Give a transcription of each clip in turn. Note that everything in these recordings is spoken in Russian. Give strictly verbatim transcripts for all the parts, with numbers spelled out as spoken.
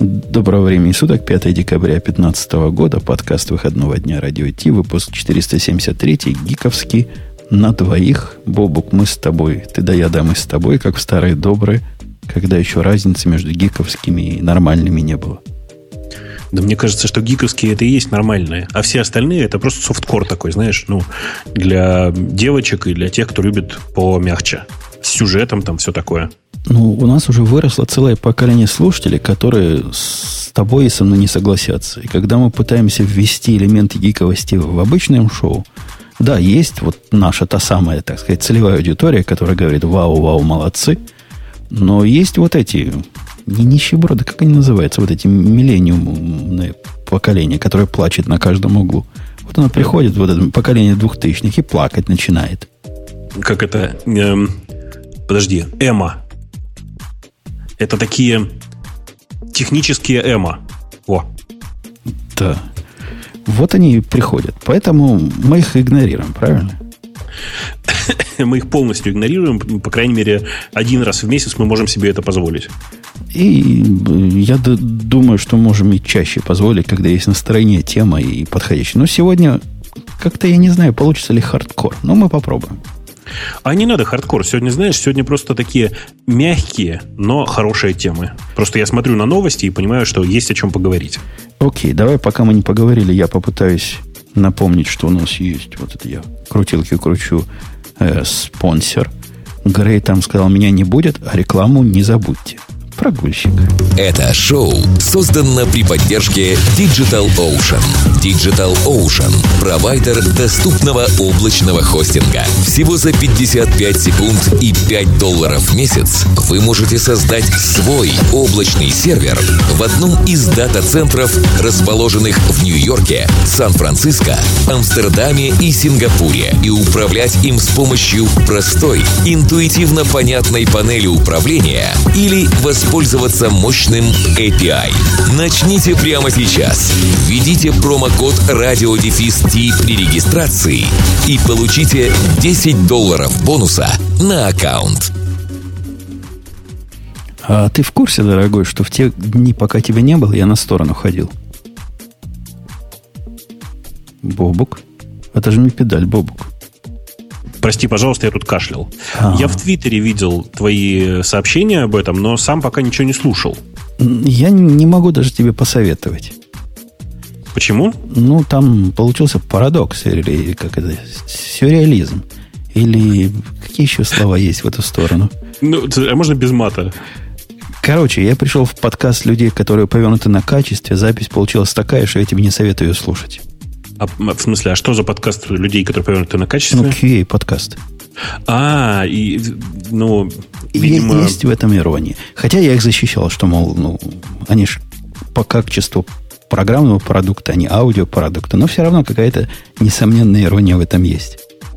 Доброго времени суток, пятое декабря две тысячи пятнадцатого года, подкаст выходного дня Радио Ти, выпуск четыреста семьдесят три, гиковский, на двоих. Бобук, мы с тобой, ты да я, да, мы с тобой, как в старые добрые, когда еще разницы между гиковскими и нормальными не было. Да мне кажется, что гиковские это и есть нормальные, а все остальные это просто софткор такой, знаешь, ну, для девочек и для тех, кто любит помягче. С сюжетом там все такое. Ну, у нас уже выросло целое поколение слушателей, которые с тобой и со мной не согласятся. И когда мы пытаемся ввести элементы гиковости в обычном шоу, да, есть вот наша та самая, так сказать, целевая аудитория, которая говорит: вау, вау, молодцы. Но есть вот эти, не нищеброды, как они называются, вот эти миллениумные поколения, которые плачут на каждом углу. Вот оно приходит, вот это поколение двухтысячных, и плакать начинает. Как это? Эм, подожди, эмо. Это такие технические эмо. О. Да. Вот они и приходят. Поэтому мы их игнорируем, правильно? Мы их полностью игнорируем. По крайней мере, один раз в месяц мы можем себе это позволить. И я д- думаю, что можем и чаще позволить, когда есть настроение, тема и подходящая. Но сегодня как-то я не знаю, получится ли хардкор. Но мы попробуем. А не надо хардкор. Сегодня, знаешь, сегодня просто такие мягкие, но хорошие темы. Просто я смотрю на новости и понимаю, что есть о чем поговорить. Окей, давай, пока мы не поговорили, я попытаюсь напомнить, что у нас есть. Вот это я крутилки кручу. Э, спонсор. Грей там сказал: меня не будет, а рекламу не забудьте. Прогульщик. Это шоу создано при поддержке Digital Ocean. Digital Ocean – провайдер доступного облачного хостинга. Всего за пятьдесят пять секунд и пять долларов в месяц вы можете создать свой облачный сервер в одном из дата-центров, расположенных в Нью-Йорке, Сан-Франциско, Амстердаме и Сингапуре, и управлять им с помощью простой, интуитивно понятной панели управления или воспользоваться пользоваться мощным эй пи ай. Начните прямо сейчас. Введите промокод радиодефис-ти при регистрации и получите десять долларов бонуса на аккаунт. А ты в курсе, дорогой, что в те дни, пока тебя не было, я на сторону ходил? Бобук. Отожми педаль, Бобук. Прости, пожалуйста, я тут кашлял. А-а-а. Я в Твиттере видел твои сообщения об этом, но сам пока ничего не слушал. Я не могу даже тебе посоветовать. Почему? Ну, там получился парадокс, или как это, сюрреализм. Или какие еще слова есть в эту сторону? Ну, а можно без мата? Короче, я пришел в подкаст людей, которые повернуты на качестве. Запись получилась такая, что я тебе не советую ее слушать. А, в смысле, а что за подкаст людей, которые повернуты на качество? Ну, кью эй подкаст. А, и, ну, видимо... Есть, есть в этом ирония. Хотя я их защищал, что, мол, ну, они же по качеству программного продукта, а не аудиопродукта. Но все равно какая-то несомненная ирония в этом есть.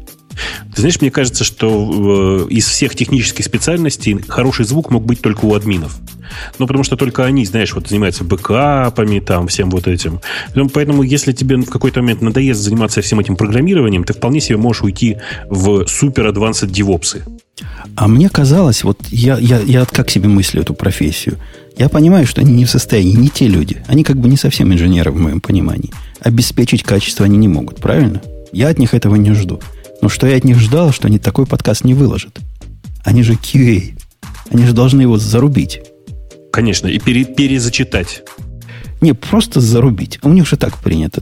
Ты знаешь, мне кажется, что из всех технических специальностей хороший звук мог быть только у админов. Ну, потому что только они, знаешь, вот занимаются бэкапами, там, всем вот этим. Поэтому, если тебе в какой-то момент надоест заниматься всем этим программированием, ты вполне себе можешь уйти в супер advanced девопсы. А мне казалось, вот я, я, я как себе мыслю эту профессию. Я понимаю, что они не в состоянии, не те люди. Они как бы не совсем инженеры в моем понимании. Обеспечить качество они не могут, правильно? Я от них этого не жду. Но что я от них ждал, что они такой подкаст не выложат. Они же кью эй. Они же должны его зарубить. Конечно, и пере, перезачитать. Не, просто зарубить. У них же так принято.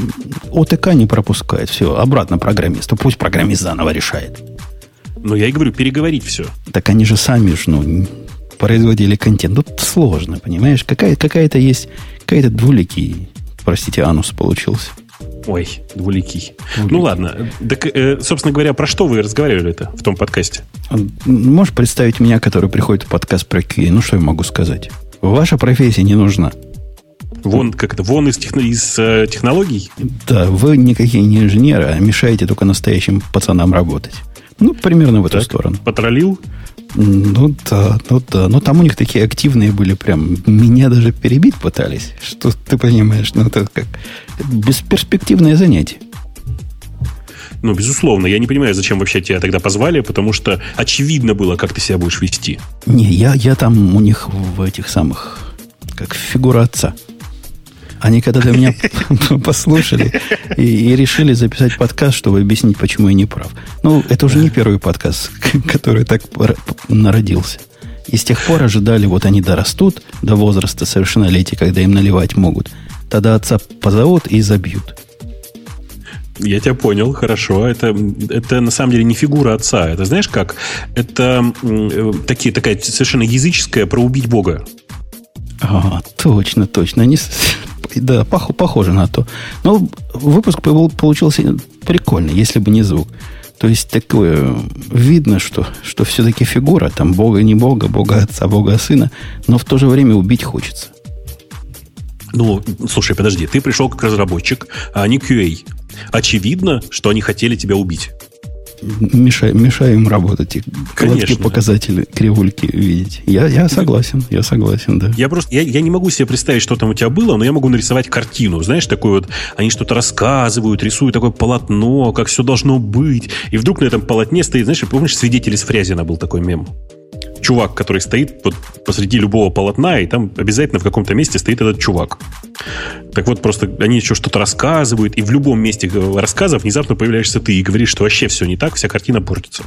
ОТК не пропускает. Все, обратно программисту. Пусть программист заново решает. Ну, я и говорю, переговорить все. Так они же сами ж, ну, производили контент. Тут сложно, понимаешь? Какая, какая-то есть, какая-то двуликий, простите, анус получился. Ой, двуликий. двуликий. Ну, ладно. Так, э, собственно говоря, про что вы разговаривали-то в том подкасте? Можешь представить меня, который приходит в подкаст про кью эй? Ну, что я могу сказать? Ваша профессия не нужна. Вон, как это, вон из, техно, из э, технологий? Да, вы никакие не инженеры, а мешаете только настоящим пацанам работать. Ну, примерно в эту так, сторону. Потроллил? Ну да, ну да. Но там у них такие активные были, прям меня даже перебить пытались. Что ты понимаешь, ну это как бесперспективное занятие. Ну, безусловно. Я не понимаю, зачем вообще тебя тогда позвали, потому что очевидно было, как ты себя будешь вести. Не, я, я там у них в этих самых, как фигура отца. Они когда-то меня послушали и, и решили записать подкаст, чтобы объяснить, почему я не прав. Ну, это уже не первый подкаст, который так народился. И с тех пор ожидали, вот они дорастут до возраста совершеннолетия, когда им наливать могут. Тогда отца позовут и забьют. Я тебя понял, хорошо. Это, это на самом деле не фигура отца. Это знаешь как? Это э, такие, такая совершенно языческая про убить Бога. А, точно, точно. Они, да, пох, похоже на то. Но выпуск получился прикольный, если бы не звук. То есть такое видно, что, что все-таки фигура, там Бога не Бога, Бога отца, Бога сына, но в то же время убить хочется. Ну, слушай, подожди, ты пришел как разработчик, а не кью эй. Очевидно, что они хотели тебя убить. Мешай, мешай им работать и короткие показатели, кривульки видеть. Я, я согласен, я согласен, да. Я просто, я, я не могу себе представить, что там у тебя было, но я могу нарисовать картину. Знаешь, такой вот, они что-то рассказывают, рисуют такое полотно, как все должно быть. И вдруг на этом полотне стоит, знаешь, помнишь, «Свидетель из Фрязина» был такой мем? Чувак, который стоит вот посреди любого полотна, и там обязательно в каком-то месте стоит этот чувак. Так вот, просто они еще что-то рассказывают, и в любом месте рассказа внезапно появляешься ты и говоришь, что вообще все не так, вся картина портится.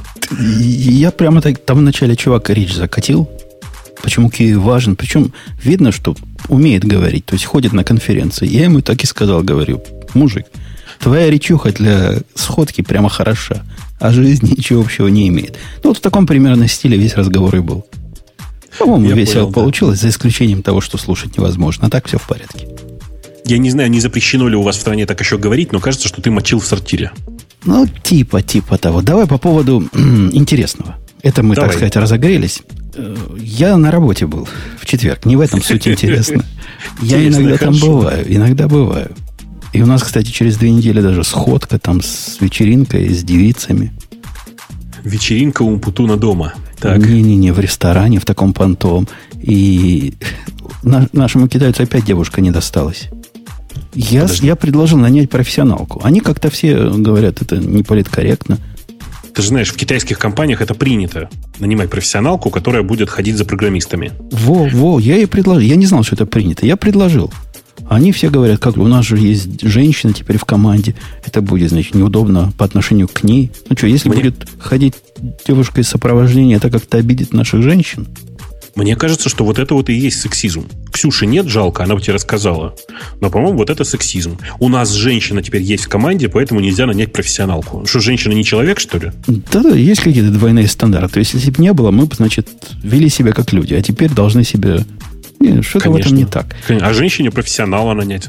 Я прямо так, там в начале чувак речь закатил, почему Киев важен, причем видно, что умеет говорить, то есть ходит на конференции. Я ему так и сказал, говорю, мужик, твоя речуха для сходки прямо хороша, а жизнь ничего общего не имеет. Ну, вот в таком примерно стиле весь разговор и был. По-моему, я весело понял, получилось, да. За исключением того, что слушать невозможно. А так все в порядке. Я не знаю, не запрещено ли у вас в стране так еще говорить, но кажется, что ты мочил в сортире. Ну, типа, типа того. Давай по поводу интересного. Это мы, Давай. так сказать, разогрелись. Я на работе был в четверг. Не в этом суть интересно. Я иногда там бываю. Иногда бываю. И у нас, кстати, через две недели даже сходка там с вечеринкой, с девицами. Вечеринка у Умпутуна дома. Не-не-не, в ресторане, в таком понтовом. И на, нашему китайцу опять девушка не досталась. Я, я предложил нанять профессионалку. Они как-то все говорят, это не политкорректно. Ты же знаешь, в китайских компаниях это принято. Нанимать профессионалку, которая будет ходить за программистами. Во, во, я ей предложил. Я не знал, что это принято. Я предложил. Они все говорят, как у нас же есть женщина теперь в команде. Это будет, значит, неудобно по отношению к ней. Ну что, если Мне... будет ходить девушка из сопровождения, это как-то обидит наших женщин? Мне кажется, что вот это вот и есть сексизм. Ксюши нет, жалко, она бы тебе рассказала. Но, по-моему, вот это сексизм. У нас женщина теперь есть в команде, поэтому нельзя нанять профессионалку. Что, женщина не человек, что ли? Да-да, есть какие-то двойные стандарты. Если бы не было, мы бы, значит, вели себя как люди. А теперь должны себя... Нет, что-то в этом не так. А женщине профессионала нанять?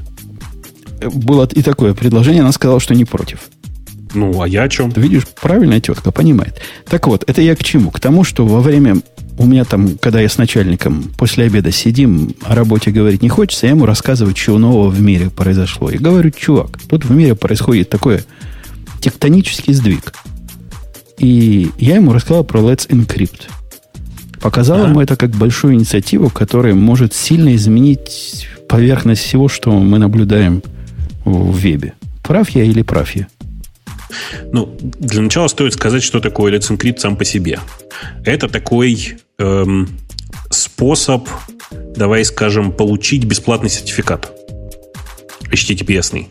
Было и такое предложение, она сказала, что не против. Ну, а я о чем? Ты видишь, правильная тетка, понимает. Так вот, это я к чему? К тому, что во время... У меня там, когда я с начальником после обеда сидим, о работе говорить не хочется, я ему рассказываю, что нового в мире произошло. И говорю, чувак, тут в мире происходит такой тектонический сдвиг. И я ему рассказал про Let's Encrypt. Показал ага. ему это как большую инициативу, которая может сильно изменить поверхность всего, что мы наблюдаем в вебе. Прав я или прав я? Ну, для начала стоит сказать, что такое Let's Encrypt сам по себе. Это такой эм, способ, давай скажем, получить бесплатный сертификат эйч ти ти пи эс-ный.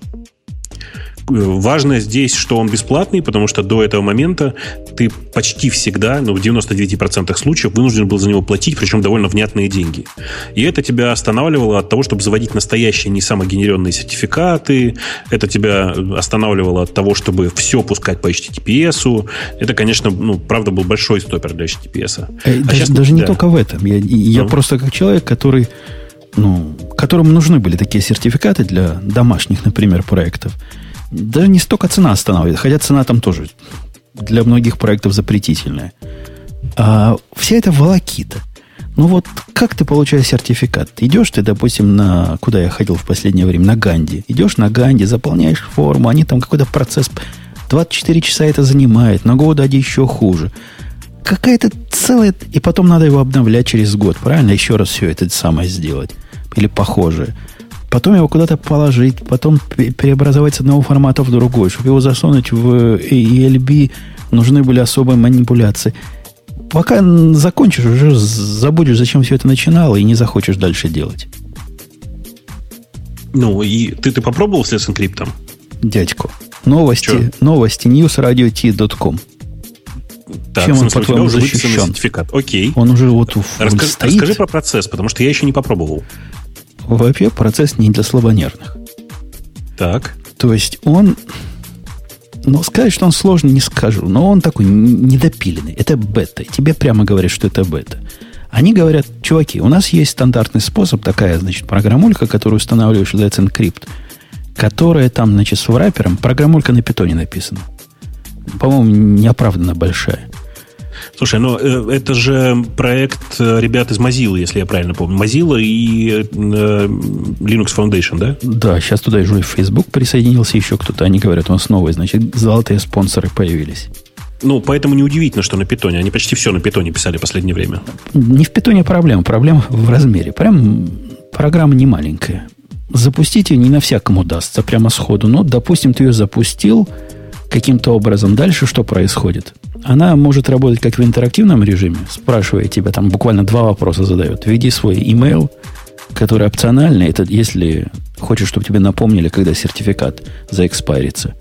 Важно здесь, что он бесплатный, потому что до этого момента ты почти всегда, ну, в девяноста девяти процентах случаев вынужден был за него платить, причем довольно внятные деньги. И это тебя останавливало от того, чтобы заводить настоящие не самогенеренные сертификаты. Это тебя останавливало от того, чтобы все пускать по эйч ти ти пи эс-у. Это, конечно, ну, правда, был большой стопер для эйч ти ти пи эс-а. А даже сейчас, даже да. не только в этом. Я, я ну. просто как человек, который, ну, которому нужны были такие сертификаты для домашних, например, проектов. Даже не столько цена останавливает, хотя цена там тоже для многих проектов запретительная. А вся эта волокита. Ну вот, как ты получаешь сертификат? Идешь ты, допустим, на... Куда я ходил в последнее время? На Ганди. Идешь на Ганди, заполняешь форму, они там какой-то процесс... двадцать четыре часа это занимает, на год один еще хуже. Какая-то целая... И потом надо его обновлять через год, правильно? Еще раз все это самое сделать. Или похожее. Потом его куда-то положить, потом преобразовать с одного формата в другой. Чтобы его засунуть в и эл би, нужны были особые манипуляции. Пока закончишь, уже забудешь, зачем все это начинало, и не захочешь дальше делать. Ну, и ты, ты попробовал с Let's Encrypt? Дядьку. Новости, Че? новости news radio t dot com. Так, Чем в смысле, он, по-твоему, защищен? Сертификат. Окей. Он уже вот Расскажи, стоит. Расскажи про процесс, потому что я еще не попробовал. Вообще процесс не для слабонервных. Так. То есть он... Ну, сказать, что он сложный, не скажу. Но он такой недопиленный. Это бета. Тебе прямо говорят, что это бета. Они говорят, чуваки, у нас есть стандартный способ, такая, значит, программулька, которую устанавливаешь в Let's Encrypt, которая там, значит, с врапером, программулька на питоне написана. По-моему, неоправданно большая. Слушай, ну э, это же проект ребят из Mozilla, если я правильно помню. Mozilla и э, Linux Foundation, да? Да, сейчас туда и Facebook присоединился, еще кто-то. Они говорят, у нас новые, значит, золотые спонсоры появились. Ну, поэтому неудивительно, что на питоне. Они почти все на питоне писали в последнее время. Не в питоне проблема, проблема в размере. Прям программа не маленькая. Запустить ее не на всяком удастся, прямо сходу. Но, допустим, ты ее запустил каким-то образом. Дальше что происходит? Она может работать как в интерактивном режиме, спрашивая тебя, там буквально два вопроса задает. Введи свой email, который опциональный. Это если хочешь, чтобы тебе напомнили, когда сертификат заэкспайрится.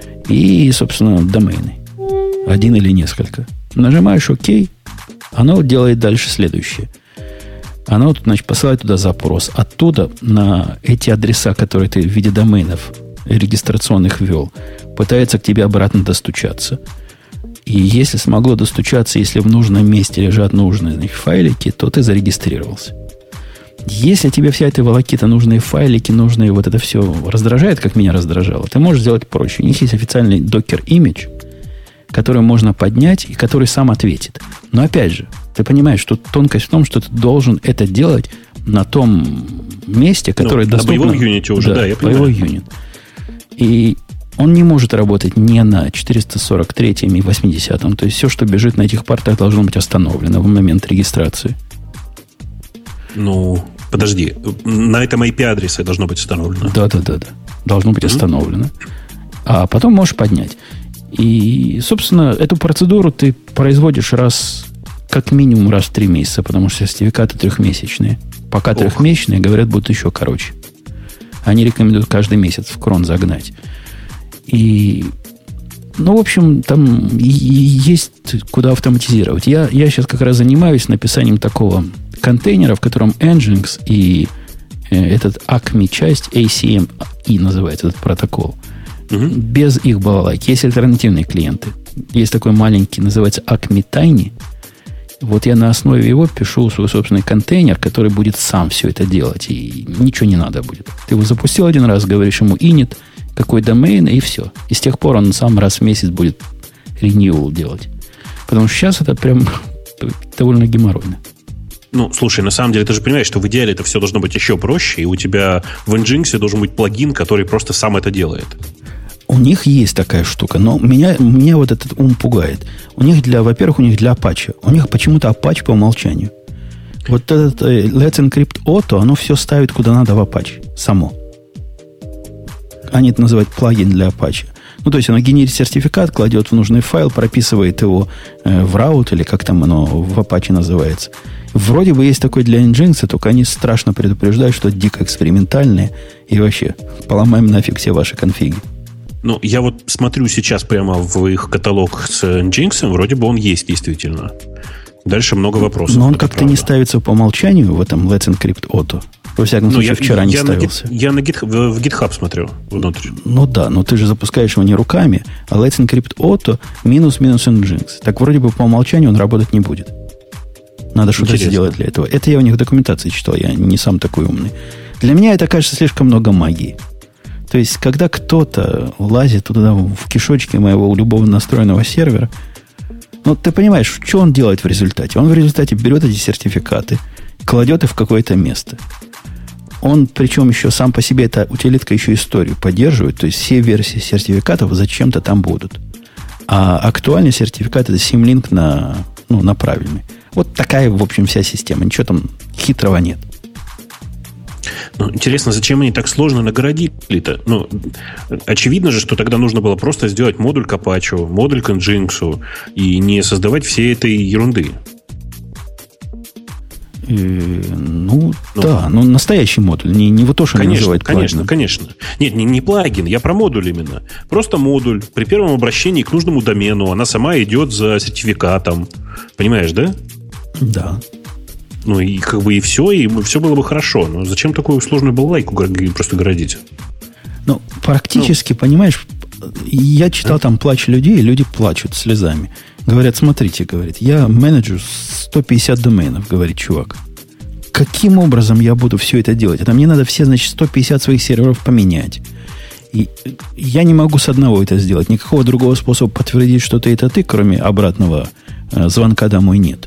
И, собственно, домены. Один или несколько. Нажимаешь ОК, оно делает дальше следующее. Оно, значит, посылает туда запрос. Оттуда на эти адреса, которые ты в виде доменов регистрационных ввел, пытается к тебе обратно достучаться. И если смогло достучаться, если в нужном месте лежат нужные, значит, файлики, то ты зарегистрировался. Если тебе вся эта волокита, нужные файлики, нужные вот это все раздражает, как меня раздражало, ты можешь сделать проще. У них есть официальный Docker image, который можно поднять и который сам ответит. Но опять же, ты понимаешь, что тонкость в том, что ты должен это делать на том месте, которое ну, доступно... На боевом юните уже, да, да я понимаю. Боевой юнит. И он не может работать не на четыреста сорок третьем и восьмидесятом. То есть все, что бежит на этих портах, должно быть остановлено в момент регистрации. Ну, подожди. На этом ай пи-адресе должно быть установлено. Да-да-да. Должно быть mm-hmm. установлено. А потом можешь поднять. И, собственно, эту процедуру ты производишь раз, как минимум раз в три месяца, потому что сертификаты трехмесячные. Пока Ох. трехмесячные, говорят, будут еще короче. Они рекомендуют каждый месяц в крон загнать. И, ну, в общем, там и, и есть куда автоматизировать. Я, я сейчас как раз занимаюсь написанием такого контейнера, в котором Nginx и э, этот Acme часть, эй си эм и называется этот протокол, угу. без их балалайки. Есть альтернативные клиенты. Есть такой маленький, называется Acme Tiny. Вот я на основе его пишу свой собственный контейнер, который будет сам все это делать. И ничего не надо будет. Ты его запустил один раз, говоришь ему init, какой домен, и все. И с тех пор он сам раз в месяц будет renewal делать. Потому что сейчас это прям довольно геморройно. Ну, слушай, на самом деле, ты же понимаешь, что в идеале это все должно быть еще проще, и у тебя в Nginx должен быть плагин, который просто сам это делает. У них есть такая штука, но меня, меня вот этот ум пугает. У них для, во-первых, у них для Apache. У них почему-то Apache по умолчанию. Вот этот Let's Encrypt Auto, оно все ставит куда надо в Apache. Само. Они это называют плагин для Apache. Ну, то есть оно генерит сертификат, кладет в нужный файл, прописывает его э, в раут, или как там оно в Apache называется. Вроде бы есть такой для Nginx, только они страшно предупреждают, что это дико экспериментальные. И вообще, поломаем нафиг все ваши конфиги. Ну, я вот смотрю сейчас прямо в их каталог с Nginx, вроде бы он есть действительно. Дальше много вопросов. Но он как-то правда. не ставится по умолчанию в этом Let's Encrypt Auto. Во всяком случае, ну, я, вчера не я ставился. На, я на GitHub, в GitHub смотрю внутрь. Ну да, но ты же запускаешь его не руками, а Let's Encrypt Auto минус-минус Nginx. Так вроде бы по умолчанию он работать не будет. Надо что-то Интересно. сделать для этого. Это я у них в документации читал, я не сам такой умный. Для меня это, кажется, слишком много магии. То есть, когда кто-то лазит туда в кишочки моего любовно настроенного сервера, ну, ты понимаешь, что он делает в результате? Он в результате берет эти сертификаты, кладет их в какое-то место. Он, причем еще сам по себе, эта утилитка еще историю поддерживает, то есть все версии сертификатов зачем-то там будут. А актуальный сертификат – это симлинк на, ну, на правильный. Вот такая, в общем, вся система. Ничего там хитрого нет. Ну, интересно, зачем они так сложно наградили-то? Ну, очевидно же, что тогда нужно было просто сделать модуль к Apache, модуль к Nginx и не создавать всей этой ерунды. И, ну, ну, да, ну настоящий модуль, не, не вот то, что конечно, называют конечно, плагином. Конечно, Нет, не, не плагин, я про модуль именно. Просто модуль. При первом обращении к нужному домену она сама идет за сертификатом. Понимаешь, да? Да. Ну, и как бы и все, и все было бы хорошо. Но зачем такую сложную балалайку просто городить? Ну, практически, ну, понимаешь, я читал а? там плач людей, и люди плачут слезами. Говорят, смотрите, говорит, я менеджу сто пятьдесят доменов, говорит чувак. Каким образом я буду все это делать? Это мне надо все, значит, сто пятьдесят своих серверов поменять. И я не могу с одного это сделать. Никакого другого способа подтвердить, что ты это ты, кроме обратного э, звонка домой, нет.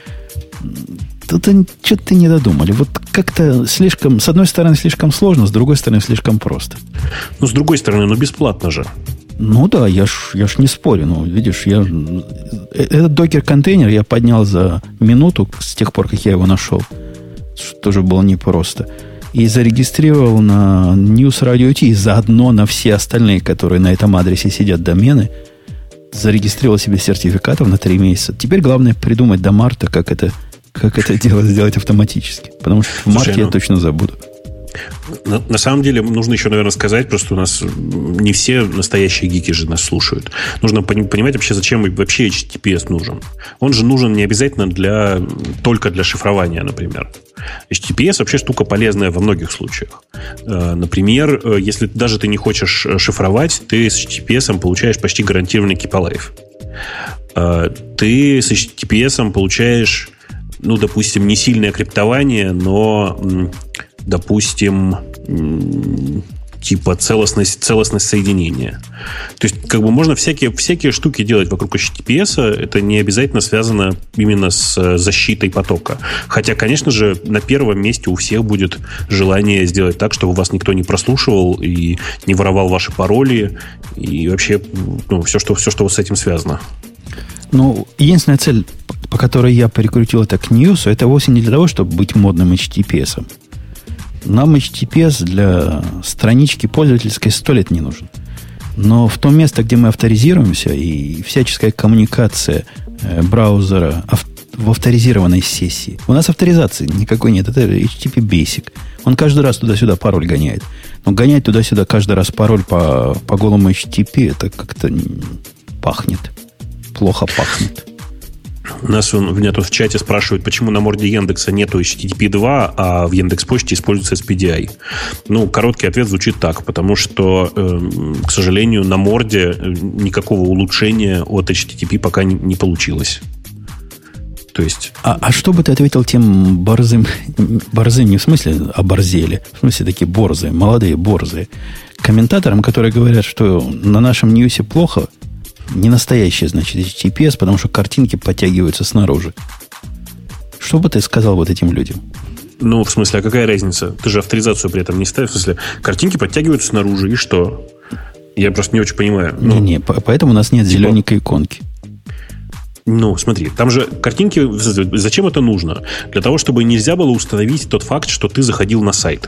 Тут что-то не додумали. Вот как-то слишком, с одной стороны, слишком сложно, с другой стороны, слишком просто. Ну, с другой стороны, ну, бесплатно же. Ну да, я ж, я ж не спорю. Ну, видишь, я, этот докер-контейнер я поднял за минуту с тех пор, как я его нашел. Что тоже было непросто. И зарегистрировал на News Radio T и заодно на все остальные, которые на этом адресе сидят, домены. Зарегистрировал себе сертификатов на три месяца. Теперь главное придумать до марта, как это, как это дело сделать автоматически. Потому что в марте Слушай, ну... я точно забуду. На, на самом деле, нужно еще, наверное, сказать, просто у нас не все настоящие гики же нас слушают. Нужно понимать вообще, зачем вообще эйч ти ти пи эс нужен. Он же нужен не обязательно для, только для шифрования, например. эйч ти ти пи эс вообще штука полезная во многих случаях. Например, если даже ты не хочешь шифровать, ты с эйч ти ти пи эс получаешь почти гарантированный keep alive. Ты с эйч ти ти пи эс получаешь, ну, допустим, не сильное криптование, но... допустим, типа целостность, целостность соединения. То есть, как бы можно всякие, всякие штуки делать вокруг эйч ти ти пи эс. Это не обязательно связано именно с защитой потока. Хотя, конечно же, на первом месте у всех будет желание сделать так, чтобы вас никто не прослушивал и не воровал ваши пароли и вообще, ну, все, что, все, что с этим связано. Ну, единственная цель, по которой я прикрутил это к News, это вовсе не для того, чтобы быть модным эйч ти ти пи эс. Нам эйч ти ти пи эс для странички пользовательской сто лет не нужен. Но в то место, где мы авторизируемся, и всяческая коммуникация э, браузера ав- в авторизированной сессии. У нас авторизации никакой нет. Это эйч ти ти пи Basic. Он каждый раз туда-сюда пароль гоняет. Но гонять туда-сюда каждый раз пароль по, по голому эйч ти ти пи, это как-то пахнет. Плохо пахнет. Нас он, меня тут в чате спрашивают, почему на морде Яндекса нету эйч ти ти пи два, а в Яндекс.Почте используется эс пи ди ай. Ну, короткий ответ звучит так, потому что, э, к сожалению, на морде никакого улучшения от эйч ти ти пи пока не, не получилось. То есть... А, а что бы ты ответил тем борзым, борзым не в смысле оборзели, в смысле такие борзые, молодые борзые, комментаторам, которые говорят, что на нашем Ньюсе плохо, не настоящий, значит, эйч ти ти пи эс, потому что картинки подтягиваются снаружи. Что бы ты сказал вот этим людям? Ну, в смысле, а какая разница? Ты же авторизацию при этом не ставишь. В смысле, картинки подтягиваются снаружи, и что? Я просто не очень понимаю. Ну, Не-не, поэтому у нас нет типа... зелененькой иконки. Ну, смотри, там же картинки... Зачем это нужно? Для того, чтобы нельзя было установить тот факт, что ты заходил на сайт.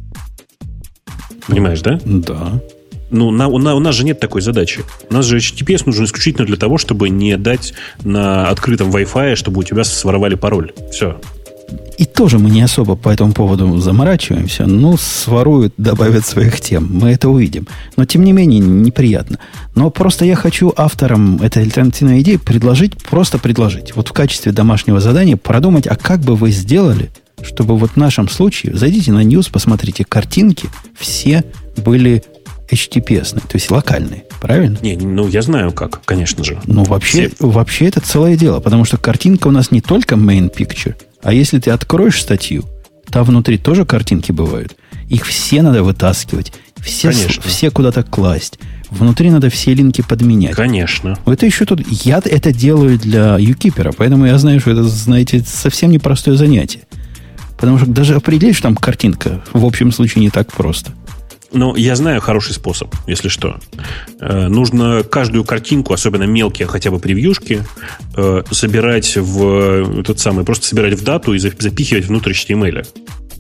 Понимаешь, да? Да. Ну, на, на, у нас же нет такой задачи. У нас же эйч ти ти пи эс нужен исключительно для того, чтобы не дать на открытом Wi-Fi, чтобы у тебя своровали пароль. Все. И тоже мы не особо по этому поводу заморачиваемся. Ну, своруют, добавят своих тем. Мы это увидим. Но, тем не менее, неприятно. Но просто я хочу авторам этой альтернативной идеи предложить, просто предложить. Вот в качестве домашнего задания продумать, а как бы вы сделали, чтобы вот в нашем случае, зайдите на News, посмотрите, картинки все были... эйч ти ти пи эс, то есть локальные, правильно? Не, ну я знаю как, конечно же. Ну вообще, Все... вообще это целое дело, потому что картинка у нас не только main picture, а если ты откроешь статью, там внутри тоже картинки бывают. Их все надо вытаскивать, все, с... все куда-то класть. Внутри надо все линки подменять. Конечно. Это еще тут... Я это делаю для юкипера, поэтому я знаю, что это, знаете, совсем непростое занятие. Потому что даже определить, что там картинка в общем случае не так просто. Ну, я знаю хороший способ, если что. Э, нужно каждую картинку, особенно мелкие хотя бы превьюшки, э, собирать в тот самый, просто собирать в дату и запихивать внутрь эйч ти эм эл.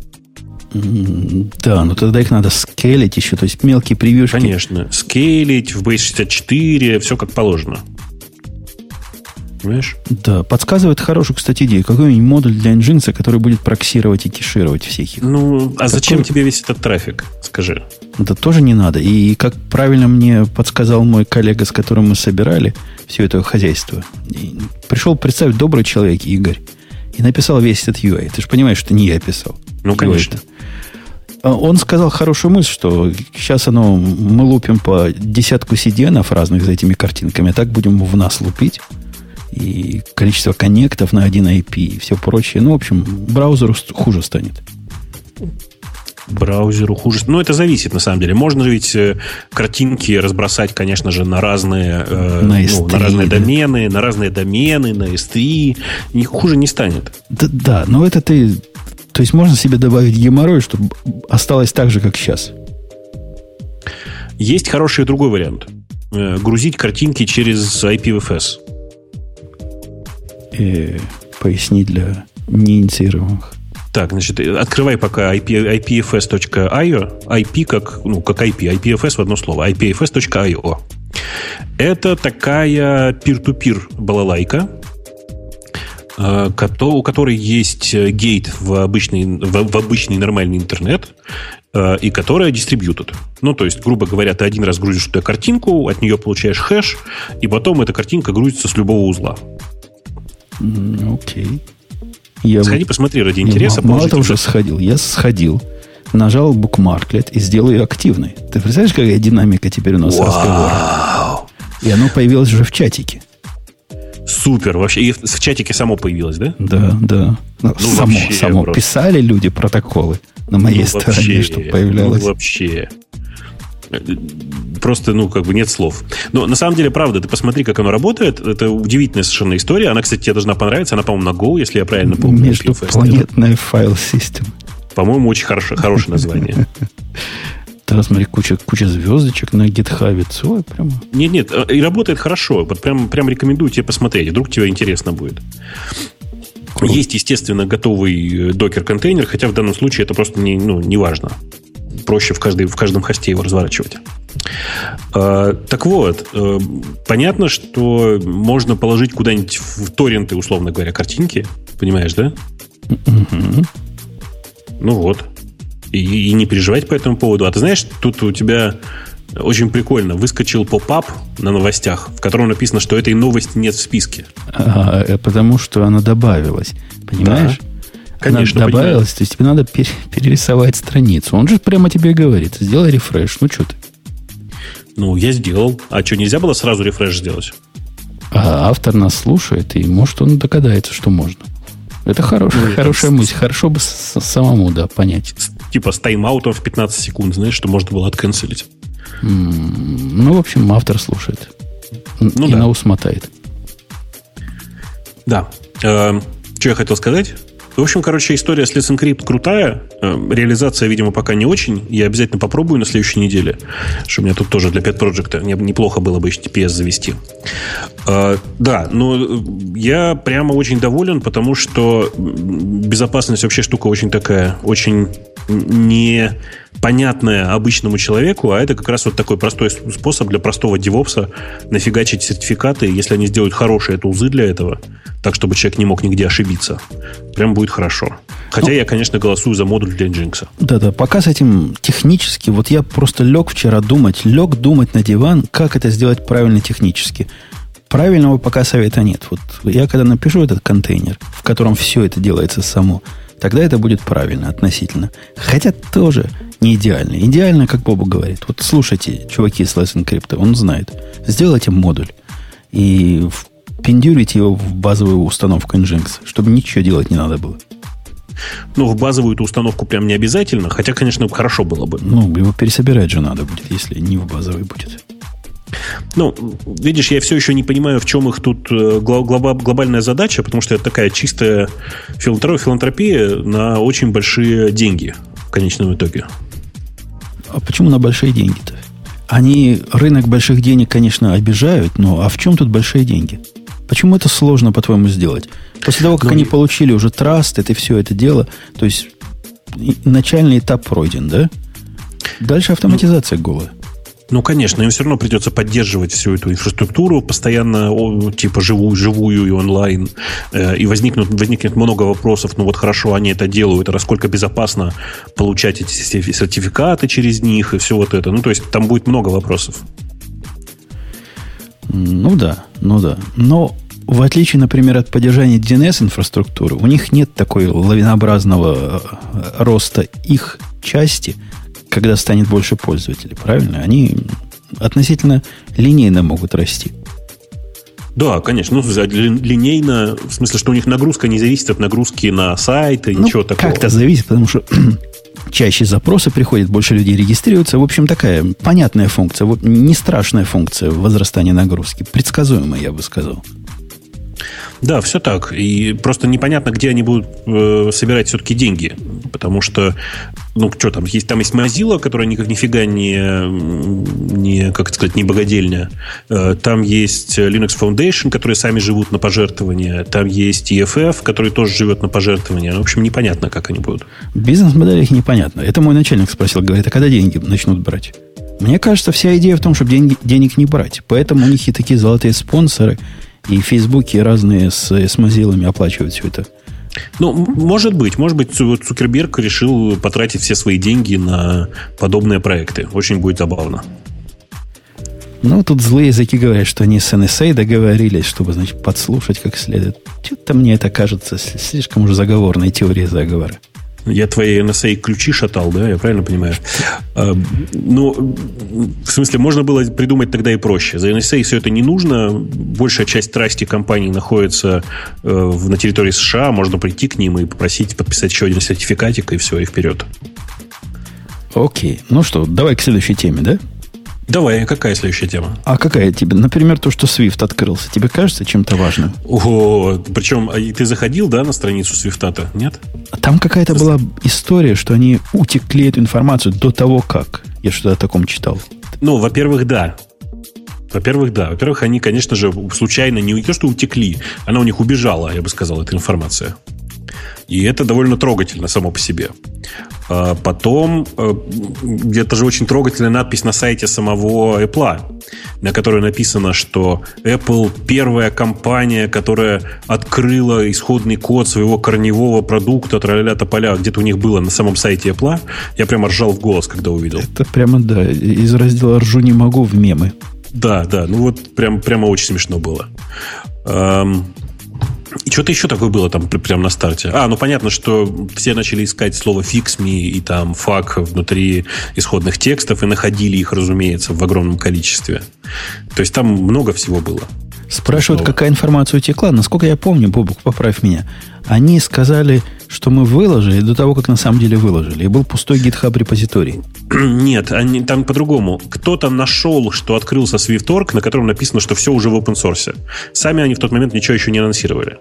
Да, но тогда их надо скейлить еще, то есть мелкие превьюшки. Конечно, скейлить в бейс шестьдесят четыре, все как положено. Понимаешь? Да, подсказывает хорошую, кстати, идею. Какой-нибудь модуль для Nginx, который будет проксировать и кешировать всех их. Ну, а Такой... зачем тебе весь этот трафик? Скажи. Это тоже не надо. И как правильно мне подсказал мой коллега, с которым мы собирали все это хозяйство. И пришел, представь, добрый человек, Игорь, и написал весь этот ю ай. Ты же понимаешь, что не я писал. Ну, конечно. Он сказал хорошую мысль, что сейчас оно, мы лупим по десятку си ди энов разных за этими картинками, а так будем в нас лупить. И количество коннектов на один ай пи и все прочее. Ну, в общем, браузеру хуже станет. Браузеру хуже. Ну, это зависит, на самом деле. Можно же ведь картинки разбросать, конечно же, на разные, э, на, эс три, ну, на разные да. домены, на разные домены, на эс три. И хуже не станет. Да, да, но это ты... То есть можно себе добавить геморрой, чтобы осталось так же, как сейчас. Есть хороший другой вариант. Грузить картинки через ай пи эф эс. И поясни для неинициированных. Так, значит, открывай пока ай пи эф эс точка ай о. ай пи как, ну, как ай пи. ай пи эф эс в одно слово. ай пи эф эс точка ай о. Это такая peer-to-peer балалайка, у которой есть гейт в обычный, в, в обычный нормальный интернет, и которая дистрибьютед. Ну, то есть, грубо говоря, ты один раз грузишь туда картинку, от нее получаешь хэш, и потом эта картинка грузится с любого узла. Окей. Okay. Я Сходи, вот... посмотри ради интереса. Я мало того, уже сходил. Я сходил, нажал bookmarklet и сделал ее активной. Ты представляешь, какая динамика теперь у нас разговора? И оно появилось уже в чатике. Супер, вообще. И в чатике само появилось, да? Да, да. Ну, само, само. Просто. Писали люди протоколы на моей ну, стороне, вообще, чтобы появлялось. Ну, вообще. Просто, ну, как бы нет слов. Но на самом деле, правда, ты посмотри, как оно работает. Это удивительная совершенно история. Она, кстати, тебе должна понравиться. Она, по-моему, на Go, если я правильно помню. Межпланетная файл-система. По-моему, очень хорошее, хорошее название. Да, смотри, куча, куча звездочек на гитхабе. Ой, прямо. Нет, нет, и работает хорошо. Вот прям, прям рекомендую тебе посмотреть. Вдруг тебе интересно будет. Круто. Есть, естественно, готовый докер-контейнер, хотя в данном случае это просто не, ну, не важно. Проще в, каждой, в каждом хосте его разворачивать. А, так вот, а, понятно, что можно положить куда-нибудь в торренты, условно говоря, картинки. Понимаешь, да? Mm-hmm. Ну вот. И, и не переживать по этому поводу. А ты знаешь, тут у тебя очень прикольно выскочил поп-ап на новостях, в котором написано, что этой новости нет в списке. А, потому что она добавилась. Понимаешь? Да, конечно, она добавилась, понимаю. То есть тебе надо пере- перерисовать страницу. Он же прямо тебе говорит: сделай рефреш. Ну, что ты? Ну, я сделал. А что, нельзя было сразу рефреш сделать? А автор нас слушает, и может он догадается, что можно. Это хорош, ну, хорошая это... мысль. Хорошо бы с- самому, да, понять. Типа с тайм-аутом в пятнадцать секунд, знаешь, что можно было отканцелить. Mm, ну, в общем, автор слушает. Ну, и да. на ус мотает. Да. Э, что я хотел сказать? В общем, короче, история с Let's Encrypt крутая. Э, реализация, видимо, пока не очень. Я обязательно попробую на следующей неделе. Что у меня тут тоже для Pet Project неплохо было бы эйч ти ти пи эс завести. Э, да, но я прямо очень доволен, потому что безопасность вообще штука очень такая, очень непонятная обычному человеку, а это как раз вот такой простой способ для простого девопса нафигачить сертификаты. Если они сделают хорошие тулзы для этого, так, чтобы человек не мог нигде ошибиться, прям будет хорошо. Хотя ну, я, конечно, голосую за модуль для Nginx. Да-да, пока с этим технически, вот я просто лег вчера думать, лег думать на диван, как это сделать правильно технически. Правильного пока совета нет. Вот я когда напишу этот контейнер, в котором все это делается само, тогда это будет правильно относительно. Хотя тоже не идеально. Идеально, как Бобу говорит. Вот слушайте, чуваки с Let's Encrypt, он знает. Сделайте модуль и впендюрите его в базовую установку Nginx, чтобы ничего делать не надо было. Ну, в базовую эту установку прям не обязательно, хотя, конечно, хорошо было бы. Ну, его пересобирать же надо будет, если не в базовой будет. Ну, видишь, я все еще не понимаю, в чем их тут глоб- глобальная задача, потому что это такая чистая филантропия на очень большие деньги в конечном итоге. А почему на большие деньги-то? Они рынок больших денег, конечно, обижают, но а в чем тут большие деньги? Почему это сложно, по-твоему, сделать? После того, как ну, они получили уже траст, это все это дело, то есть начальный этап пройден, да? Дальше автоматизация ну, голая. Ну, конечно, им все равно придется поддерживать всю эту инфраструктуру постоянно, типа живую, живую и онлайн. И возникнут, возникнет много вопросов. Ну, вот хорошо, они это делают. А насколько безопасно получать эти сертификаты через них и все вот это. Ну, то есть, там будет много вопросов. Ну, да, ну, да. Но в отличие, например, от поддержания ди эн эс-инфраструктуры, у них нет такой лавинообразного роста их части, когда станет больше пользователей, правильно? Они относительно линейно могут расти. Да, конечно. Ну, линейно, в смысле, что у них нагрузка не зависит от нагрузки на сайты, ну, ничего такого. Как-то зависит, потому что чаще запросы приходят, больше людей регистрируются. В общем, такая понятная функция, вот не страшная функция возрастания нагрузки. Предсказуемая, я бы сказал. Да, все так. И просто непонятно, где они будут э, собирать все-таки деньги. Потому что, ну, что там, есть, там есть Mozilla, которая никак нифига не, не как это сказать, не богадельня. Э, там есть Linux Foundation, которые сами живут на пожертвования. Там есть и эф эф, который тоже живет на пожертвования. Ну, в общем, непонятно, как они будут. Бизнес-модель их непонятна. Это мой начальник спросил, говорит, а когда деньги начнут брать? Мне кажется, вся идея в том, чтобы деньги, денег не брать. Поэтому у них и такие золотые спонсоры, и Фейсбуки разные с, с Mozillами оплачивают все это. Ну, может быть. Может быть, Цукерберг решил потратить все свои деньги на подобные проекты. Очень будет забавно. Ну, тут злые языки говорят, что они с эн эс эй договорились, чтобы, значит, подслушать как следует. Что-то мне это кажется слишком уже заговорной теорией заговора. Я твои эн эс эй-ключи шатал, да? Я правильно понимаю? А, ну, в смысле, можно было придумать тогда и проще. За эн эс эй все это не нужно. Большая часть трасти компаний находится э, на территории США. Можно прийти к ним и попросить подписать еще один сертификатик, и все, и вперед. Окей. Ну что, давай к следующей теме, да? Давай, какая следующая тема? А какая тебе? Например, то, что Swift открылся. Тебе кажется чем-то важным? О, причем ты заходил, да, на страницу Swift-то? Нет? Там какая-то была история, что они утекли эту информацию до того, как. Я что-то о таком читал. Ну, во-первых, да. Во-первых, да. Во-первых, они, конечно же, случайно не то, что утекли, она у них убежала, я бы сказал, эта информация. И это довольно трогательно само по себе. А потом, это же очень трогательная надпись на сайте самого Apple, на которой написано, что Apple первая компания, которая открыла исходный код своего корневого продукта, тра-ля-ля тополя, где-то у них было на самом сайте Apple. Я прямо ржал в голос, когда увидел. Это прямо, да, из раздела «Ржу не могу» в мемы. Да, да, ну вот прям, прямо очень смешно было. И что-то еще такое было там прямо на старте. А, ну понятно, что все начали искать слово fix me и там fuck внутри исходных текстов и находили их, разумеется, в огромном количестве. То есть там много всего было. Спрашивают, какая информация утекла. Насколько я помню, Бобук, поправь меня. Они сказали, что мы выложили до того, как на самом деле выложили. И был пустой GitHub репозиторий. Нет, они, там по-другому. Кто-то нашел, что открылся Swift точка орг, на котором написано, что все уже в open source. Сами они в тот момент ничего еще не анонсировали.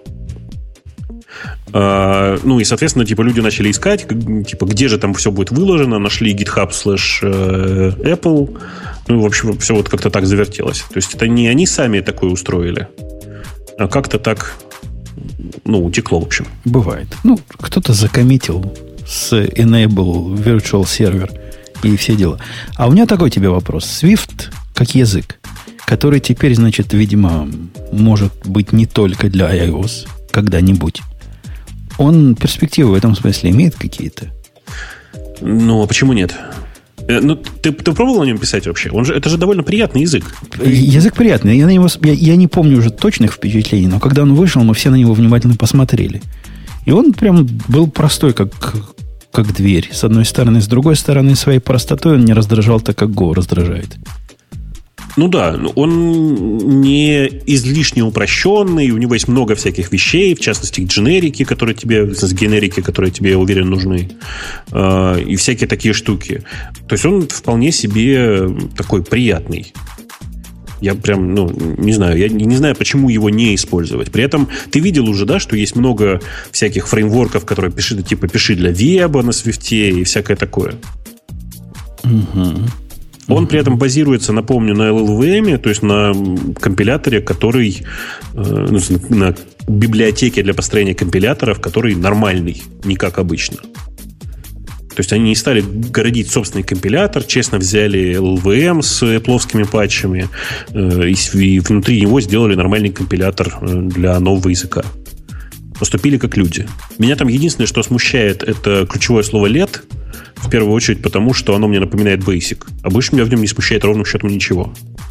Uh, ну и, соответственно, типа люди начали искать, типа, где же там все будет выложено, нашли GitHub slash Apple. Ну, в общем, все вот как-то так завертелось. То есть это не они сами такое устроили, а как-то так, ну, утекло, в общем. Бывает. Ну, кто-то закоммитил с enable virtual server и все дела. А у меня такой тебе вопрос. Swift как язык, который теперь, значит, видимо, может быть не только для iOS когда-нибудь. Он перспективы в этом смысле имеет какие-то? Ну, а почему нет? Ну, ты, ты пробовал на нем писать вообще? Он же, это же довольно приятный язык. Язык приятный. Я, на него, я, я не помню уже точных впечатлений, но когда он вышел, мы все на него внимательно посмотрели. И он прям был простой, как, как дверь. С одной стороны. С другой стороны, своей простотой он не раздражал так, как Go раздражает. Ну да, он не излишне упрощенный, у него есть много всяких вещей, в частности, дженерики, которые тебе, генерики, которые тебе, я уверен, нужны, и всякие такие штуки. То есть он вполне себе такой приятный. Я прям, ну, не знаю, я не знаю, почему его не использовать. При этом ты видел уже, да, что есть много всяких фреймворков, которые пиши, типа пиши для веба на Swift и всякое такое. Угу. Он при этом базируется, напомню, на эл эл ви эм, то есть на компиляторе, который, ну, на библиотеке для построения компиляторов, который нормальный, не как обычно. То есть они не стали городить собственный компилятор, честно взяли эл ви эм с плоскими патчами э, и внутри него сделали нормальный компилятор для нового языка. Поступили как люди. Меня там единственное, что смущает, это ключевое слово «лет», в первую очередь потому, что оно мне напоминает Basic. А больше меня в нем не смущает ровным счетом ничего.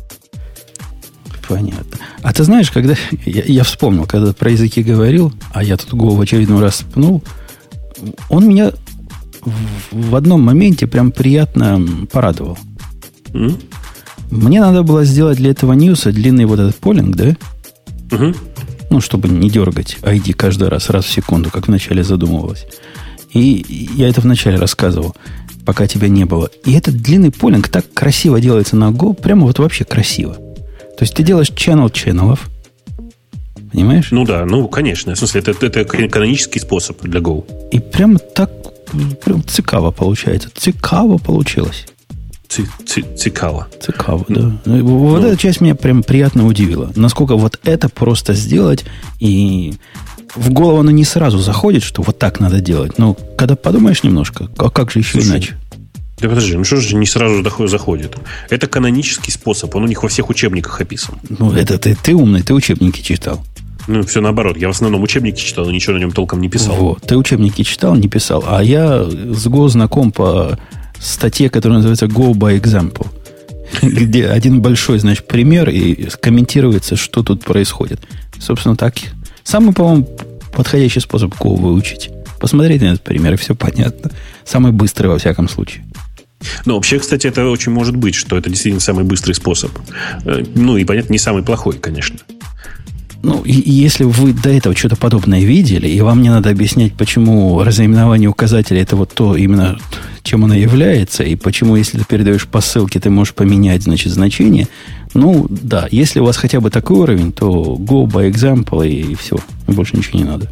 Понятно. А ты знаешь, когда... Я, я вспомнил, когда про языки говорил, а я тут Go в очередной раз пнул, он меня в, в одном моменте прям приятно порадовал. Mm? Мне надо было сделать для этого ньюса длинный вот этот полинг, да? Угу. Ну, чтобы не дергать ай ди каждый раз, раз в секунду, как вначале задумывалось. И я это вначале рассказывал, пока тебя не было. И этот длинный полинг так красиво делается на Go, прямо вот вообще красиво. То есть ты делаешь channel ченнелов, понимаешь? Ну да, ну конечно. В смысле, это, это канонический способ для Go. И прямо так, прям цикаво получается. Цикаво получилось. Цикаво. Цикаво, да. Вот ну, эта часть меня прям приятно удивила. Насколько вот это просто сделать, и в голову оно не сразу заходит, что вот так надо делать. Но когда подумаешь немножко, а как же еще Слушай, иначе? Да подожди, ну что же не сразу заходит? Это канонический способ, он у них во всех учебниках описан. Ну, это ты, ты умный, ты учебники читал. Ну, все наоборот. Я в основном учебники читал, но ничего на нем толком не писал. Вот, ты учебники читал, не писал. А я с Go знаком по статье, которая называется Go by Example, где один большой, значит, пример, и комментируется, что тут происходит. Собственно, так. Самый, по-моему, подходящий способ Go выучить. Посмотреть на этот пример, и все понятно. Самый быстрый, во всяком случае. Ну, вообще, кстати, это очень может быть, что это действительно самый быстрый способ. Ну, и, понятно, не самый плохой, конечно. Ну, и, и если вы до этого что-то подобное видели, и вам не надо объяснять, почему разнаименование указателя это вот то именно, чем оно является, и почему, если ты передаешь по ссылке, ты можешь поменять, значит, значение, ну, да, если у вас хотя бы такой уровень, то Go by example, и, и все, больше ничего не надо.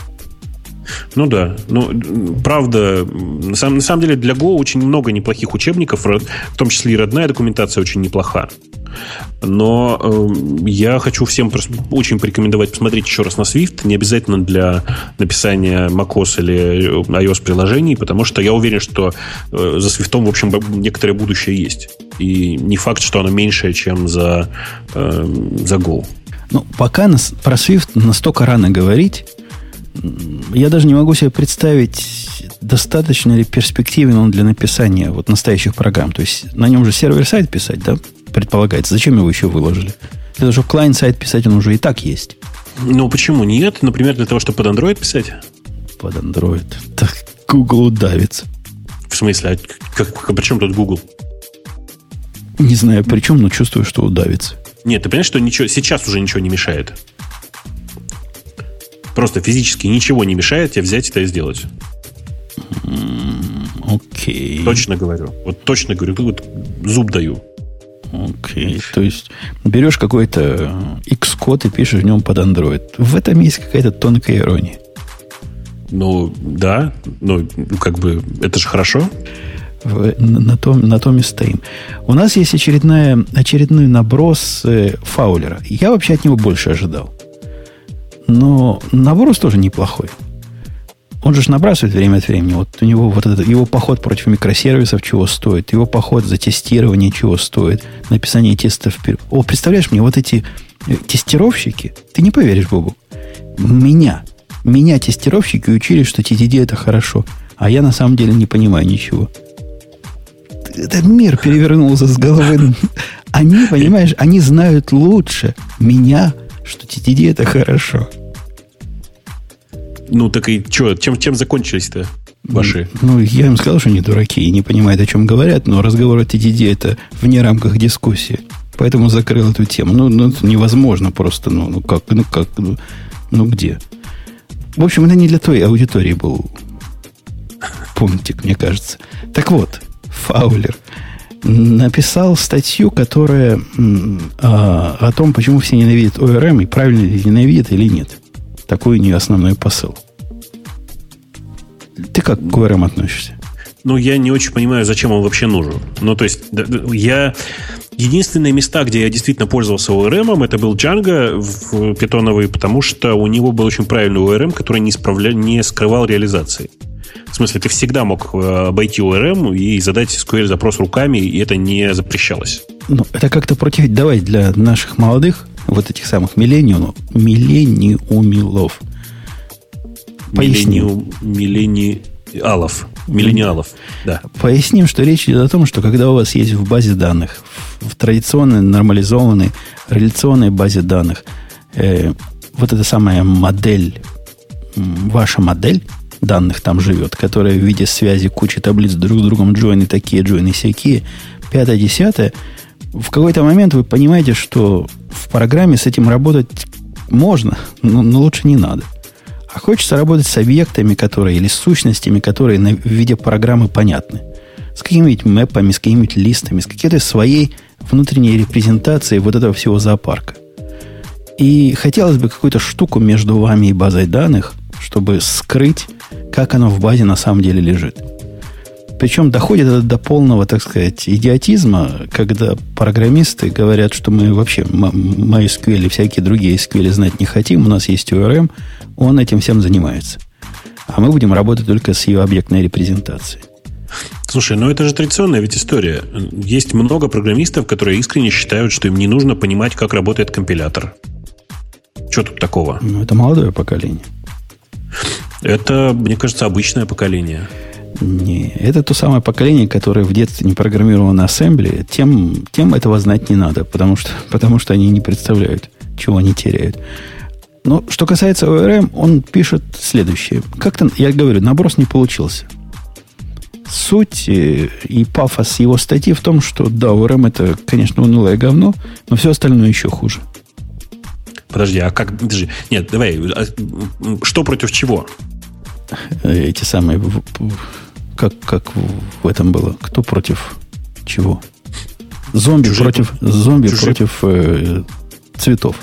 Ну да, ну, правда, на самом, на самом деле для Go очень много неплохих учебников, в том числе и родная документация очень неплоха. Но э, я хочу всем очень порекомендовать посмотреть еще раз на Swift, не обязательно для написания macOS или iOS приложений, потому что я уверен, что э, за Swift, в общем, некоторое будущее есть. И не факт, что оно меньшее, чем за, э, за Go. Ну, пока нас, про Swift настолько рано говорить. Я даже не могу себе представить, достаточно ли перспективен он для написания вот настоящих программ. То есть на нем же сервер-сайт писать, да, предполагается. Зачем его еще выложили? Для того, чтобы клиент-сайт писать, он уже и так есть. Ну, почему нет? Например, для того, чтобы под Android писать? Под Android. Так Google удавится. В смысле? А как, при чем тут Google? Не знаю при чем, но чувствую, что удавится. Нет, ты понимаешь, что ничего, сейчас уже ничего не мешает? Просто физически ничего не мешает тебе взять это и сделать. Окей. Okay. Точно говорю. Вот точно говорю. Вот зуб даю. Окей. Okay. То есть берешь какой-то Xcode и пишешь в нем под Android. В этом есть какая-то тонкая ирония. Ну, да. Ну, как бы, это же хорошо. В, на, на, том, на том и стоим. У нас есть очередная, очередной наброс э, Фаулера. Я вообще от него больше ожидал. Но наброс тоже неплохой. Он же набрасывает время от времени. Вот у него вот этот, его поход против микросервисов чего стоит, его поход за тестирование чего стоит, написание тестов вперед. О, представляешь, мне вот эти тестировщики, ты не поверишь, Бобу, меня, меня тестировщики учили, что ти ти ди это хорошо, а я на самом деле не понимаю ничего. Этот мир перевернулся с головы. Они, понимаешь, они знают лучше меня, что ти ти ди это хорошо. Ну, так и что, чем, чем закончились-то ваши? Ну, я им сказал, что они дураки и не понимают, о чем говорят, но разговор о ти ти ди это вне рамках дискуссии. Поэтому закрыл эту тему. Ну, ну это невозможно просто. Ну, ну как, ну как, ну, ну где? В общем, это не для той аудитории был пунктик, мне кажется. Так вот, Фаулер написал статью, которая а, о том, почему все ненавидят о эр эм и правильно ли ненавидят или нет. Такой у нее основной посыл. Ты как к о эр эм относишься? Ну, я не очень понимаю, зачем он вообще нужен. Ну, то есть, я... Единственные места, где я действительно пользовался о эр эм, это был Django в питоновый, потому что у него был очень правильный о эр эм, который не, справля... не скрывал реализации. В смысле, ты всегда мог обойти о эр эм и задать эс ку эль-запрос руками, и это не запрещалось. Ну, это как-то против... Давай для наших молодых, вот этих самых миллениумов, миллениумилов. Поясним. Миллениалов. Миллениалов, да. Поясним, что речь идет о том, что когда у вас есть в базе данных, в традиционной, нормализованной, реляционной базе данных, э, вот эта самая модель, ваша модель данных там живет, которая в виде связи кучи таблиц друг с другом, джойны такие, джойны сякие, пятое, десятое, в какой-то момент вы понимаете, что в программе с этим работать можно, но, но лучше не надо. А хочется работать с объектами, которые, или с сущностями, которые на, в виде программы понятны. С какими-нибудь мэпами, с какими-нибудь листами, с какой-то своей внутренней репрезентацией вот этого всего зоопарка. И хотелось бы какую-то штуку между вами и базой данных, чтобы скрыть, как оно в базе на самом деле лежит. Причем доходит это до полного, так сказать, идиотизма, когда программисты говорят, что мы вообще MySQL и всякие другие эс ку эль знать не хотим, у нас есть о эр эм, он этим всем занимается. А мы будем работать только с ее объектной репрезентацией. Слушай, ну это же традиционная ведь история. Есть много программистов, которые искренне считают, что им не нужно понимать, как работает компилятор. Что тут такого? Ну, это молодое поколение. Это, мне кажется, обычное поколение. Не, это то самое поколение, которое в детстве не программировало на ассембле, тем, тем этого знать не надо, потому что, потому что они не представляют, чего они теряют. Но что касается о эр эм, он пишет следующее. Как-то, я говорю, наброс не получился. Суть и пафос его статьи в том, что да, о эр эм это, конечно, унылое говно, но все остальное еще хуже. Подожди, а как... Подожди. Нет, давай, а что против чего? Эти самые... Как, как в этом было? Кто против чего? Зомби Чужие, против, зомби чужие. против э, цветов.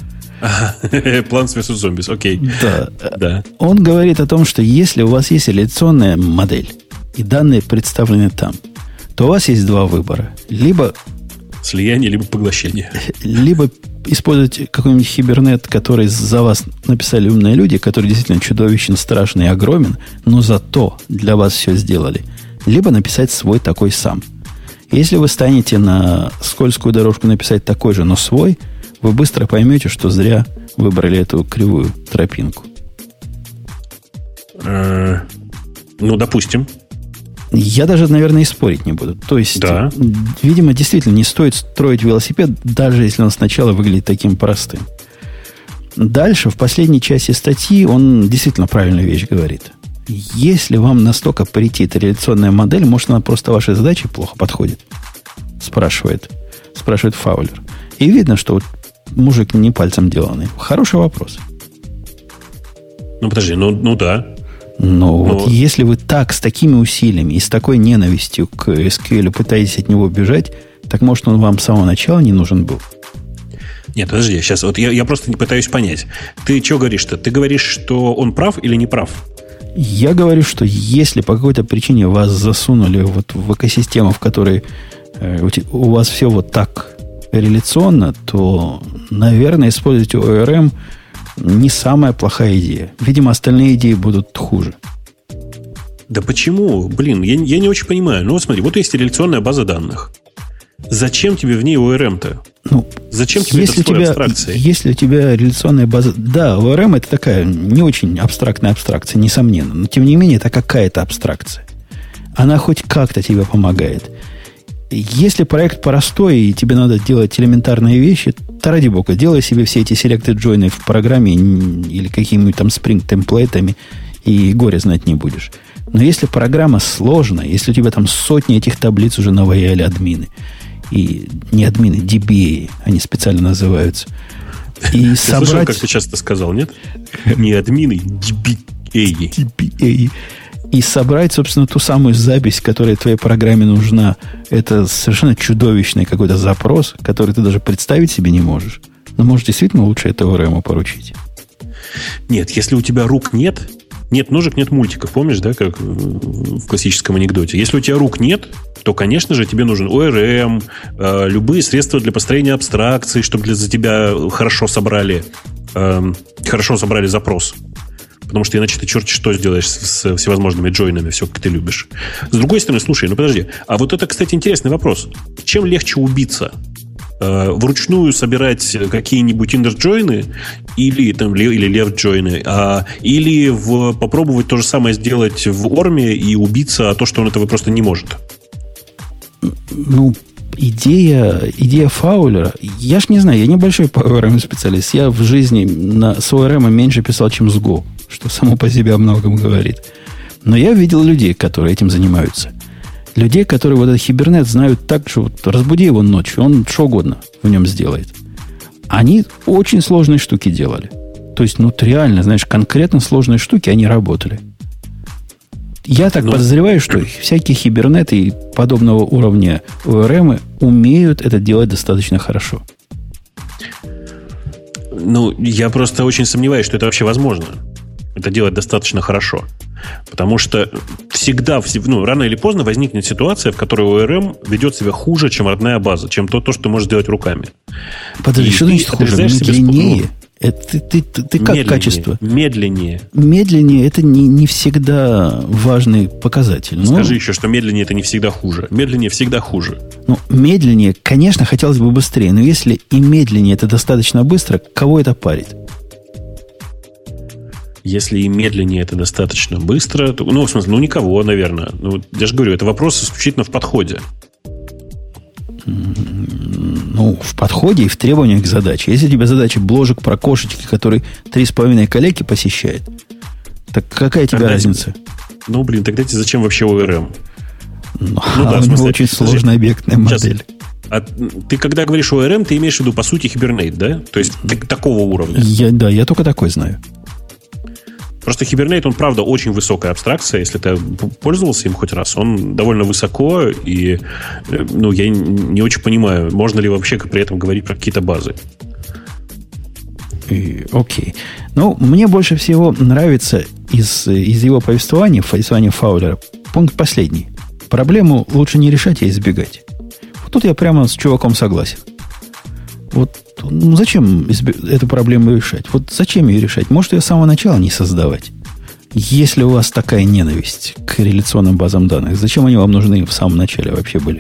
Plants versus Zombies, окей. Да. Да. Он говорит о том, что если у вас есть реляционная модель, и данные представлены там, то у вас есть два выбора. Либо слияние, либо поглощение. Либо использовать какой-нибудь хибернет, который за вас написали умные люди, который действительно чудовищен, страшный и огромен, но зато для вас все сделали. Либо написать свой такой сам. Если вы станете на скользкую дорожку написать такой же, но свой, вы быстро поймете, что зря выбрали эту кривую тропинку. Ну, допустим. Я даже, наверное, и спорить не буду. То есть, да. видимо, действительно не стоит строить велосипед, даже если он сначала выглядит таким простым. Дальше, в последней части статьи, он действительно правильную вещь говорит. Если вам настолько претит реляционная модель, может, она просто вашей задаче плохо подходит? Спрашивает, спрашивает Фаулер. И видно, что вот мужик не пальцем деланный. Хороший вопрос. Ну, подожди, ну, ну да. Но, Но вот если вы так, с такими усилиями и с такой ненавистью к эс ку эль пытаетесь от него бежать, так может он вам с самого начала не нужен был? Нет, подожди, сейчас вот я, я просто не пытаюсь понять. Ты что говоришь-то? Ты говоришь, что он прав или не прав? Я говорю, что если по какой-то причине вас засунули вот в экосистему, в которой э, у вас все вот так реляционно, то, наверное, использовать о эр эм не самая плохая идея. Видимо, остальные идеи будут хуже. Да почему? Блин, я, я не очень понимаю. Ну вот смотри, вот есть реляционная база данных. Зачем тебе в ней о эр эм-то? Ну, зачем тебе если этот слой тебя, абстракции? Если у тебя реляционная база... Да, о эр эм это такая не очень абстрактная абстракция, несомненно. Но, тем не менее, это какая-то абстракция. Она хоть как-то тебе помогает. Если проект простой, и тебе надо делать элементарные вещи, то ради бога, делай себе все эти selected join в программе или какими-нибудь там Spring темплейтами, и горе знать не будешь. Но если программа сложная, если у тебя там сотни этих таблиц уже наваяли админы, и не админы, ди би эй, они специально называются, и ты собрать... слышал, как ты часто сказал, нет? Не админы, ди би эй. ди би эй. И собрать, собственно, ту самую запись, которая твоей программе нужна, это совершенно чудовищный какой-то запрос, который ты даже представить себе не можешь. Но, может, действительно лучше это о эр эм поручить? Нет, если у тебя рук нет, нет ножек, нет мультиков. Помнишь, да, как в классическом анекдоте? Если у тебя рук нет, то, конечно же, тебе нужен о эр эм, э, любые средства для построения абстракций, чтобы для, за тебя хорошо собрали, э, хорошо собрали запрос. Потому что иначе ты черти что сделаешь с, с всевозможными джойнами, все, как ты любишь. С другой стороны, слушай, ну подожди. А вот это, кстати, интересный вопрос. Чем легче убиться? Э, вручную собирать какие-нибудь иннер-джойны или, там, или left-джойны, а, или в, попробовать то же самое сделать в Орме и убиться, а то, что он этого просто не может? Ну, идея, идея Фаулера, я ж не знаю, я небольшой по о эр эм-специалист. Я в жизни на, с о эр эм меньше писал, чем с Go, что само по себе о многом говорит. Но я видел людей, которые этим занимаются. Людей, которые вот этот хибернет знают так, что вот разбуди его ночью, он что угодно в нем сделает. Они очень сложные штуки делали. То есть, ну, реально, знаешь, конкретно сложные штуки, они работали. Я так ну, подозреваю, что всякие хибернеты и подобного уровня о эр эм умеют это делать достаточно хорошо. Ну, я просто очень сомневаюсь, что это вообще возможно. Это делать достаточно хорошо. Потому что всегда, ну, рано или поздно возникнет ситуация, в которой о эр эм ведет себя хуже, чем родная база, чем то, то что ты можешь сделать руками. Подожди, и что значит хуже? Медленнее? Это ты, ты, ты, ты как медленнее, качество? Медленнее. Медленнее это не, не всегда важный показатель. Скажи но... еще, что медленнее это не всегда хуже. Медленнее всегда хуже. Ну, медленнее, конечно, хотелось бы быстрее, но если и медленнее это достаточно быстро, кого это парит? Если и медленнее это достаточно быстро, то, ну, в смысле, ну, никого, наверное. Ну, я же говорю, это вопрос исключительно в подходе. Ну, в подходе и в требованиях к задаче. Если у тебя задача бложек про кошечки, который три с половиной коллеги посещает, так какая тебе тогда разница? Ну, блин, тогда тебе зачем вообще о эр эм? Ну, ну а да, у него очень сложная объектная модель. А ты когда говоришь о эр эм, ты имеешь в виду, по сути, Hibernate, да? То есть такого уровня. Я, да, я только такой знаю. Просто Hibernate, он, правда, очень высокая абстракция. Если ты пользовался им хоть раз, он довольно высоко, и, ну, я не очень понимаю, можно ли вообще при этом говорить про какие-то базы. И, окей. Ну, мне больше всего нравится из, из его повествования, повествования Фаулера, пункт последний. Проблему лучше не решать, а избегать. Вот тут я прямо с чуваком согласен. Вот ну, зачем эту проблему решать? Вот зачем ее решать? Может, ее с самого начала не создавать? Если у вас такая ненависть к реляционным базам данных, зачем они вам нужны в самом начале вообще были?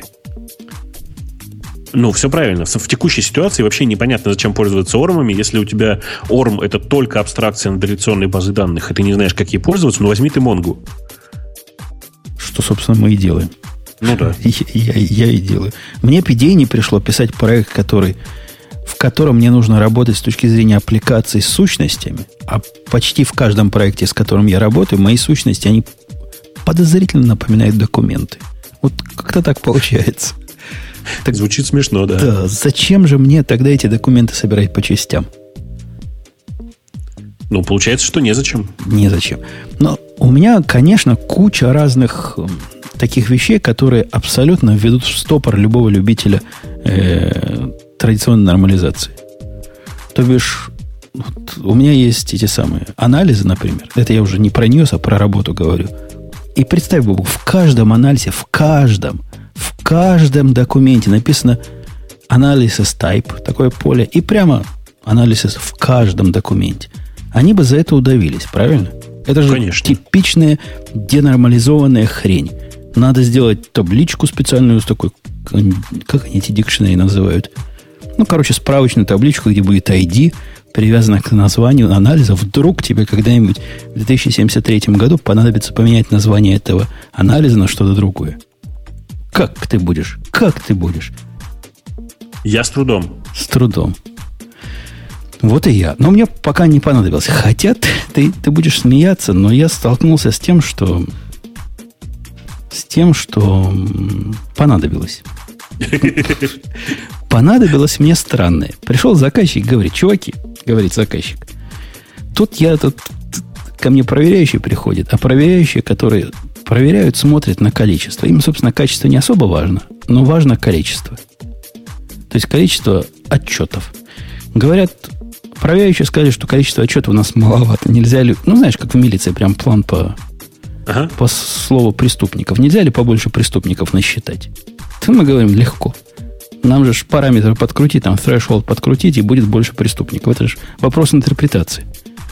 Ну, все правильно. В текущей ситуации вообще непонятно, зачем пользоваться ормами. Если у тебя орм — это только абстракция над реляционной базой данных, и ты не знаешь, как ей пользоваться, ну, возьми ты Монгу. Что, собственно, мы и делаем. Ну да. Я, я, я и делаю. Мне по идее не пришло писать проект, который... в котором мне нужно работать с точки зрения аппликаций с сущностями, а почти в каждом проекте, с которым я работаю, мои сущности, они подозрительно напоминают документы. Вот как-то так получается. Так, звучит смешно, да. Да, зачем же мне тогда эти документы собирать по частям? Ну, получается, что незачем. Незачем. Но у меня, конечно, куча разных таких вещей, которые абсолютно введут в стопор любого любителя э, традиционной нормализации. То бишь, вот у меня есть эти самые анализы, например. Это я уже не про ньюс, а про работу говорю. И представь, Богу, в каждом анализе, в каждом, в каждом документе написано analysis type, такое поле, и прямо анализ в каждом документе. Они бы за это удавились, правильно? Это же Конечно. Типичная денормализованная хрень. Надо сделать табличку специальную с такой, как они эти дикшнери называют? Ну, короче, справочную табличку, где будет ай ди, привязана к названию анализа. Вдруг тебе когда-нибудь в две тысячи семьдесят третьем году понадобится поменять название этого анализа на что-то другое. Как ты будешь? Как ты будешь? Я с трудом. С трудом. Вот и я. Но мне пока не понадобилось. Хотя ты, ты, ты будешь смеяться, но я столкнулся с тем, что... С тем, что понадобилось. Понадобилось мне странное. Пришел заказчик, говорит, чуваки, говорит заказчик, тут я, тут ко мне проверяющие приходят, а проверяющие, которые проверяют, смотрят на количество. Им, собственно, качество не особо важно, но важно количество. То есть количество отчетов. Говорят, проверяющие сказали, что количество отчетов у нас маловато. Нельзя ли... Ну, знаешь, как в милиции, прям план по, ага. по слову преступников. Нельзя ли побольше преступников насчитать? То мы говорим, легко. Нам же параметры подкрутить, там threshold подкрутить, и будет больше преступников. Это же вопрос интерпретации.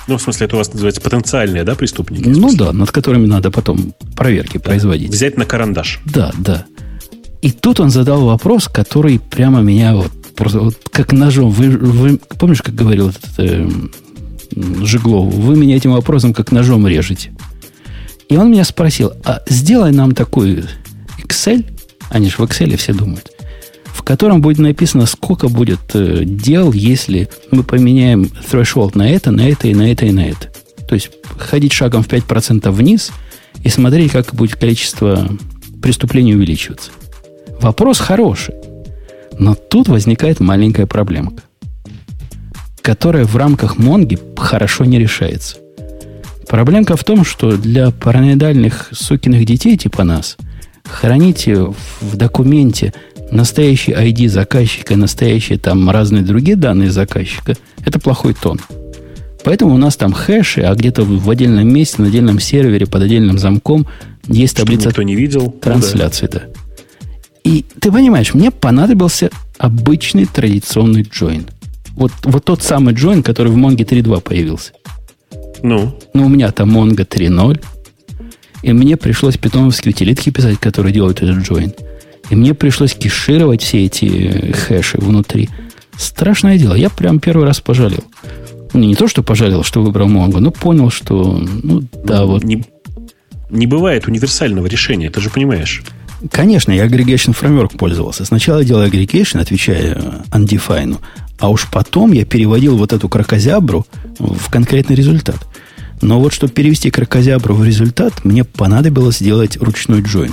Ну, в смысле, это у вас называется потенциальные, да, преступники? Ну да, над которыми надо потом проверки да. производить. Взять на карандаш. Да, да. И тут он задал вопрос, который прямо меня вот просто вот как ножом. Вы, вы помнишь, как говорил этот э, Жиглов? Вы меня этим вопросом как ножом режете. И он меня спросил, а сделай нам такой Excel, они же в Excel все думают, в котором будет написано, сколько будет э, дел, если мы поменяем threshold на это, на это и на это и на это. То есть ходить шагом в пять процентов вниз и смотреть, как будет количество преступлений увеличиваться. Вопрос хороший. Но тут возникает маленькая проблемка, которая в рамках Монги хорошо не решается. Проблемка в том, что для параноидальных сукиных детей типа нас хранить в документе настоящий ай ди заказчика, настоящие там разные другие данные заказчика, это плохой тон. Поэтому у нас там хэши, а где-то в отдельном месте, на отдельном сервере, под отдельным замком есть таблица никто не видел. трансляции. Ну, да. И ты понимаешь, мне понадобился обычный традиционный join. Вот, вот тот самый join, который в Mongo три точка два появился. Ну? Ну, у меня там Mongo три ноль. И мне пришлось питоновские утилитки писать, которые делают этот join. И мне пришлось кешировать все эти хэши внутри. Страшное дело. Я прям первый раз пожалел. Не, не то, что пожалел, что выбрал Mongo, но понял, что... Ну, да, ну, вот... Не, не бывает универсального решения, ты же понимаешь. Конечно, я aggregation framework пользовался. Сначала я делал aggregation, отвечая undefined, а уж потом я переводил вот эту кракозябру в конкретный результат. Но вот, чтобы перевести кракозябру в результат, мне понадобилось сделать ручной join.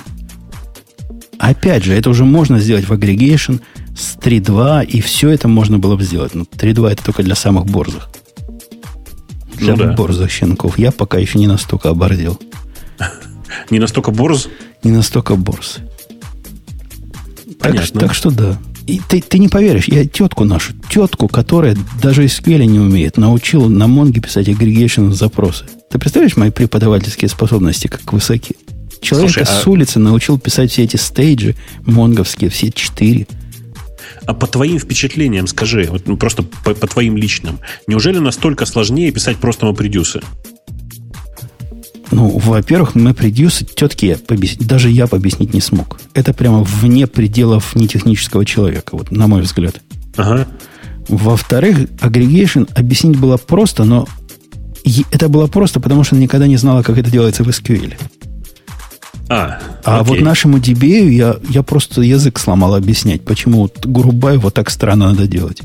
Опять же, это уже можно сделать в aggregation с три точка два, и все это можно было бы сделать. Но три точка два это только для самых борзых. Для ну, да. борзых щенков. Я пока еще не настолько оборзел. Не настолько борз? Не настолько борз. Понятно. Так, так что да. И ты, ты не поверишь, я тетку нашу, тетку, которая даже эс кью эль не умеет, научил на Монге писать aggregation запросы. Ты представляешь мои преподавательские способности, как высоки? Человека Слушай, с а... улицы научил писать все эти стейджи монговские, все четыре. А по твоим впечатлениям скажи, вот, ну, просто по, по твоим личным, неужели настолько сложнее писать просто MapReduce? Ну, во-первых, MapReduce тетке я побес... даже я объяснить не смог. Это прямо вне пределов нетехнического человека, вот, на мой взгляд. Ага. Во-вторых, aggregation объяснить было просто, но это было просто, потому что она никогда не знала, как это делается в эс кью эль. А, а вот нашему ди би эй я, я просто язык сломал объяснять, почему вот грубая вот так странно надо делать.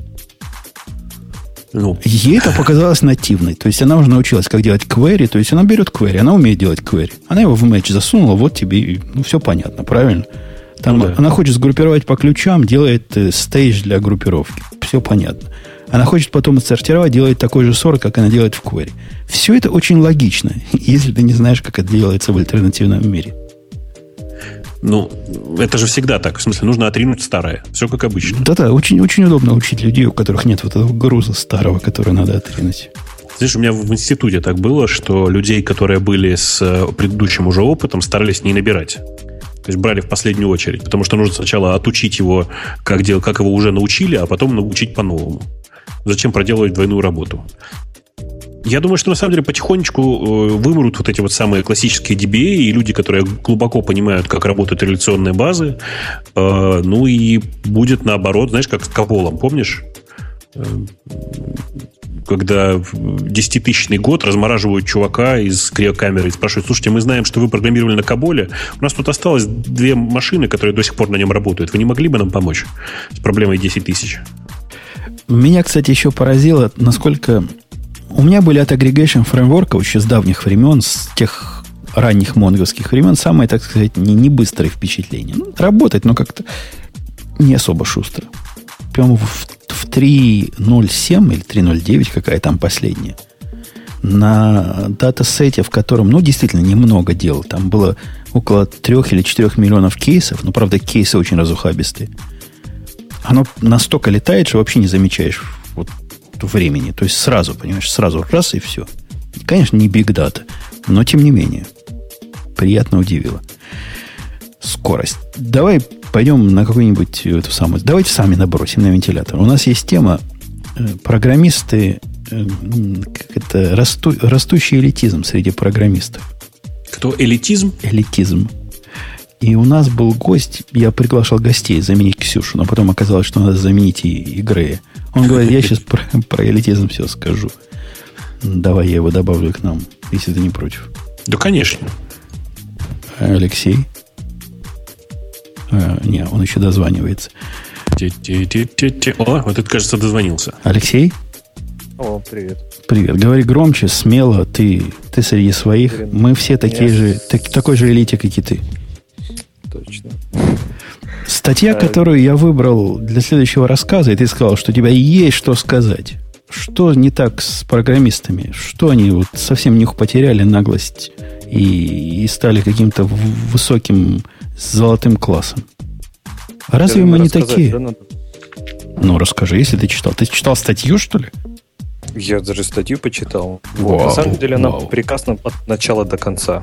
Ну. Ей это показалось нативной. То есть она уже научилась, как делать query. То есть она берет query, она умеет делать query. Она его в матч засунула, вот тебе, ну, все понятно, правильно? Там ну, да. Она хочет сгруппировать по ключам, делает стейдж для группировки. Все понятно. Она хочет потом отсортировать, делает такой же сорт, как она делает в query. Все это очень логично, если ты не знаешь, как это делается в альтернативном мире. Ну, это же всегда так. В смысле, нужно отринуть старое. Все как обычно. Да-да, очень, очень удобно учить людей, у которых нет вот этого груза старого, который надо отринуть. Знаешь, у меня в институте так было, что людей, которые были с предыдущим уже опытом, старались не набирать. То есть брали в последнюю очередь. Потому что нужно сначала отучить его, как, дел, как его уже научили, а потом научить по-новому. Зачем проделывать двойную работу? Я думаю, что на самом деле потихонечку вымрут вот эти вот самые классические ди би эй и люди, которые глубоко понимают, как работают реляционные базы. Ну и будет наоборот, знаешь, как с Каболом, помнишь? Когда в десятитысячный год размораживают чувака из криокамеры и спрашивают: слушайте, мы знаем, что вы программировали на Каболе, у нас тут осталось две машины, которые до сих пор на нем работают. Вы не могли бы нам помочь с проблемой десять тысяч? Меня, кстати, еще поразило, насколько... У меня были от aggregation фреймворков еще с давних времен, с тех ранних монговских времен, самые, так сказать, не, не быстрые впечатления. Ну, работает, но как-то не особо шустро. Прямо в, в три ноль семь или три ноль девять, какая там последняя, на датасете, в котором, ну, действительно, немного дел. Там было около трех или четырех миллионов кейсов, но, правда, кейсы очень разухабистые. Оно настолько летает, что вообще не замечаешь вот времени. То есть сразу, понимаешь, сразу раз и все. Конечно, не big data, но тем не менее приятно удивило. Скорость. Давай пойдем на какую-нибудь эту самую... Давайте сами набросим на вентилятор. У нас есть тема программисты как это, расту, растущий элитизм среди программистов. Кто? Элитизм? Элитизм. И у нас был гость, я приглашал гостей заменить Ксюшу, но потом оказалось, что надо заменить и, и Грея. Он говорит, я сейчас про, про элитизм все скажу. Давай я его добавлю к нам, если ты не против. Да, конечно. Алексей? А, не, он еще дозванивается. О, вот это, кажется, дозвонился. Алексей? О, привет. Привет. Говори громче, смело. Ты, ты среди своих. Привет. Мы все такие же, так, такой же элите, как и ты. Точно. Статья, а... которую я выбрал для следующего рассказа, и ты сказал, что у тебя есть что сказать. Что не так с программистами? Что они вот совсем них потеряли наглость и, и стали каким-то высоким золотым классом? А разве мы не такие? Да, надо... Ну, расскажи, если ты читал. Ты читал статью, что ли? Я даже статью почитал. Вау, вот. На самом деле она вау. прекрасна от начала до конца.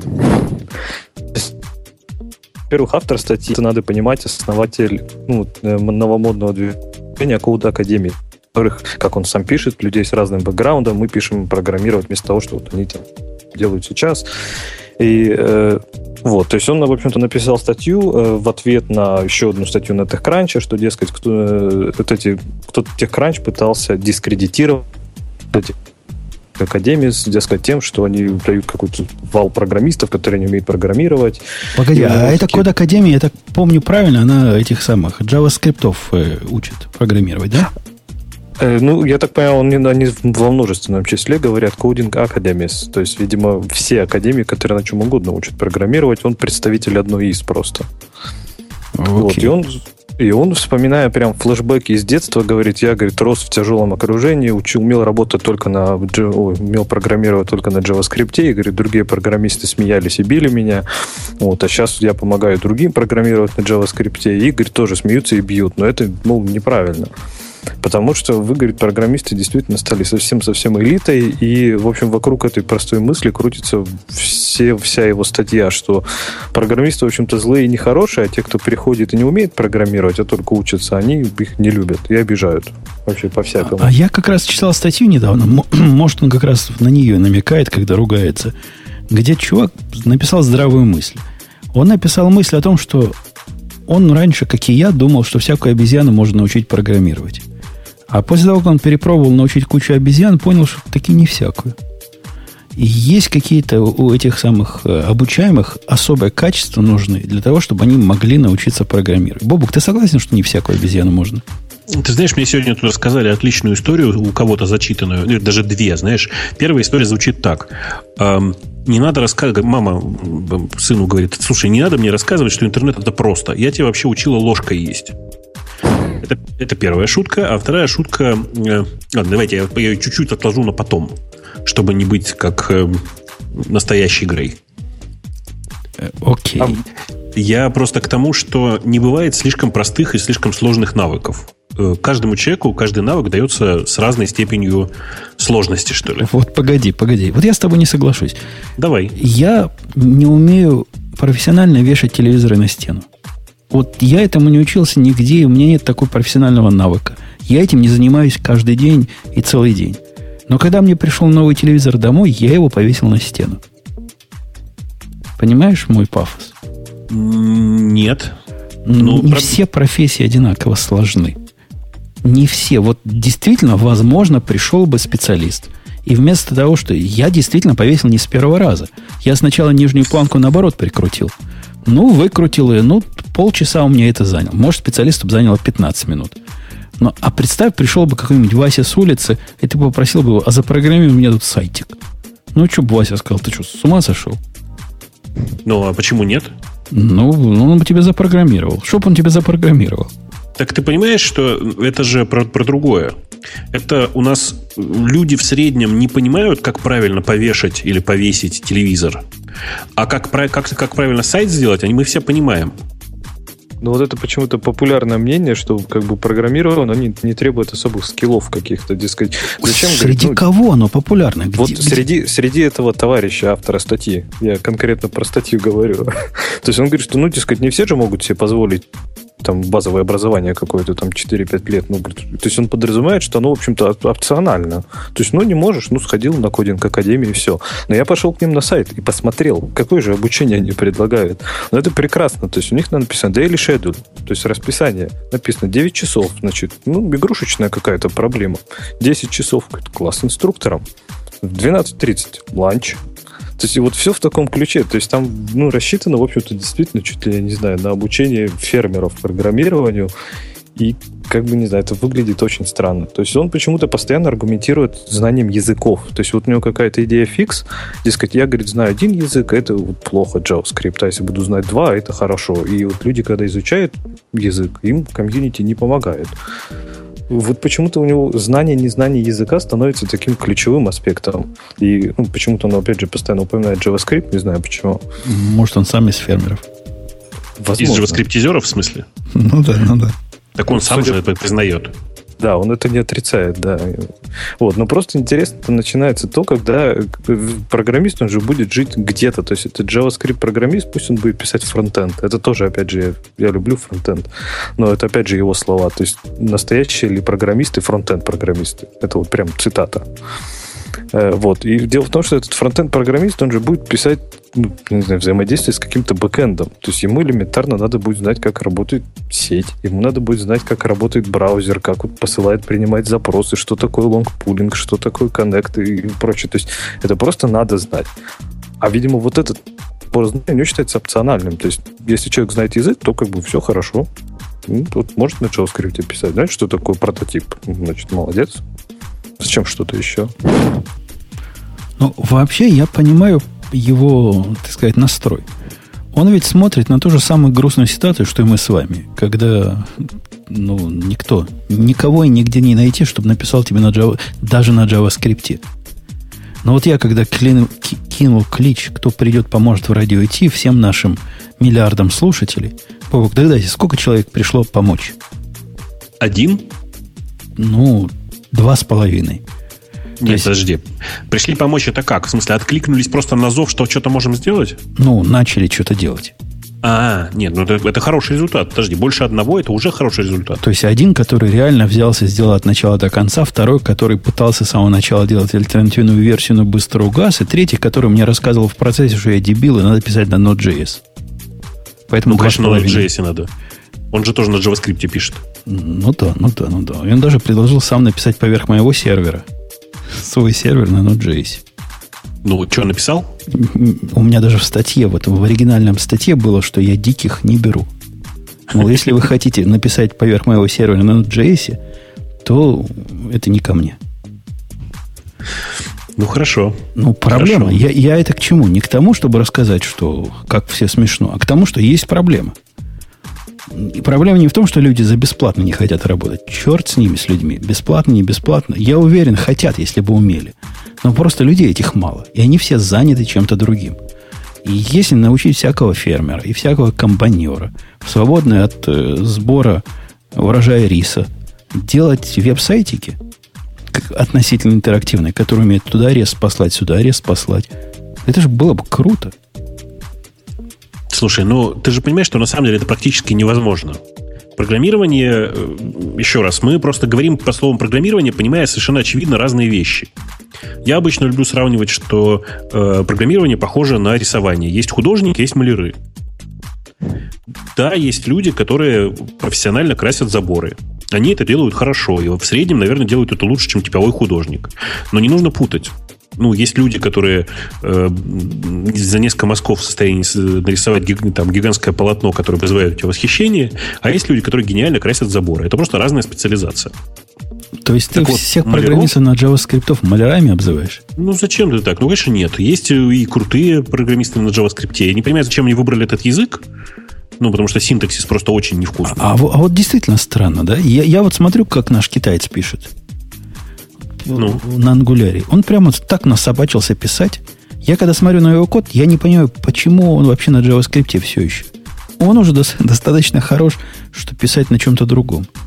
Во-первых, автор статьи, это надо понимать, основатель ну, новомодного движения Code Academy, которых, как он сам пишет, людей с разным бэкграундом, мы пишем программировать вместо того, что вот они там делают сейчас. И э, вот, то есть он, в общем-то, написал статью э, в ответ на еще одну статью на TechCrunch, что, дескать, кто, э, вот эти, кто-то TechCrunch пытался дискредитировать эти академии, дескать, тем, что они дают какой-то вал программистов, которые не умеют программировать. Погоди, а это Code Academy, я так помню правильно, она этих самых JavaScript'ов э, учит программировать, да? Ну, я так понял, они, они во множественном числе говорят Coding Academies. То есть, видимо, все академии, которые на чем угодно учат программировать, он представитель одной из просто. Okay. Вот, и он, и он, вспоминая прям флешбеки из детства, говорит, я, говорит, рос в тяжелом окружении, учил, умел работать только на, ой, умел программировать только на JavaScript, и, говорит, другие программисты смеялись и били меня. Вот, а сейчас я помогаю другим программировать на JavaScript, и, говорит, тоже смеются и бьют. Но это, мол, неправильно. Потому что вы, говорит, программисты действительно стали совсем-совсем элитой, и, в общем, вокруг этой простой мысли крутится все, вся его статья, что программисты, в общем-то, злые и нехорошие, а те, кто приходит и не умеет программировать, а только учатся, они их не любят и обижают. Вообще по-всякому. А, а я как раз читал статью недавно, может, он как раз на нее намекает, когда ругается, где чувак написал здравую мысль. Он написал мысль о том, что он раньше, как и я, думал, что всякую обезьяну можно научить программировать. А после того, как он перепробовал научить кучу обезьян, понял, что таки не всякую. И есть какие-то у этих самых обучаемых особые качества нужны для того, чтобы они могли научиться программировать. Бобук, ты согласен, что не всякую обезьяну можно? Ты знаешь, мне сегодня тут рассказали отличную историю, у кого-то зачитанную, ну, даже две, знаешь. Первая история звучит так. Эм, не надо рассказывать, мама сыну говорит, слушай, не надо мне рассказывать, что интернет это просто. Я тебя вообще учила ложкой есть. Это, это первая шутка. А вторая шутка... Э, ладно, давайте я, я ее чуть-чуть отложу на потом, чтобы не быть как э, настоящий Грей. Окей. Okay. Я просто к тому, что не бывает слишком простых и слишком сложных навыков. Каждому человеку каждый навык дается с разной степенью сложности, что ли. Вот погоди, погоди. Вот я с тобой не соглашусь. Давай. Я не умею профессионально вешать телевизоры на стену. Вот я этому не учился нигде, и у меня нет такого профессионального навыка. Я этим не занимаюсь каждый день и целый день. Но когда мне пришел новый телевизор домой, я его повесил на стену. Понимаешь мой пафос? Нет. Ну, не про... все профессии одинаково сложны. Не все. Вот действительно, возможно, пришел бы специалист. И вместо того, что я действительно повесил не с первого раза. Я сначала нижнюю планку наоборот прикрутил. Ну, выкрутил ее. Ну, полчаса у меня это заняло. Может, специалисту бы заняло пятнадцать минут. Но, а представь, пришел бы какой-нибудь Вася с улицы, и ты попросил бы его, а запрограммируй у меня тут сайтик. Ну, что бы Вася сказал, ты что, с ума сошел? Ну, а почему нет? Ну, он бы тебя запрограммировал. Что бы он тебя запрограммировал? Так ты понимаешь, что это же про, про другое. Это у нас люди в среднем не понимают, как правильно повешать или повесить телевизор. А как, как, как правильно сайт сделать, они мы все понимаем. Ну, вот это почему-то популярное мнение, что как бы программирование, оно не, не требует особых скиллов каких-то, дескать. Зачем, среди говорит, ну, кого оно популярно? Где, вот где? Среди, среди этого товарища, автора статьи, я конкретно про статью говорю. То есть он говорит, что, ну, дескать, не все же могут себе позволить там базовое образование какое-то, там четыре-пять лет. Ну, то есть он подразумевает, что оно, в общем-то, опционально. То есть, ну, не можешь, ну, сходил на кодинг академию и все. Но я пошел к ним на сайт и посмотрел, какое же обучение они предлагают. Но это прекрасно. То есть у них написано daily schedule, то есть расписание. Написано девять часов, значит, ну, игрушечная какая-то проблема. десять часов класс инструктором. В двенадцать тридцать ланч. То есть, и вот все в таком ключе. То есть, там, ну, рассчитано, в общем-то, действительно, чуть ли, я не знаю, на обучение фермеров программированию. И, как бы, не знаю, это выглядит очень странно. То есть, он почему-то постоянно аргументирует знанием языков. То есть, вот у него какая-то идея фикс. Дескать, я, говорит, знаю один язык, а это вот плохо, JavaScript. А если буду знать два, это хорошо. И вот люди, когда изучают язык, им комьюнити не помогает. Вот почему-то у него знание, незнание языка становится таким ключевым аспектом. И ну, почему-то он, опять же, постоянно упоминает JavaScript, не знаю почему. Может, он сам из фермеров. Возможно. Из JavaScript-изеров, в смысле? Ну да, ну да. Так он сам Судя... же это признает. Да, он это не отрицает, да. Вот, но просто интересно начинается то, когда программист, он же будет жить где-то. То есть, это JavaScript-программист, пусть он будет писать фронтенд. Это тоже, опять же, я, я люблю фронтенд, но это, опять же, его слова. То есть, настоящие ли программисты, фронтенд-программисты. Это вот прям цитата. Вот. И дело в том, что этот фронтенд-программист, он же будет писать, ну, не знаю, взаимодействие с каким-то бэкэндом. То есть ему элементарно надо будет знать, как работает сеть. Ему надо будет знать, как работает браузер, как он посылает, принимать запросы, что такое лонгпулинг, что такое коннект и прочее. То есть это просто надо знать. А, видимо, вот этот набор знаний у него считается опциональным. То есть если человек знает язык, то как бы все хорошо. Ну, вот может на JavaScript писать. Знаешь, что такое прототип? Значит, молодец. Зачем что-то еще? Ну, вообще, я понимаю его, так сказать, настрой. Он ведь смотрит на ту же самую грустную ситуацию, что и мы с вами. Когда, ну, никто, никого и нигде не найти, чтобы написал тебе на Java, даже на JavaScript. Но вот я, когда клин, кинул клич, кто придет, поможет в радио идти, всем нашим миллиардам слушателей, Бобок, догадайся, сколько человек пришло помочь? Один? Ну, два с половиной. Нет, есть... подожди. Пришли помочь, это как? В смысле, откликнулись просто на зов, что что-то можем сделать? Ну, начали что-то делать. А, нет, ну это, это хороший результат. Подожди, больше одного, это уже хороший результат. То есть, один, который реально взялся, сделал от начала до конца, второй, который пытался с самого начала делать альтернативную версию, но быстро угас, и третий, который мне рассказывал в процессе, что я дебил, и надо писать на Node.js. Поэтому, ну, конечно, на Node.js надо. Он же тоже на JavaScript пишет. Ну да, ну да, ну да. И он даже предложил сам написать поверх моего сервера свой сервер на Node.js. Ну, что, написал? У меня даже в статье, вот в оригинальном статье было, что я диких не беру. Мол, если вы хотите написать поверх моего сервера на Node.js, то это не ко мне. Ну, хорошо. Ну, проблема. Я, я это к чему? Не к тому, чтобы рассказать, что как все смешно, а к тому, что есть проблема. И проблема не в том, что люди за бесплатно не хотят работать. Черт с ними, с людьми. Бесплатно, не бесплатно. Я уверен, хотят, если бы умели. Но просто людей этих мало. И они все заняты чем-то другим. И если научить всякого фермера и всякого комбайнера, свободное от э, сбора урожая риса, делать веб-сайтики относительно интерактивные, которые умеют туда арест послать, сюда арест послать, это же было бы круто. Слушай, ну ты же понимаешь, что на самом деле это практически невозможно. Программирование, еще раз, мы просто говорим по словам программирование, понимая совершенно очевидно разные вещи. Я обычно люблю сравнивать, что э, программирование похоже на рисование. Есть художники, есть маляры. Да, есть люди, которые профессионально красят заборы. Они это делают хорошо, и в среднем, наверное, делают это лучше, чем типовой художник. Но не нужно путать. Ну, есть люди, которые э, за несколько мазков в состоянии нарисовать гиг, там, гигантское полотно, которое вызывает у тебя восхищение, а есть люди, которые гениально красят заборы. Это просто разная специализация. То есть так ты вот, всех маляров... программистов на JavaScript малярами обзываешь? Ну, зачем ты так? Ну, конечно, нет. Есть и крутые программисты на JavaScript. Я не понимаю, зачем они выбрали этот язык. Ну, потому что синтаксис просто очень невкусный. А, а, а вот действительно странно, да? Я, я вот смотрю, как наш китаец пишет. Ну. На ангуляре. Он прямо так насобачился писать. Я когда смотрю на его код, я не понимаю, почему он вообще на JavaScript все еще. Он уже до- достаточно хорош, что писать на чем-то другом.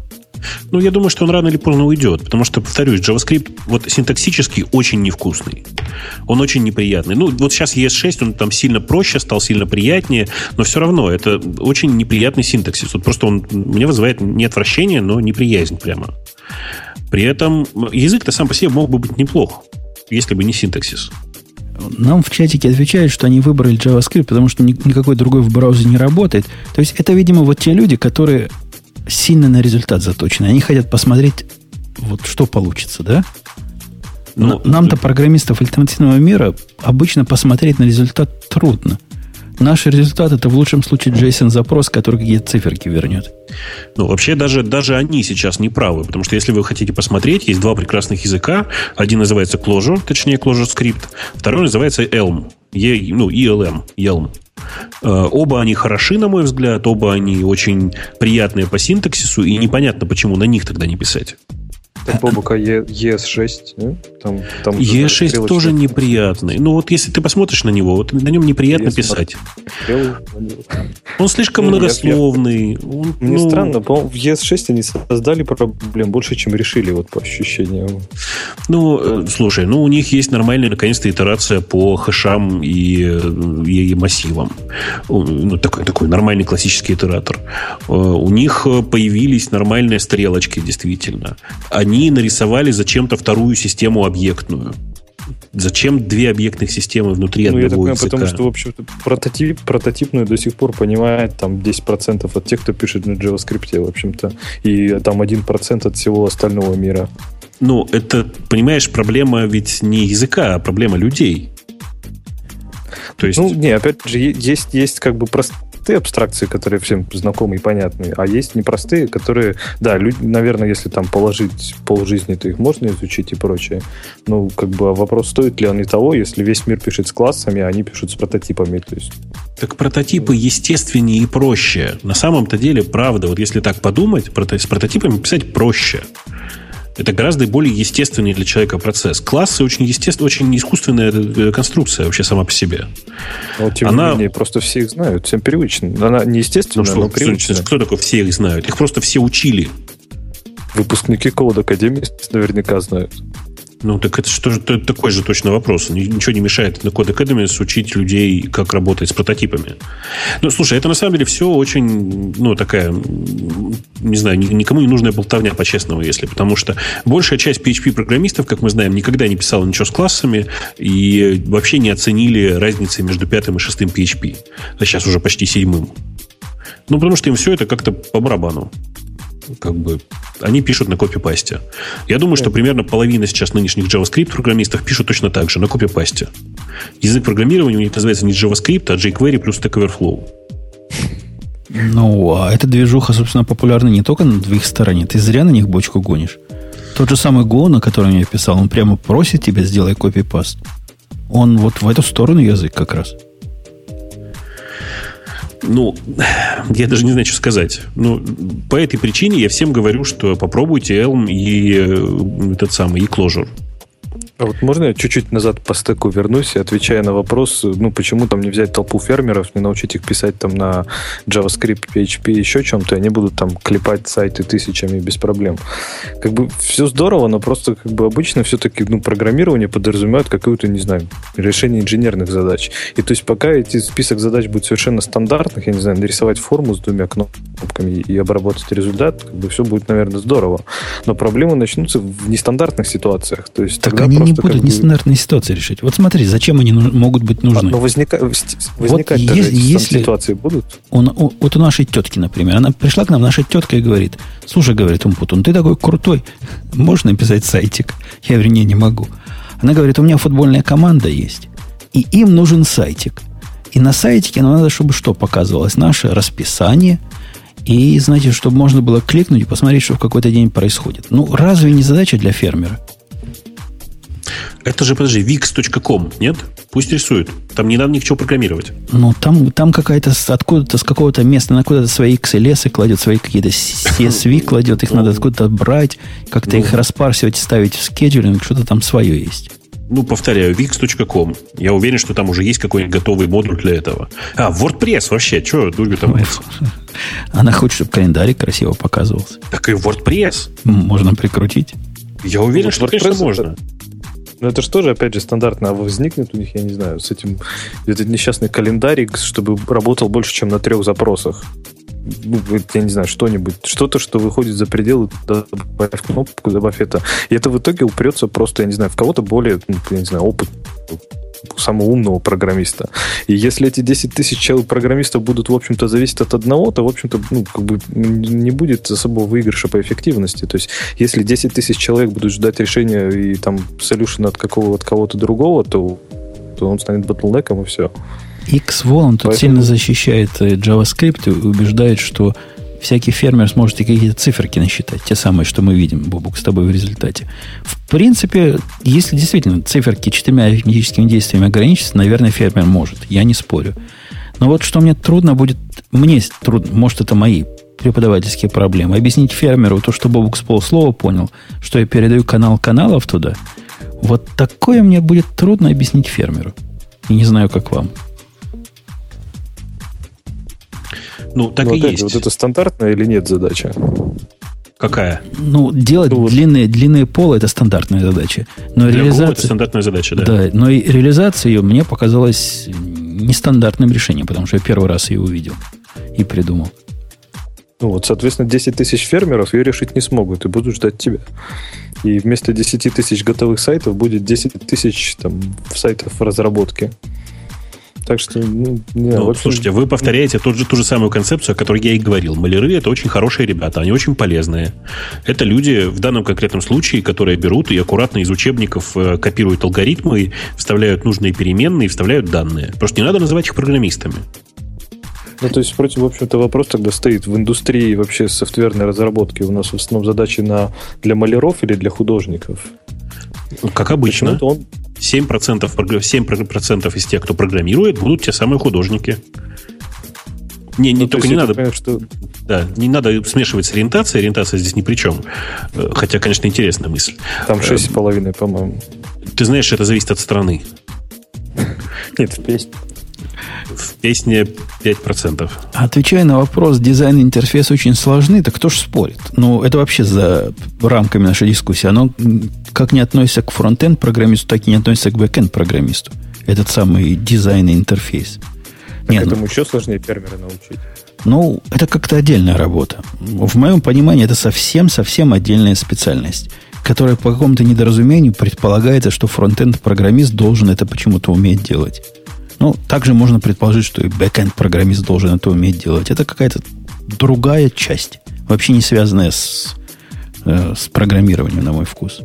Ну, я думаю, что он рано или поздно уйдет, потому что, повторюсь, JavaScript вот синтаксически очень невкусный. Он очень неприятный. Ну, вот сейчас и эс шесть, он там сильно проще стал, сильно приятнее, но все равно это очень неприятный синтаксис. Вот просто он меня вызывает не отвращение, но неприязнь прямо. При этом язык-то сам по себе мог бы быть неплох, если бы не синтаксис. Нам в чатике отвечают, что они выбрали JavaScript, потому что никакой другой в браузере не работает. То есть это, видимо, вот те люди, которые сильно на результат заточены. Они хотят посмотреть, вот что получится, да? Но ну, нам-то, программистов альтернативного мира, обычно посмотреть на результат трудно. Наш результат — это в лучшем случае JSON-запрос, который какие-то циферки вернет. Ну, вообще, даже, даже они сейчас не правы, потому что если вы хотите посмотреть, есть два прекрасных языка. Один называется Clojure, точнее, Clojure Script. Второй называется Elm. E, ну, и эл эм. Elm. Э, оба они хороши, на мой взгляд. Оба они очень приятные по синтаксису. И непонятно, почему на них тогда не писать. Так, Бобука, и эс шесть, да? Там, там и эс шесть тоже неприятный. Ну, вот если ты посмотришь на него, вот на нем неприятно писать. Он слишком ну, многословный. Я, я... Он, Мне ну... странно, по-моему, в и эс шесть они создали проблем больше, чем решили, вот по ощущениям. Ну, слушай, ну, у них есть нормальная, наконец-то, итерация по хэшам и, и, и массивам. Ну, такой, такой нормальный классический итератор. У них появились нормальные стрелочки, действительно. Они Они нарисовали зачем-то вторую систему объектную. Зачем две объектных системы внутри ну, одного я так понимаю, языка? Потому что, в общем-то, прототип, прототипную до сих пор понимает там десять процентов от тех, кто пишет на JavaScript, в общем-то, и там один процент от всего остального мира. Ну, это, понимаешь, проблема ведь не языка, а проблема людей. То есть... Ну, не, опять же, есть, есть как бы простые абстракции, которые всем знакомы и понятны, а есть непростые, которые, да, люди, наверное, если там положить полжизни, то их можно изучить и прочее. Ну, как бы вопрос, стоит ли он и того, если весь мир пишет с классами, а они пишут с прототипами. То есть... Так прототипы естественнее и проще. На самом-то деле, правда, вот если так подумать, с прототипами писать проще. Это гораздо более естественный для человека процесс. Классы очень естественно, очень искусственная конструкция вообще сама по себе. Но, тем Она... не менее, просто все их знают, всем привычно. Она не естественная, ну, но привычная. Кто такой все их знают? Их просто все учили. Выпускники Code Academy наверняка знают. Ну, так это что же это такой же точно вопрос. Ничего не мешает на Code Academy учить людей, как работать с прототипами. Ну, слушай, это на самом деле все очень, ну, такая, не знаю, никому не нужная болтовня, по-честному, если. Потому что большая часть пи эйч пи-программистов, как мы знаем, никогда не писала ничего с классами и вообще не оценили разницы между пятым и шестым пи эйч пи. А сейчас уже почти седьмым. Ну, потому что им все это как-то по барабану. Как бы они пишут на копипасте. Я думаю, что примерно половина сейчас нынешних JavaScript-программистов пишут точно так же, на копипасте. Язык программирования у них называется не JavaScript, а jQuery плюс Stack Overflow. Ну, а эта движуха, собственно, популярна не только в их стороне. Ты зря на них бочку гонишь. Тот же самый Go, на котором я писал, он прямо просит тебя сделай копипаст. Он вот в эту сторону язык как раз. Ну, я даже не знаю, что сказать. Ну, по этой причине я всем говорю, что попробуйте Elm и этот самый, и Clojure. А вот можно я чуть-чуть назад по стеку вернусь, отвечая на вопрос, ну, почему там не взять толпу фермеров, не научить их писать там на JavaScript, пи эйч пи, еще чем-то, и они будут там клепать сайты тысячами без проблем. Как бы все здорово, но просто как бы обычно все-таки, ну, программирование подразумевает какое-то, не знаю, решение инженерных задач. И то есть пока эти список задач будет совершенно стандартных, я не знаю, нарисовать форму с двумя кнопками и обработать результат, как бы все будет, наверное, здорово. Но проблемы начнутся в нестандартных ситуациях. То есть так они не будут как бы... нестандартные ситуации решить. Вот смотри, зачем они ну, могут быть нужны? А, но возника... возникать вот даже если ситуации будут? Он, у, вот у нашей тетки, например, она пришла к нам, наша тетка, и говорит, слушай, говорит Умпутун, ты такой крутой, можно написать сайтик? Я говорю, не, не могу. Она говорит, у меня футбольная команда есть, и им нужен сайтик. И на сайтике нам надо, чтобы что показывалось? Наше расписание, и, знаете, чтобы можно было кликнуть и посмотреть, что в какой-то день происходит. Ну, разве не задача для фермера? Это же, подожди, викс точка ком, нет? Пусть рисуют. Там не надо ничего программировать. Ну, там, там какая-то откуда-то, с какого-то места, она куда-то свои икс эл эс кладет, свои какие-то си эс ви кладет, их надо откуда-то брать, как-то их распарсивать, ставить в скеджулинг, что-то там свое есть. Ну, повторяю, викс точка ком. Я уверен, что там уже есть какой-нибудь готовый модуль для этого. А, WordPress вообще, что дурью-то мается? Она хочет, чтобы календарик красиво показывался. Так и WordPress. Можно прикрутить. Я уверен, что, конечно, можно. Ну, это же тоже, опять же, стандартно. А возникнет у них, я не знаю, с этим этот несчастный календарик, чтобы работал больше, чем на трех запросах. Ну, я не знаю, что-нибудь, что-то, что выходит за пределы, добавь кнопку, добавь это. И это в итоге упрется просто, я не знаю, в кого-то более, я не знаю, опыт самого умного программиста. И если эти десять тысяч человек программистов будут, в общем-то, зависеть от одного, то, в общем-то, ну, как бы не будет особого выигрыша по эффективности. То есть, если десять тысяч человек будут ждать решения и там солюшена от какого от кого-то другого, то, то он станет ботлнеком, и все. X-Wall тут Поэтому... сильно защищает JavaScript и убеждает, что всякий фермер сможет и какие-то циферки насчитать, те самые, что мы видим, Бобук, с тобой в результате. В принципе, если действительно циферки четырьмя арифметическими действиями ограничиться, наверное, фермер может, я не спорю. Но вот что мне трудно будет, мне трудно, может, это мои преподавательские проблемы, объяснить фермеру то, что Бобук с полуслова понял, что я передаю канал каналов туда, вот такое мне будет трудно объяснить фермеру. И не знаю, как вам. Ну, так Но и есть. Вот это стандартная или нет задача? Какая? Ну, делать ну, длинные, вот. длинные полы – это стандартная задача. Но Для реализация... это стандартная задача, да. Да, но и реализация ее мне показалась нестандартным решением, потому что я первый раз ее увидел и придумал. Ну вот, соответственно, десять тысяч фермеров ее решить не смогут и будут ждать тебя. И вместо десять тысяч готовых сайтов будет десять тысяч там, сайтов в разработке. Так что, ну, не, ну общем... слушайте, вы повторяете тот же, ту же самую концепцию, о которой я и говорил. Маляры – это очень хорошие ребята, они очень полезные. Это люди в данном конкретном случае, которые берут и аккуратно из учебников копируют алгоритмы, вставляют нужные переменные, вставляют данные. Просто не надо называть их программистами. Ну, то есть, впрочем, в общем-то, вопрос тогда стоит в индустрии вообще софтверной разработки. У нас в основном задачи на, для маляров или для художников? Как обычно. Он... семь процентов, семь процентов из тех, кто программирует, будут те самые художники. Не, не, ну, только не надо, понимаю, что... да, не надо смешивать с ориентацией. Ориентация здесь ни при чем. Хотя, конечно, интересная мысль. Там шесть с половиной, по-моему. Ты знаешь, это зависит от страны. Нет, в песне. В песне пять процентов. Отвечая на вопрос, дизайн и интерфейс очень сложны, так кто ж спорит? Ну, это вообще за рамками нашей дискуссии. Оно как не относится к фронтенд программисту, так и не относится к бэкенд программисту. Этот самый дизайн и интерфейс. Так Нет, этому ну, еще сложнее фермера научить. Ну, это как-то отдельная работа. В моем понимании, это совсем-совсем отдельная специальность, которая по какому-то недоразумению предполагается, что фронтенд-программист должен это почему-то уметь делать. Ну, также можно предположить, что и бэкэнд-программист должен это уметь делать. Это какая-то другая часть, вообще не связанная с, э, с программированием, на мой вкус.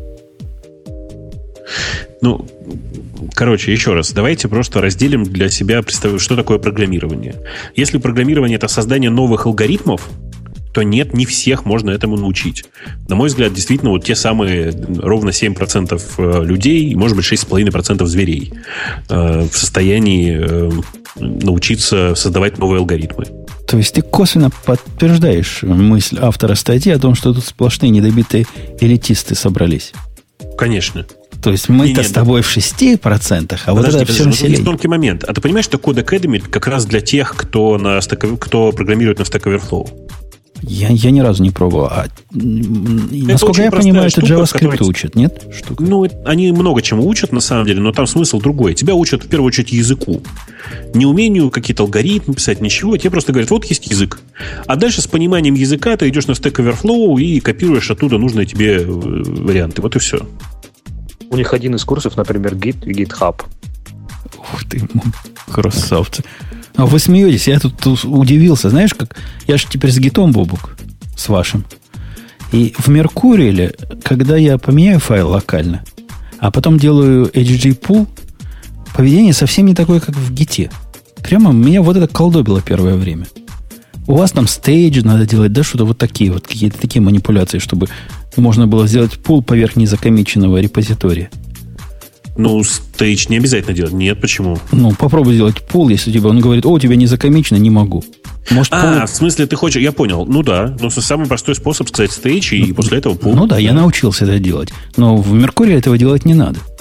Ну, короче, еще раз, давайте просто разделим для себя, что такое программирование. Если программирование – это создание новых алгоритмов, то нет, не всех можно этому научить. На мой взгляд, действительно, вот те самые ровно семь процентов людей, и, может быть, шесть целых пять десятых процента зверей э, в состоянии э, научиться создавать новые алгоритмы. То есть ты косвенно подтверждаешь мысль автора статьи о том, что тут сплошные недобитые элитисты собрались. Конечно. То есть мы-то не, с тобой да. в шести процентах, а подожди, вот это все население. Есть тонкий момент. А ты понимаешь, что Code Academy как раз для тех, кто, на Stack, кто программирует на Stack Overflow? Я, я ни разу не пробовал. А, насколько я понимаю, это JavaScript которой... учат, нет? Штука. Ну, они много чему учат, на самом деле, но там смысл другой. Тебя учат, в первую очередь, языку. Не умению какие-то алгоритмы писать, ничего. Тебе просто говорят, вот есть язык. А дальше с пониманием языка ты идешь на Stack Overflow и копируешь оттуда нужные тебе варианты. Вот и все. У них один из курсов, например, Git и GitHub. Ух ты, красавцы. А вы смеетесь, я тут, тут удивился. Знаешь, как я же теперь с гитом, Бобук, с вашим. И в Меркурии, когда я поменяю файл локально, а потом делаю эйч джи pull, поведение совсем не такое, как в гите. Прямо меня вот это колдобило первое время. У вас там стейдж надо делать, да, что-то вот такие вот, какие-то такие манипуляции, чтобы можно было сделать pull поверх незакоммиченного репозитория. Ну, стейдж не обязательно делать. Нет, почему? Ну, попробуй сделать пул, если тебе он говорит, о, у тебя не закоммичено, не могу. Может, а, пул... в смысле, ты хочешь... Я понял. Ну да. Ну, самый простой способ сказать стейдж, и ну, после этого пул. Ну да, да, я научился это делать. Но в Меркурии этого делать не надо.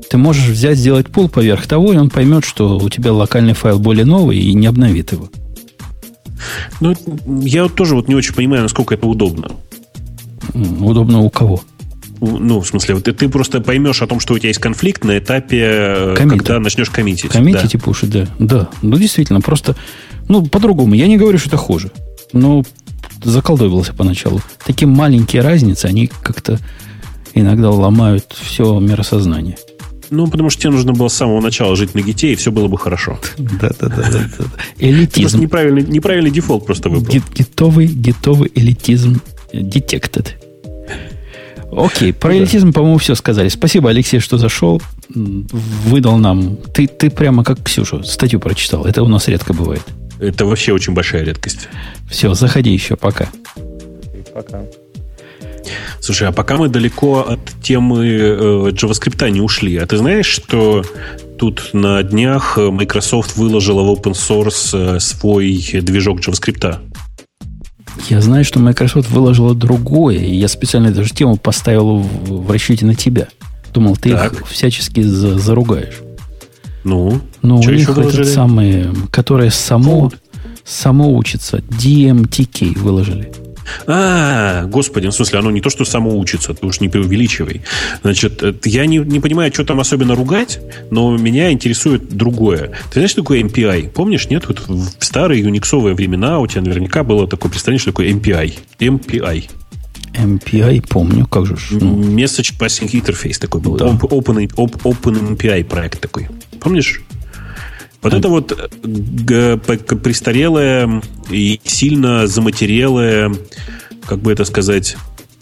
Ты можешь взять, сделать пул поверх того, и он поймет, что у тебя локальный файл более новый, и не обновит его. Ну, я вот тоже вот не очень понимаю, насколько это удобно. Удобно у кого? Ну, в смысле, вот ты, ты просто поймешь о том, что у тебя есть конфликт на этапе, Коммита. Когда начнешь коммитить. Коммитить и пушить, да. Да, ну действительно, просто, ну, по-другому. Я не говорю, что это хуже. Но заколдовился поначалу. Такие маленькие разницы, они как-то иногда ломают все миросознание. Ну, потому что тебе нужно было с самого начала жить на гите, и все было бы хорошо. Да-да-да. Элитизм. Ты неправильный, неправильный дефолт просто выбрал. Гитовый, гитовый элитизм detected. Окей, про элитизм, по-моему, все сказали. Спасибо, Алексей, что зашел. Выдал нам... Ты, ты прямо как Ксюша статью прочитал. Это у нас редко бывает. Это вообще очень большая редкость. Все, заходи еще, пока. Пока. Слушай, а пока мы далеко от темы э, JavaScript не ушли, а ты знаешь, что тут на днях Microsoft выложила в open source свой движок JavaScript? Я знаю, что Microsoft выложила другое, и я специально даже тему поставил в, в расчете на тебя. Думал, ты так. их всячески за, заругаешь. Ну, Но у них этот самый, которое само, само учится, ди эм ти кей выложили. А, господи, в смысле, оно не то, что само учится, ты уж не преувеличивай. Значит, я не, не понимаю, что там особенно ругать, но меня интересует другое. Ты знаешь, что такое эм пи ай? Помнишь, нет? Вот в старые юниксовые времена у тебя наверняка было такое представление, что такое эм пи ай. эм пи ай. эм пи ай, помню, как же. Ну. Message Passing Interface такой был. Да. Open, Open эм пи ай проект такой. Помнишь? Вот а... это вот престарелое и сильно заматерелое, как бы это сказать,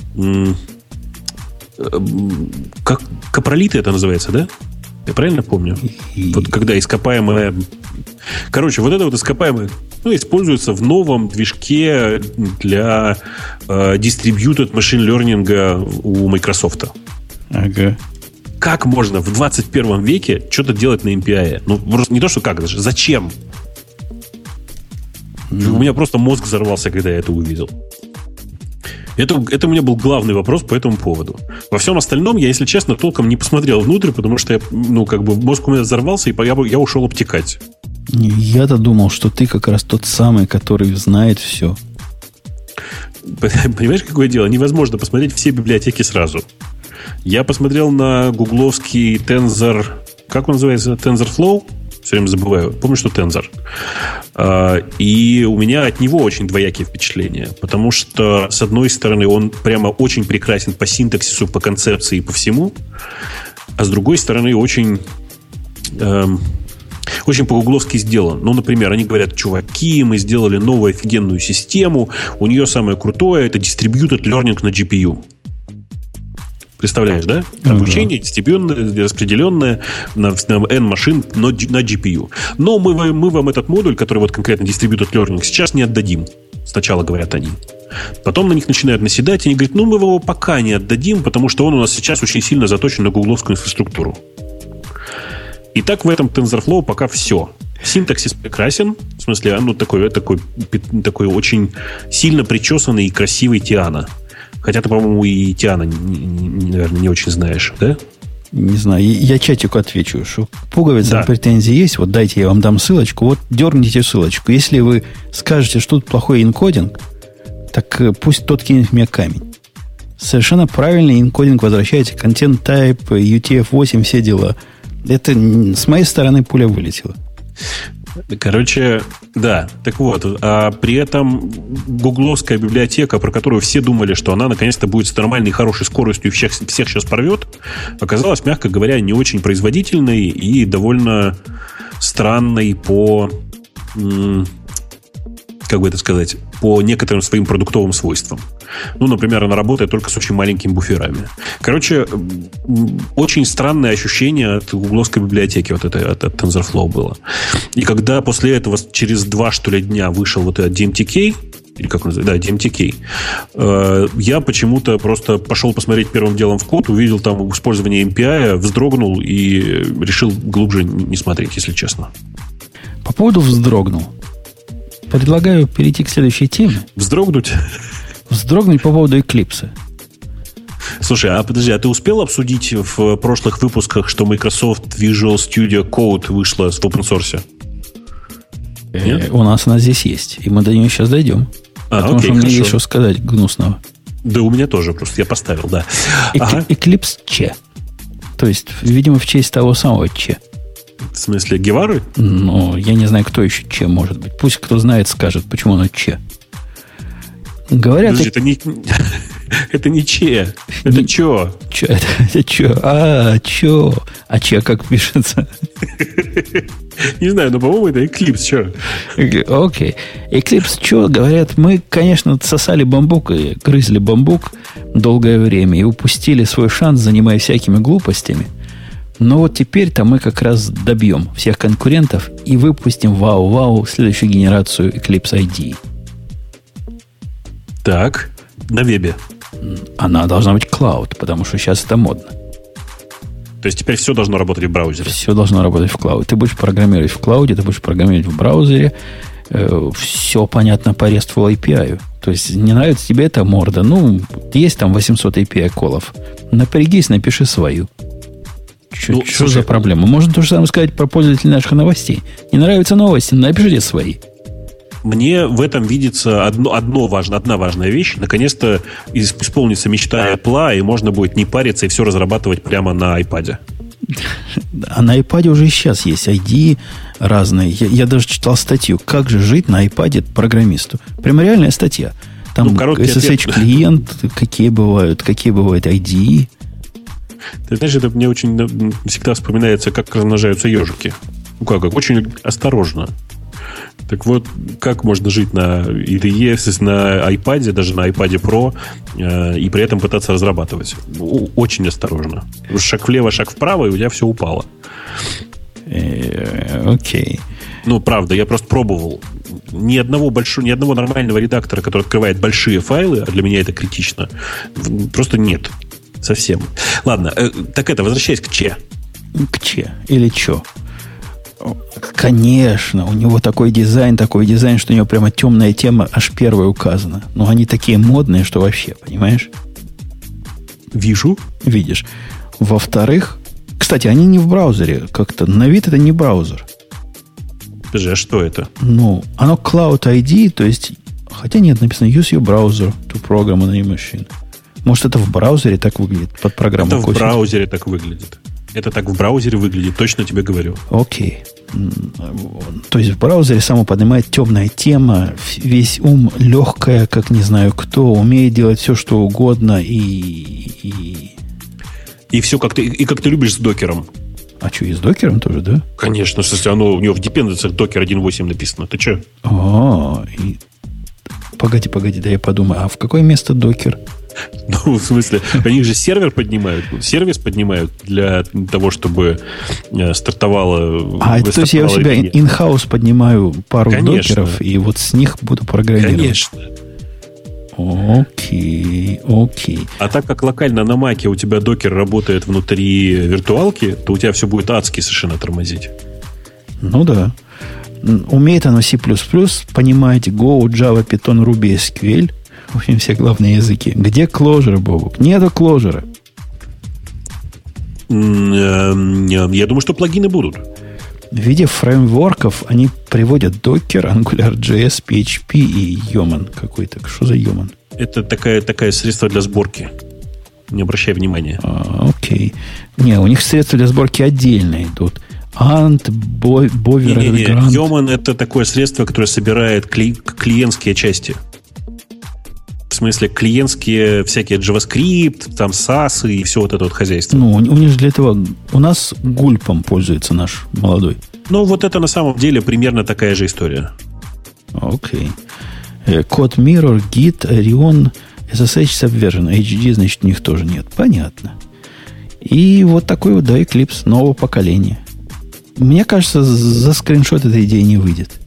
как капролиты это называется, да? Я правильно помню? И... Вот когда ископаемое... Короче, вот это вот ископаемое, ну, используется в новом движке для э, distributed machine learning у Microsoft. Ага. Как можно в двадцать первом веке что-то делать на эм пи ай? Ну, просто не то, что как даже. Зачем? Ну. У меня просто мозг взорвался, когда я это увидел. Это, это у меня был главный вопрос по этому поводу. Во всем остальном я, если честно, толком не посмотрел внутрь, потому что я, ну, как бы мозг у меня взорвался, и я, я ушел обтекать. Я-то думал, что ты как раз тот самый, который знает все. Понимаешь, какое дело? Невозможно посмотреть все библиотеки сразу. Я посмотрел на гугловский Tensor... Как он называется? TensorFlow? Все время забываю. Помню, что Tensor. И у меня от него очень двоякие впечатления. Потому что, с одной стороны, он прямо очень прекрасен по синтаксису, по концепции и по всему. А с другой стороны, очень... Эм, очень по-гугловски сделан. Ну, например, они говорят: чуваки, мы сделали новую офигенную систему. У нее самое крутое — это distributed learning на джи пи ю. Представляешь, да? Обучение дистрибьюционное, распределенное на, на N машин, но на джи пи ю. Но мы, мы вам этот модуль, который вот конкретно Distributed Learning, сейчас не отдадим. Сначала говорят они. Потом на них начинают наседать, и они говорят: ну, мы его пока не отдадим, потому что он у нас сейчас очень сильно заточен на гугловскую инфраструктуру. И так в этом TensorFlow пока все. Синтаксис прекрасен, в смысле, ну, такой, такой, такой очень сильно причесанный и красивый Тиана. Хотя ты, по-моему, и Тиана, наверное, не очень знаешь, да? Не знаю. Я чатику отвечу, что пуговица да. претензии есть. Вот дайте, я вам дам ссылочку. Вот дерните ссылочку. Если вы скажете, что тут плохой энкодинг, так пусть тот кинет мне камень. Совершенно правильный энкодинг возвращается. Content type, ю ти эф восемь, все дела. Это с моей стороны пуля вылетела. Короче, да. Так вот, а при этом гугловская библиотека, про которую все думали, что она наконец-то будет с нормальной, хорошей скоростью и всех, всех сейчас порвет, оказалась, мягко говоря, не очень производительной и довольно странной по, как бы это сказать, по некоторым своим продуктовым свойствам. Ну, например, она работает только с очень маленькими буферами. Короче, очень странное ощущение от гугловской библиотеки вот это, от, от TensorFlow было. И когда после этого через два, что ли, дня вышел вот этот ди эм ти кей, или как он называется, да, ди эм ти кей, э, я почему-то просто пошел посмотреть первым делом в код, увидел там использование эм пи ай, вздрогнул и решил глубже не смотреть, если честно. По поводу вздрогнул. Предлагаю перейти к следующей теме. Вздрогнуть? Вздрогнуть по поводу Эклипса. Слушай, а подожди, а ты успел обсудить в прошлых выпусках, что Microsoft Visual Studio Code вышла в open source? Э, у нас она здесь есть, и мы до нее сейчас дойдем. А, потому окей, что мне хорошо. есть что сказать гнусного. Да у меня тоже, просто я поставил, да. Эк- Ага. Eclipse Че. То есть, видимо, в честь того самого Че. В смысле, Гевары? Ну, я не знаю, кто еще Че может быть. Пусть кто знает, скажет, почему оно Че. Говорят, Подожди, это не... Это не Че. Это чё? Че, это, это че? А, че? А Че как пишется? Не знаю, но, по-моему, это Eclipse, чё? Окей. Eclipse Че, говорят, мы, конечно, сосали бамбук и грызли бамбук долгое время и упустили свой шанс, занимаясь всякими глупостями. Но вот теперь-то мы как раз добьем всех конкурентов и выпустим вау-вау следующую генерацию Eclipse ай ди. Так, на вебе. Она должна быть cloud, потому что сейчас это модно. То есть теперь все должно работать в браузере. Все должно работать в клауде. Ты будешь программировать в клауде, ты будешь программировать в браузере. Э, все понятно по RESTful эй пи ай. То есть не нравится тебе эта морда. Ну, есть там восемьсот эй пи ай колов. Напрягись, напиши свою. Что Ну, слушай, за проблема? Можно то же самое сказать про пользователей наших новостей. Не нравятся новости, напишите свои. Мне в этом видится одно, одно важно, одна важная вещь. Наконец-то исполнится мечта Apple, и можно будет не париться и все разрабатывать прямо на iPad. А на iPad уже и сейчас есть ай ди разные. Я, я даже читал статью, как же жить на iPad программисту. Прямо реальная статья. Там Ну, эс эс эйч-клиент, какие бывают, какие бывают ай ди. Ты знаешь, это мне очень всегда вспоминается, как размножаются ежики. Ну как, как очень осторожно. Так вот, как можно жить на ай ди и, на iPad, даже на iPad Pro, э, и при этом пытаться разрабатывать? У, очень осторожно. Шаг влево, шаг вправо, и у тебя все упало. Окей. Ну, правда, я просто пробовал. Ни одного большого, ни одного нормального редактора, который открывает большие файлы, а для меня это критично, просто нет. Совсем. Ладно, э, так это, возвращаясь к Че. К Че? Или Че? Конечно, у него такой дизайн, такой дизайн, что у него прямо темная тема аж первая указана. Но они такие модные, что вообще, понимаешь? Вижу. Видишь. Во-вторых, кстати, они не в браузере. Как-то на вид это не браузер. Подожди, а что это? Ну, оно Cloud ай ди, то есть... Хотя нет, написано Use your browser to program on your machine. Может, это в браузере так выглядит, под программу Это в косит? браузере так выглядит. Это так в браузере выглядит, точно тебе говорю. Окей. То есть в браузере само поднимает темная тема, весь ум легкая, как не знаю кто, умеет делать все, что угодно, и... И, и все, как ты, и как ты любишь с докером. А что, и с докером тоже, да? Конечно, в смысле, оно у него в депенденциях докер один точка восемь написано. Ты что? А, и... Погоди, погоди, да я подумаю, а в какое место докер? Ну, в смысле, они же сервер поднимают, сервис поднимают для того, чтобы стартовало... А, это, то есть я у себя in-house поднимаю пару Конечно. докеров, и вот с них буду программировать. Конечно. Окей, окей. А так как локально на Маке у тебя докер работает внутри виртуалки, то у тебя все будет адски совершенно тормозить. Ну да. Умеет оно C++, понимаете, Go, Java, Python, Ruby, эс кью эль. В общем, все главные языки. Где Clojure, Бобук? Нету Clojure. Я думаю, что плагины будут. В виде фреймворков они приводят Docker, AngularJS, пи эйч пи и Yeoman какой-то. Что за Yeoman? Это такая, такая средство для сборки. Не обращай внимания. А, окей. Не, у них средства для сборки отдельно идут. Ant, Bover, Yeoman — это такое средство, которое собирает кли- клиентские части. В смысле, клиентские всякие JavaScript, там сас и все вот это вот хозяйство. Ну, у, у них же для этого... У нас гульпом пользуется наш молодой. Ну, вот это на самом деле примерно такая же история. Окей. Code Mirror, Git, Orion, эс эс эйч Subversion. эйч ди, значит, у них тоже нет. Понятно. И вот такой вот, да, Eclipse нового поколения. Мне кажется, за скриншот этой идеи не выйдет.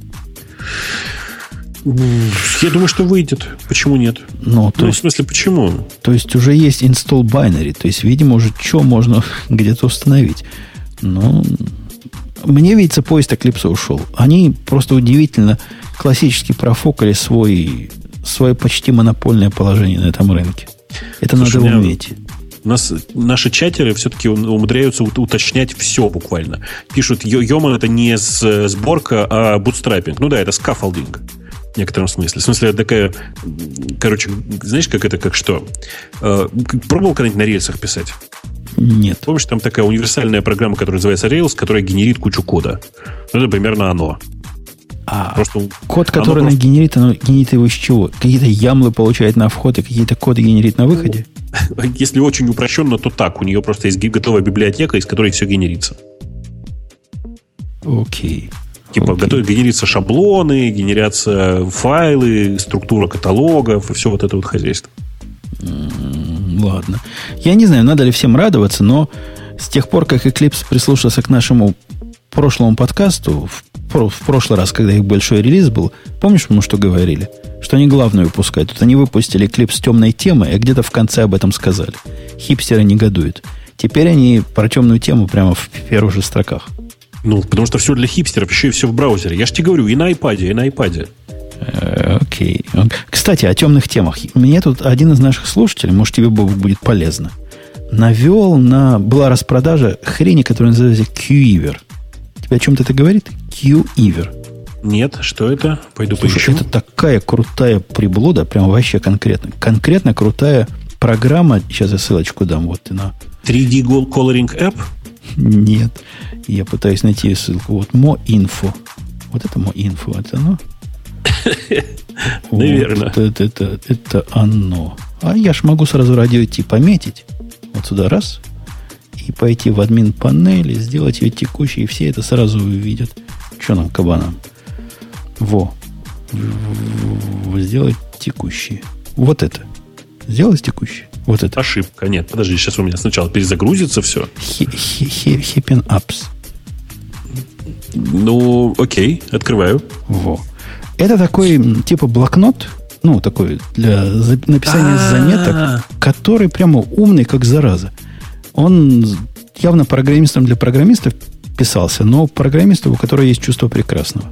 Я думаю, что выйдет. Почему нет? Ну, то ну есть, в смысле, почему? То есть уже есть install binary. То есть, видимо, уже что можно где-то установить. Но мне видится, поезд Eclipse ушел. Они просто удивительно классически профокали свой, свое почти монопольное положение на этом рынке. Это Слушай, надо меня, уметь. У нас наши чатеры все-таки умудряются уточнять все буквально. Пишут, Йоман это не сборка, а бутстрапинг. Ну да, это скаффолдинг. В некотором смысле. В смысле, это такая... Короче, знаешь, как это, как что? Пробовал когда-нибудь на рельсах писать? Нет. Помнишь, там такая универсальная программа, которая называется Rails, которая генерит кучу кода. Ну, это примерно оно. А просто, код, который оно она просто... генерит, оно генерит его из чего? Какие-то ямлы получает на вход и какие-то коды генерит на выходе? Если очень упрощенно, то так. У нее просто есть готовая библиотека, из которой все генерится. Окей. Типа Окей. готовят, генерятся шаблоны, генерятся файлы, структура каталогов и все вот это вот хозяйство. Ладно. Я не знаю, надо ли всем радоваться, но с тех пор, как Eclipse прислушался к нашему прошлому подкасту, в, про, в прошлый раз, когда их большой релиз был, помнишь, мы что говорили? Что они главную выпускают. Тут они выпустили Eclipse с темной темой, а где-то в конце об этом сказали. Хипстеры негодуют. Теперь они про темную тему прямо в первых же строках. Ну, потому что все для хипстеров, еще и все в браузере. Я же тебе говорю, и на iPad, и на iPad. Окей. Okay. Кстати, о темных темах. Мне тут один из наших слушателей, может, тебе будет полезно, навел на... Была распродажа хрени, которая называется Qever. Тебе о чем-то это говорит? Qever. Нет, что это? Пойду Слушай, поищу. это такая крутая приблуда, прям вообще конкретно. Конкретно крутая программа. Сейчас я ссылочку дам. Вот на... три ди Coloring App? Нет. Я пытаюсь найти ссылку. Вот MoInfo. Вот это MoInfo. Это оно? Наверное. Вот это, это, это оно. А я ж могу сразу радио идти пометить. Вот сюда раз. И пойти в админ панели, сделать ее текущей. И все это сразу увидят. Что нам, кабанам? Во. Сделать текущие. Вот это. Сделать текущие. Вот это. Ошибка. Нет, подожди, сейчас у меня сначала перезагрузится все. Hippin Apps. Ну, окей, открываю. Во. Это такой типа блокнот, ну, такой для написания заметок, который прямо умный, как зараза. Он явно программистом для программистов писался, но программисту, у которого есть чувство прекрасного.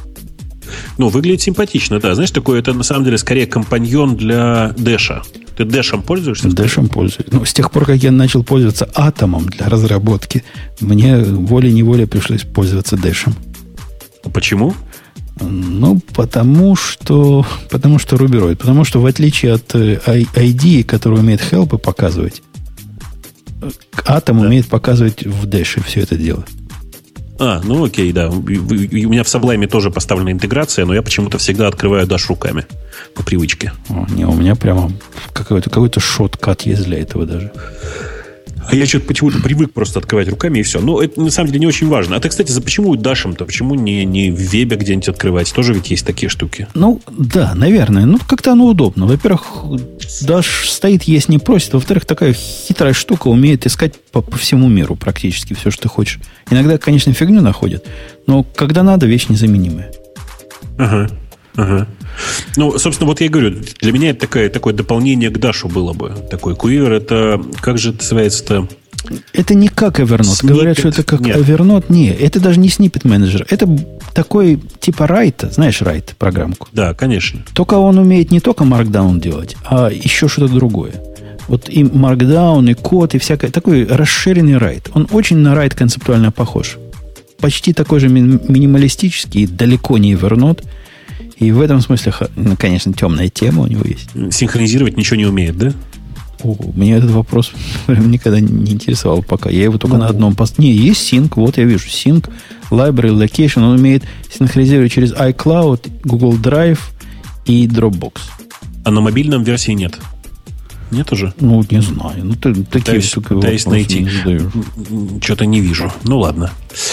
Ну, выглядит симпатично, да. Знаешь, такое, это на самом деле скорее компаньон для Дэша. Ты Дэшем пользуешься? Дэшем пользуюсь. Ну, с тех пор, как я начал пользоваться Атомом для разработки, мне волей-неволей пришлось пользоваться Дэшем. Почему? Ну, потому что, потому что рубероид. Потому что в отличие от ай ди, который умеет хелпы показывать, Атом да. умеет показывать в Дэше все это дело. А, ну окей, да. У меня в Sublime тоже поставлена интеграция, но я почему-то всегда открываю Dash руками по привычке. О, не, у меня прямо какой-то, какой-то шорткат есть для этого даже. А я что-то почему-то привык просто открывать руками и все. Но это на самом деле не очень важно. А ты, кстати, за почему Дашем-то? Почему не, не в вебе где-нибудь открывать? Тоже ведь есть такие штуки. Ну, да, наверное. Ну, как-то оно удобно. Во-первых, Dash стоит, есть, не просит. Во-вторых, такая хитрая штука умеет искать по, по всему миру практически все, что ты хочешь. Иногда, конечно, фигню находит, но когда надо, вещь незаменимая. Ага, ага. Ну, собственно, вот я и говорю, для меня это такое, такое дополнение к Дашу было бы. Такой Qever, это, как же это называется-то? Это не как Evernote. Snippet. Говорят, что это как Нет. Evernote. Не, это даже не Snippet Manager. Это такой типа Write. Знаешь Write программку? Да, конечно. Только он умеет не только Markdown делать, а еще что-то другое. Вот и Markdown, и код, и всякое. Такой расширенный Write. Он очень на Write концептуально похож. Почти такой же ми- минималистический, далеко не Evernote. И в этом смысле, конечно, темная тема у него есть. Синхронизировать ничего не умеет, да? О, меня этот вопрос прям никогда не интересовал пока. Я его только ну, на одном пост... Не, есть Sync, вот я вижу. Sync, Library, Location. Он умеет синхронизировать через iCloud, Google Drive и Dropbox. А на мобильном версии нет? Нет уже? Ну, не знаю. Ну, ты такие пытаюсь, пытаюсь найти. Что-то не вижу. Ну, ладно.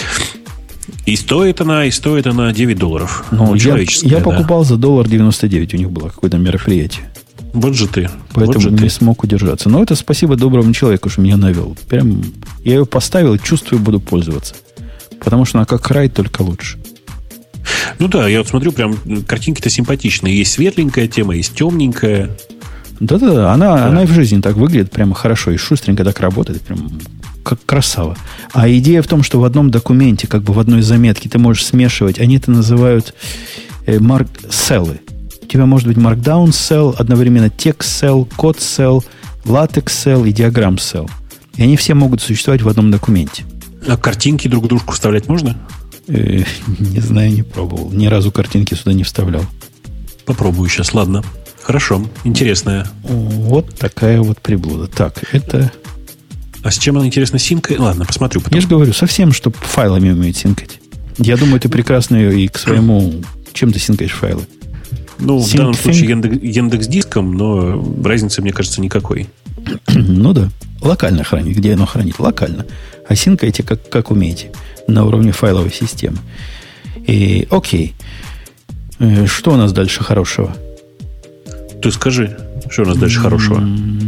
И стоит она, и стоит она девять долларов. Ну, я, я да. покупал за доллар девяносто девять. У них было какое-то мероприятие. Вот же ты. Поэтому вот же не ты. смог удержаться. Но это спасибо доброму человеку, что меня навел. Прям я ее поставил, чувствую, буду пользоваться. Потому что она как рай, только лучше. Ну да, я вот смотрю, прям картинки-то симпатичные. Есть светленькая тема, есть темненькая. Да-да, она, да. она и в жизни так выглядит прямо хорошо. И шустренько так работает. Прям как красава. А идея в том, что в одном документе, как бы в одной заметке ты можешь смешивать, они это называют э, марк- селлы. У тебя может быть markdown cell, одновременно text cell, код cell LaTeX Cell и Diagram Cell. И они все могут существовать в одном документе. А картинки друг дружку вставлять можно? Э, не знаю, не пробовал. Ни разу картинки сюда не вставлял. Попробую сейчас, ладно. Хорошо, интересная. Вот такая вот приблуда. Так, это... А с чем она, интересно, синкой? Ладно, посмотрю потом. Я же говорю, совсем, чтобы файлами умеет синкать. Я думаю, ты прекрасно ее и к своему... Чем ты синкаешь файлы? Ну, в данном случае Яндекс, Яндекс.Диском, но разницы, мне кажется, никакой. Ну да. Локально хранить. Где оно хранит? Локально. А синкайте как, как умеете. На уровне файловой системы. И, окей. Что у нас дальше хорошего? Ты скажи, что у нас дальше хорошего?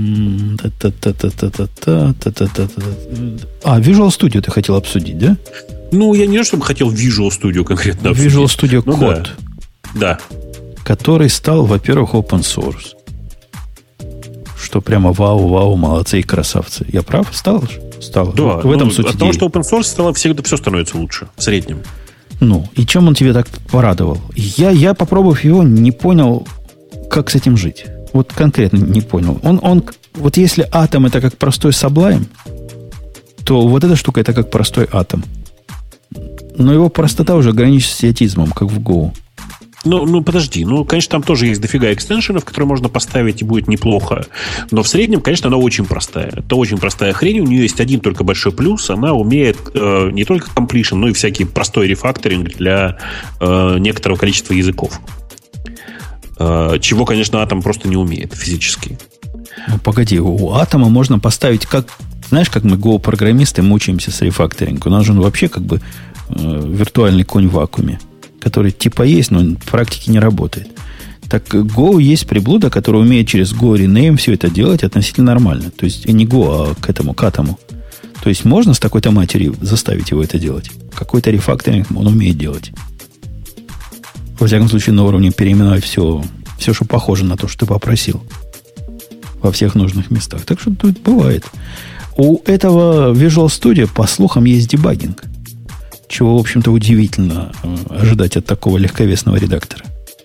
А, Visual Studio ты хотел обсудить, да? Ну, я не то, чтобы хотел Visual Studio конкретно обсудить. Visual Studio ну, Code. Да. да. Который стал, во-первых, open source. Что прямо вау-вау, молодцы и красавцы. Я прав? Стал же? Стал. Да. Вот в этом ну, суть от идеи. того, что open source стало, всегда все становится лучше. В среднем. Ну, и чем он тебе так порадовал? Я, я попробовав его, не понял, как с этим жить. Вот конкретно не понял. Он, он, вот если атом это как простой Sublime, то вот эта штука это как простой атом. Но его простота уже граничит с идиотизмом, как в Go. Ну, ну, подожди. Ну, конечно, там тоже есть дофига экстеншенов, которые можно поставить, и будет неплохо. Но в среднем, конечно, она очень простая. Это очень простая хрень. У нее есть один только большой плюс. Она умеет э, не только completion, но и всякий простой рефакторинг для э, некоторого количества языков. Э, чего, конечно, Atom просто не умеет физически. Ну, погоди. У Atom можно поставить как... Знаешь, как мы, Go-программисты, мучаемся с рефакторингом. У нас же он вообще как бы э, виртуальный конь в вакууме, который типа есть, но в практике не работает. Так Go есть приблуда, которая умеет через Go Rename все это делать относительно нормально. То есть не Go, а к этому, к атому. То есть можно с такой-то матерью заставить его это делать. Какой-то рефакторинг он умеет делать. Во всяком случае, на уровне переименовать все, все, что похоже на то, что ты попросил. Во всех нужных местах. Так что тут бывает. У этого Visual Studio, по слухам, есть дебагинг. Чего, в общем-то, удивительно ожидать от такого легковесного редактора.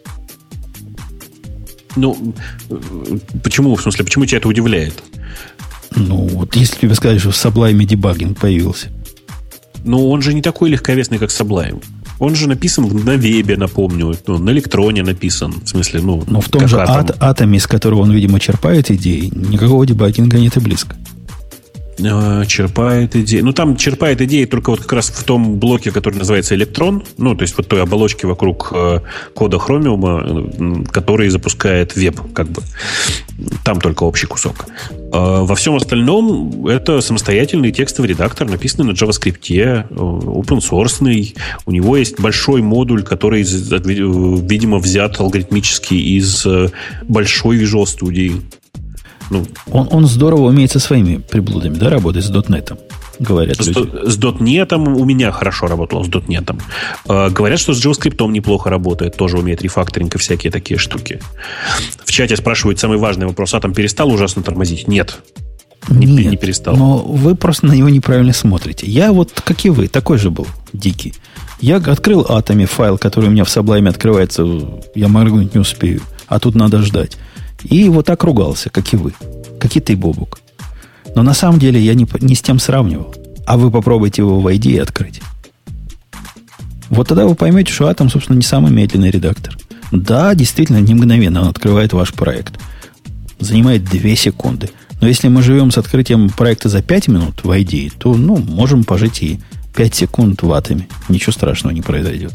Ну, почему, в смысле, почему тебя это удивляет? Ну, вот если тебе сказать, что в Sublime дебагинг появился. Ну, он же не такой легковесный, как Sublime. Он же написан на вебе, напомню, ну, на электроне написан. В смысле, ну, но в том же ат, атоме, из которого он, видимо, черпает идеи, никакого дебагинга нет и близко. Черпает идеи. Ну, там черпает идеи только вот как раз в том блоке, который называется электрон. Ну, то есть вот той оболочки вокруг э, кода Chromium, который запускает веб, как бы. Там только общий кусок. А во всем остальном это самостоятельный текстовый редактор, написанный на JavaScript, open-source. У него есть большой модуль, который, видимо, взят алгоритмически из большой Visual Studio. Ну, он, он здорово умеет со своими приблудами, да, работать с .NET, говорят с, люди. С .NET у меня хорошо работал, с .NET. Э, говорят, что с JavaScript неплохо работает, тоже умеет рефакторинг и всякие такие штуки. В чате спрашивают самый важный вопрос: Atom перестал ужасно тормозить? Нет. Не, Нет, не перестал. Но вы просто на него неправильно смотрите. Я вот, как и вы, такой же был, дикий. Я открыл Atom файл, который у меня в Sublime открывается, я моргнуть не успею, а тут надо ждать. И вот так ругался, как и вы. Как и ты, Бобук. Но на самом деле я не, не с тем сравнивал. А вы попробуйте его войти и открыть. Вот тогда вы поймете, что Atom, собственно, не самый медленный редактор. Да, действительно, не мгновенно он открывает ваш проект. Занимает две секунды. Но если мы живем с открытием проекта за пять минут в ай ди и, то, ну, можем пожить и пять секунд в Atom. Ничего страшного не произойдет.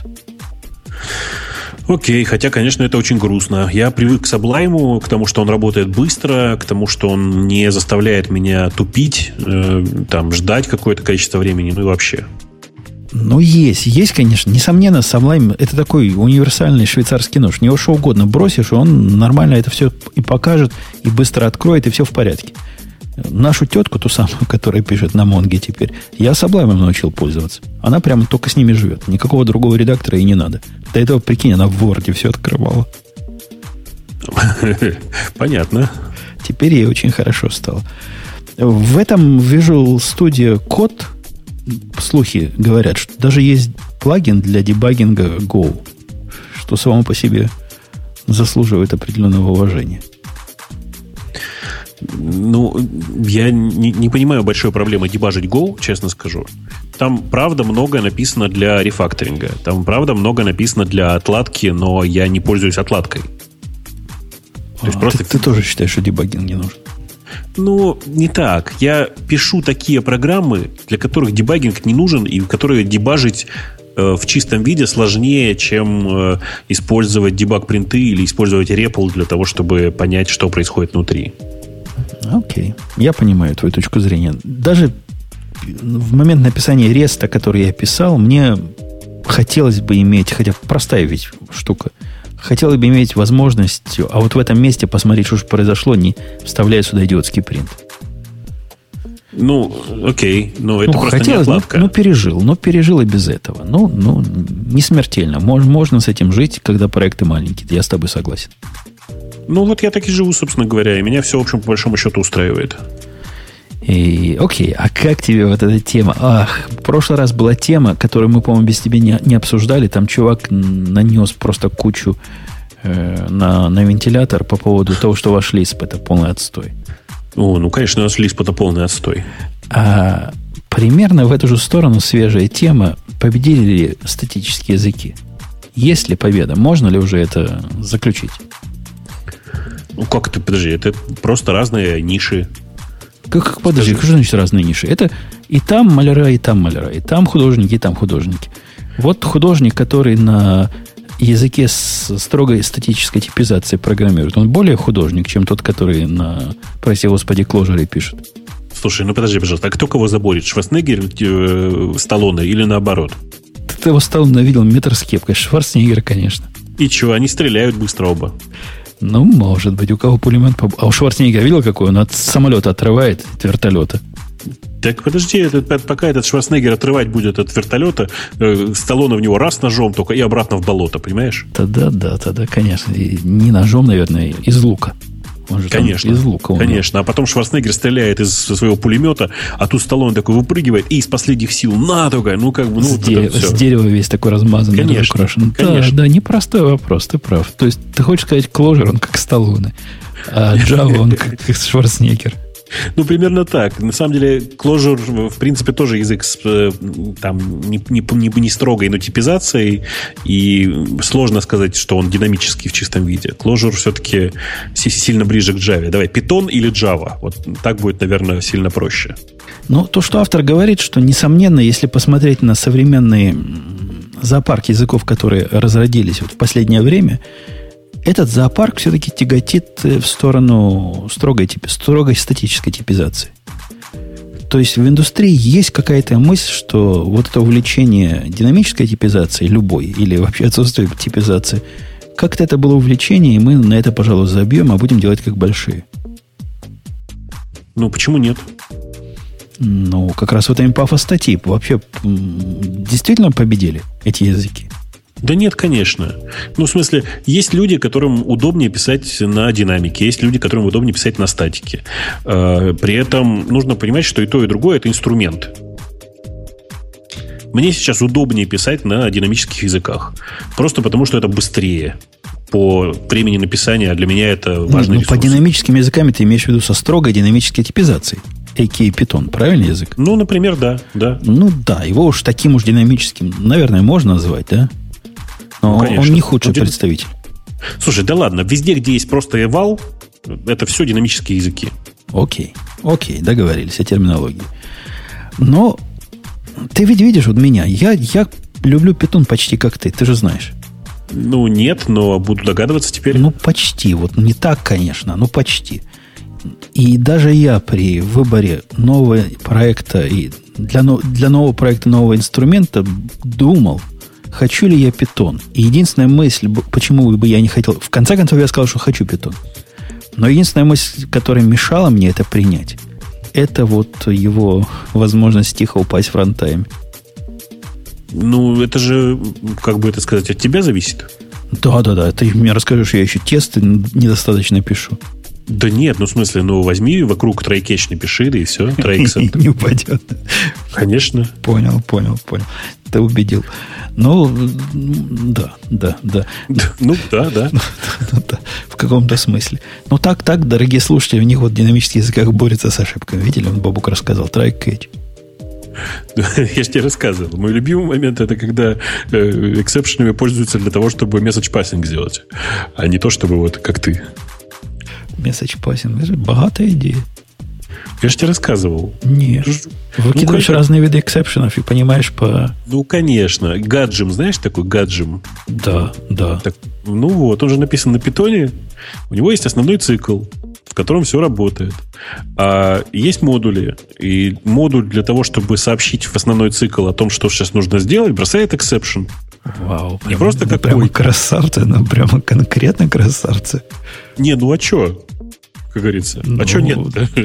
Окей, хотя, конечно, это очень грустно. Я привык к Sublime, к тому, что он работает быстро, к тому, что он не заставляет меня тупить, э, там, ждать какое-то количество времени, ну и вообще. Ну, есть, есть, конечно. Несомненно, Sublime – это такой универсальный швейцарский нож. В него что угодно бросишь, и он нормально это все и покажет, и быстро откроет, и все в порядке. Нашу тетку, ту самую, которая пишет на Монге теперь, я Sublime научил пользоваться. Она прямо только с ними живет. Никакого другого редактора и не надо. До этого, прикинь, она в Word все открывала. Понятно. Теперь ей очень хорошо стало. В этом Visual Studio Code слухи говорят, что даже есть плагин для дебагинга Go, что само по себе заслуживает определенного уважения. Ну, я не, не понимаю большой проблемы дебажить Go, честно скажу. Там, правда, много написано для рефакторинга. Там, правда, много написано для отладки, но я не пользуюсь отладкой. То есть а, просто... ты, ты тоже считаешь, что дебагинг не нужен? Ну, не так. Я пишу такие программы, для которых дебагинг не нужен, и которые дебажить э, в чистом виде сложнее, чем э, использовать дебаг-принты или использовать репл для того, чтобы понять, что происходит внутри. Окей. Я понимаю твою точку зрения. Даже в момент написания реста, который я писал, мне хотелось бы иметь, хотя простая ведь штука, хотелось бы иметь возможность, а вот в этом месте посмотреть, что же произошло, не вставляя сюда идиотский принт. Ну, окей, но это ну, просто хотелось, не отладка. Ну, ну, пережил, но пережил и без этого. Ну, ну, не смертельно. Мож, можно с этим жить, когда проекты маленькие. Я с тобой согласен. Ну, вот я так и живу, собственно говоря, и меня все, в общем, по большому счету устраивает. И, окей, а как тебе вот эта тема? Ах, в прошлый раз была тема, которую мы, по-моему, без тебя не, не обсуждали. Там чувак нанес просто кучу э, на, на вентилятор по поводу того, что ваш лисп это полный отстой. О, ну, конечно, наш лисп это полный отстой. А примерно в эту же сторону свежая тема. Победили ли статические языки? Есть ли победа? Можно ли уже это заключить? Ну, как это? Подожди, это просто разные ниши. Как, как подожди, что значит разные ниши? Это и там маляра, и там маляра, и там художники, и там художники. Вот художник, который на языке с строгой статической типизацией программирует, он более художник, чем тот, который на, прости господи, Clojure пишет. Слушай, ну подожди, пожалуйста, а кто кого заборет? Шварценеггер, э, Сталлоне или наоборот? Ты его Сталлоне видел метр с кепкой. Шварценеггер, конечно. И что, они стреляют быстро оба? Ну, может быть, у кого пулемет... А у Шварценеггера видел, какой он от самолета отрывает, от вертолета? Так подожди, этот, пока этот Шварценеггер отрывать будет от вертолета, э, Сталлоне в него раз ножом только и обратно в болото, понимаешь? Тогда, да, тогда, конечно. И не ножом, наверное, из лука. Он же конечно, из лука. Он конечно. А потом Шварценеггер стреляет из своего пулемета, а тут Сталлоне такой выпрыгивает и из последних сил на такая, ну как бы, ну с, вот де- с дерева весь такой размазанный, конечно, украшен. Конечно. Да, да, непростой вопрос, ты прав. То есть ты хочешь сказать, Clojure, он как Сталлоне, а Java, он как Шварценеггер. Ну, примерно так. На самом деле, Clojure, в принципе, тоже язык с там, не, не, не, не строгой, но типизацией. И сложно сказать, что он динамический в чистом виде. Clojure все-таки сильно ближе к Java. Давай, Python или Java? Вот так будет, наверное, сильно проще. Ну, то, что автор говорит, что, несомненно, если посмотреть на современные зоопарк языков, которые разродились вот в последнее время, этот зоопарк все-таки тяготит в сторону строгой, типи, строгой статической типизации. То есть в индустрии есть какая-то мысль, что вот это увлечение динамической типизацией, любой, или вообще отсутствие типизации, как-то это было увлечение, и мы на это, пожалуй, забьем, а будем делать как большие. Ну, почему нет? Ну, как раз в этом и пафос статьи. Вообще, действительно победили эти языки? Да нет, конечно. Ну, в смысле, есть люди, которым удобнее писать на динамике, есть люди, которым удобнее писать на статике. При этом нужно понимать, что и то, и другое – это инструмент. Мне сейчас удобнее писать на динамических языках. Просто потому, что это быстрее. По времени написания для меня это важный ресурс. По динамическим языкам ты имеешь в виду со строгой динамической типизацией? эй кей Python, правильный язык? Ну, например, да, да. Ну, да, его уж таким уж динамическим, наверное, можно назвать, да? Но ну, он не худший он представитель. Слушай, да ладно, везде, где есть просто eval, это все динамические языки. Окей, окей, договорились о терминологии. Но ты ведь видишь вот меня, я, я люблю Python почти как ты, ты же знаешь. Ну, нет, но буду догадываться теперь. Ну, почти, вот не так, конечно, но почти. И даже я при выборе нового проекта и для, для нового проекта, нового инструмента думал, хочу ли я Python. И единственная мысль, почему бы я не хотел... В конце концов, я сказал, что хочу Python. Но единственная мысль, которая мешала мне это принять, это вот его возможность тихо упасть в рантайме. Ну, это же, как бы это сказать, от тебя зависит. Да-да-да. Ты мне расскажешь, я еще тесты недостаточно пишу. Да нет, ну в смысле, ну возьми вокруг try-catch напиши, да и все, try-except. Не упадет. Конечно. Понял, понял, понял. Ты убедил. Ну, да, да, да. Ну, да, да. В каком-то смысле. Ну, так, так, дорогие слушатели, у них вот в динамических языках борется с ошибками. Видели, он Бобук рассказал, try-catch. Я же тебе рассказывал. Мой любимый момент — это когда э, эксепшенами пользуются для того, чтобы message passing сделать, а не то, чтобы вот как ты. Message passing. Это богатая идея. Я же тебе рассказывал. Нет. Выкидываешь ну, разные виды эксепшенов и понимаешь по... Ну, конечно. Гаджим, знаешь такой гаджим? Да, да. Так, ну вот, он же написан на питоне. У него есть основной цикл, в котором все работает. А есть модули. И модуль для того, чтобы сообщить в основной цикл о том, что сейчас нужно сделать, бросает эксепшен. Вау. Не просто ну, какой. Прямо красавцы, ну прямо конкретно красавцы. Не, ну а что? Как говорится. Ну, а что нет?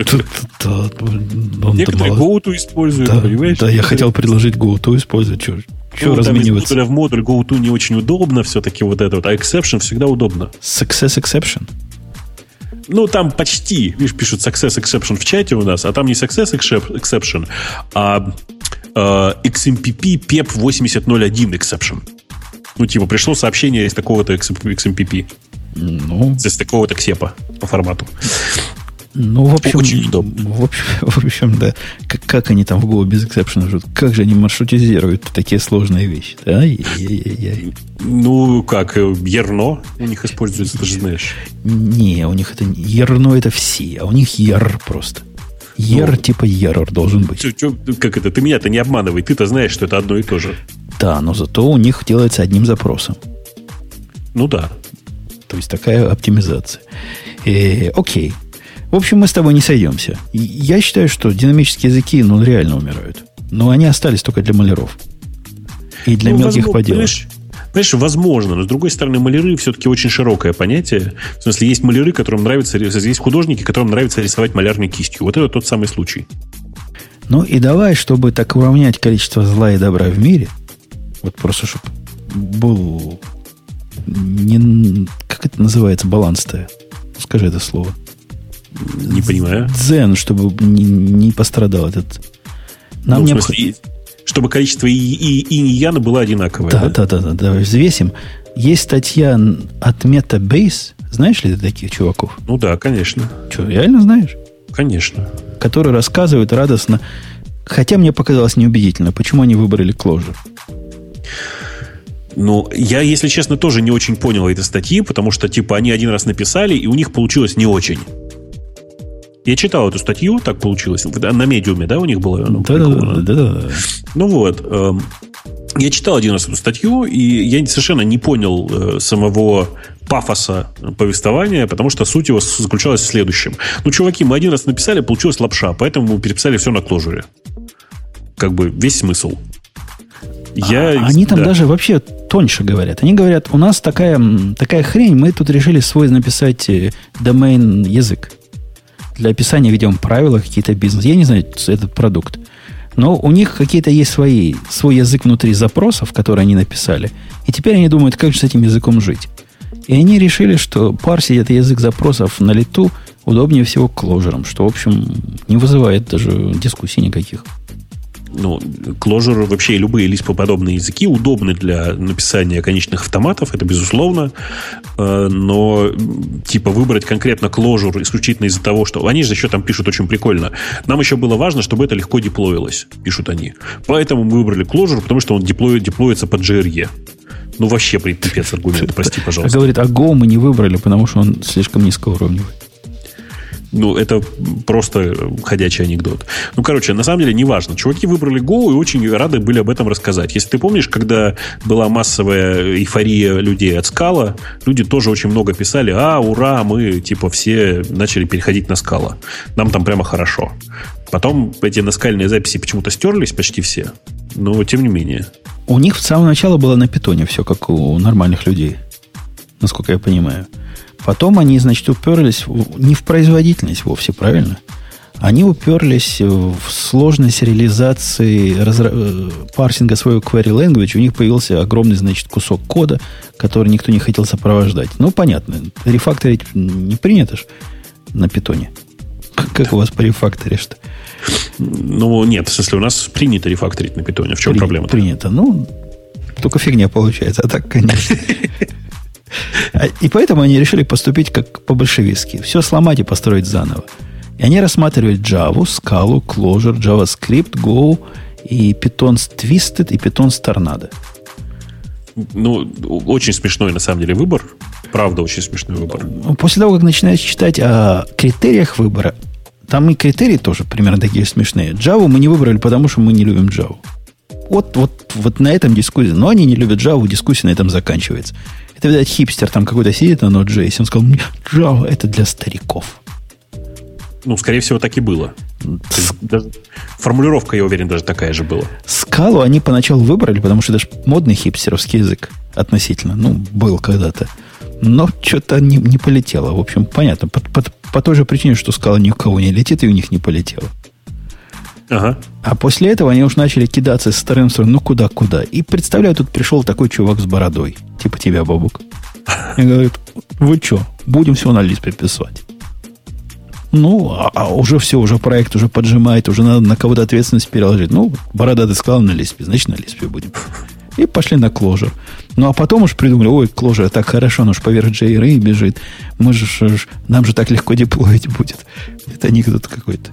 Некоторые GoTo используют, да, понимаешь? Да, я хотел предложить GoTo использовать. Что ну, размениваться? Из модуля в модуль GoTo не очень удобно все-таки вот это вот, а exception всегда удобно. Success exception? Ну, там почти, видишь, пишут success exception в чате у нас, а там не success exception, а э, икс эм пи пи пеп восемьдесят ноль один exception. Ну, типа, пришло сообщение из такого-то икс эм пи пи. Ну, из такого-то ксепа по формату. Ну, в общем, очень удобно. В общем, в общем да. Как, как они там в Go без эксепшена живут? Как же они маршрутизируют такие сложные вещи? Да? Ай-яй-яй-яй. Ну, как, ерно у них используется, ты же знаешь. Не, у них это не ерно, это все, а у них ер просто. Ер ну, типа ерор должен быть. Чё, чё, как это? Ты меня-то не обманывай, ты-то знаешь, что это одно и то же. Да, но зато у них делается одним запросом. Ну да. То есть такая оптимизация. Э, окей. В общем, мы с тобой не сойдемся. Я считаю, что динамические языки, ну, реально умирают. Но они остались только для маляров. И для ну, мелких поделок. Понимаешь, понимаешь, возможно. Но, с другой стороны, маляры все-таки очень широкое понятие. В смысле, есть маляры, которым нравится... Есть художники, которым нравится рисовать малярной кистью. Вот это тот самый случай. Ну, и давай, чтобы так уравнять количество зла и добра в мире, вот просто, чтобы был... Не, как это называется? Баланс-то. Скажи это слово. Не понимаю. Дзен, чтобы не, не пострадал этот. Нам ну, необх... в смысле, чтобы количество и, и, и не яна было одинаковое. Да, да, да, да, давай взвесим. Есть статья от Metabase. Знаешь ли ты таких чуваков? Ну да, конечно. Что, реально знаешь? Конечно. Которые рассказывают радостно. Хотя мне показалось неубедительно, почему они выбрали Clojure. Ну, я, если честно, тоже не очень понял этой статьи, потому что, типа, они один раз написали, и у них получилось не очень. Я читал эту статью, так получилось. На медиуме, да, у них было? Ну, да, да, да, да. Ну вот. Э, я читал один раз эту статью, и я совершенно не понял э, самого пафоса повествования, потому что суть его заключалась в следующем. Ну, чуваки, мы один раз написали, получилась лапша, поэтому мы переписали все на Clojure. Как бы весь смысл. Я, а, они там да. даже вообще тоньше говорят. Они говорят, у нас такая, такая хрень, мы тут решили свой написать домен язык. Для описания ведем правила, какие-то бизнес. Я не знаю, этот продукт. Но у них какие-то есть свои, свой язык внутри запросов, которые они написали. И теперь они думают, как же с этим языком жить. И они решили, что парсить этот язык запросов на лету удобнее всего Clojure, что, в общем, не вызывает даже дискуссий никаких. Ну, Clojure, вообще любые лиспоподобные языки удобны для написания конечных автоматов, это безусловно. Но, типа, выбрать конкретно Clojure исключительно из-за того, что... Они же еще там пишут очень прикольно. Нам еще было важно, чтобы это легко деплоилось, пишут они. Поэтому мы выбрали Clojure, потому что он деплои, деплоится под джей ар и. Ну, вообще пипец аргумент, прости, пожалуйста. А говорит, а Go мы не выбрали, потому что он слишком низкоуровневый. Ну, это просто ходячий анекдот. Ну, короче, на самом деле, неважно. Чуваки выбрали Go и очень рады были об этом рассказать. Если ты помнишь, когда была массовая эйфория людей от Scala, люди тоже очень много писали: а, ура, мы, типа, все начали переходить на Scala. Нам там прямо хорошо. Потом эти наскальные записи почему-то стерлись почти все. Но, тем не менее. У них с самого начала было на питоне все, как у нормальных людей. Насколько я понимаю. Потом они, значит, уперлись в, не в производительность вовсе, правильно? Они уперлись в сложность реализации разра... парсинга своего query language. У них появился огромный, значит, кусок кода, который никто не хотел сопровождать. Ну, понятно, рефакторить не принято ж. на питоне? Как у вас по рефакторишь-то? Ну, нет, в смысле, у нас принято рефакторить на питоне. В чем При, проблема? Принято. Ну, только фигня получается. А так, конечно. И поэтому они решили поступить как по-большевистски. Все сломать и построить заново. И они рассматривали Java, Scala, Clojure, JavaScript, Go и Python Twisted и Python Tornado. Ну, очень смешной, на самом деле, выбор. Правда, очень смешной выбор. После того, как начинаешь читать о критериях выбора, там и критерии тоже примерно такие смешные. Java мы не выбрали, потому что мы не любим Java. Вот, вот, вот на этом дискуссия. Но они не любят Java, дискуссия на этом заканчивается. Это, видать, хипстер там какой-то сидит на Node.js, он сказал, Java это для стариков. Ну, скорее всего, так и было. Даже формулировка, я уверен, даже такая же была. Скалу они поначалу выбрали, потому что это же модный хипстеровский язык относительно. Ну, был когда-то. Но что-то не, не полетело. В общем, понятно. По, по, по той же причине, что скала ни у кого не летит, и у них не полетело. Ага. А после этого они уж начали кидаться с вторым стороны, ну куда-куда. И представляю, тут пришел такой чувак с бородой. Типа тебя, Бабук. И говорит, вы что, будем все на Лиспе писать? Ну, а, а уже все, уже проект уже поджимает, уже надо на кого-то ответственность переложить. Ну, борода ты сказал на Лиспе, значит, на Лиспе будем. И пошли на Clojure. Ну, а потом уж придумали, ой, Clojure так хорошо, он уж поверх джей ар и бежит. Мы же, нам же так легко деплоить будет. Это анекдот какой-то.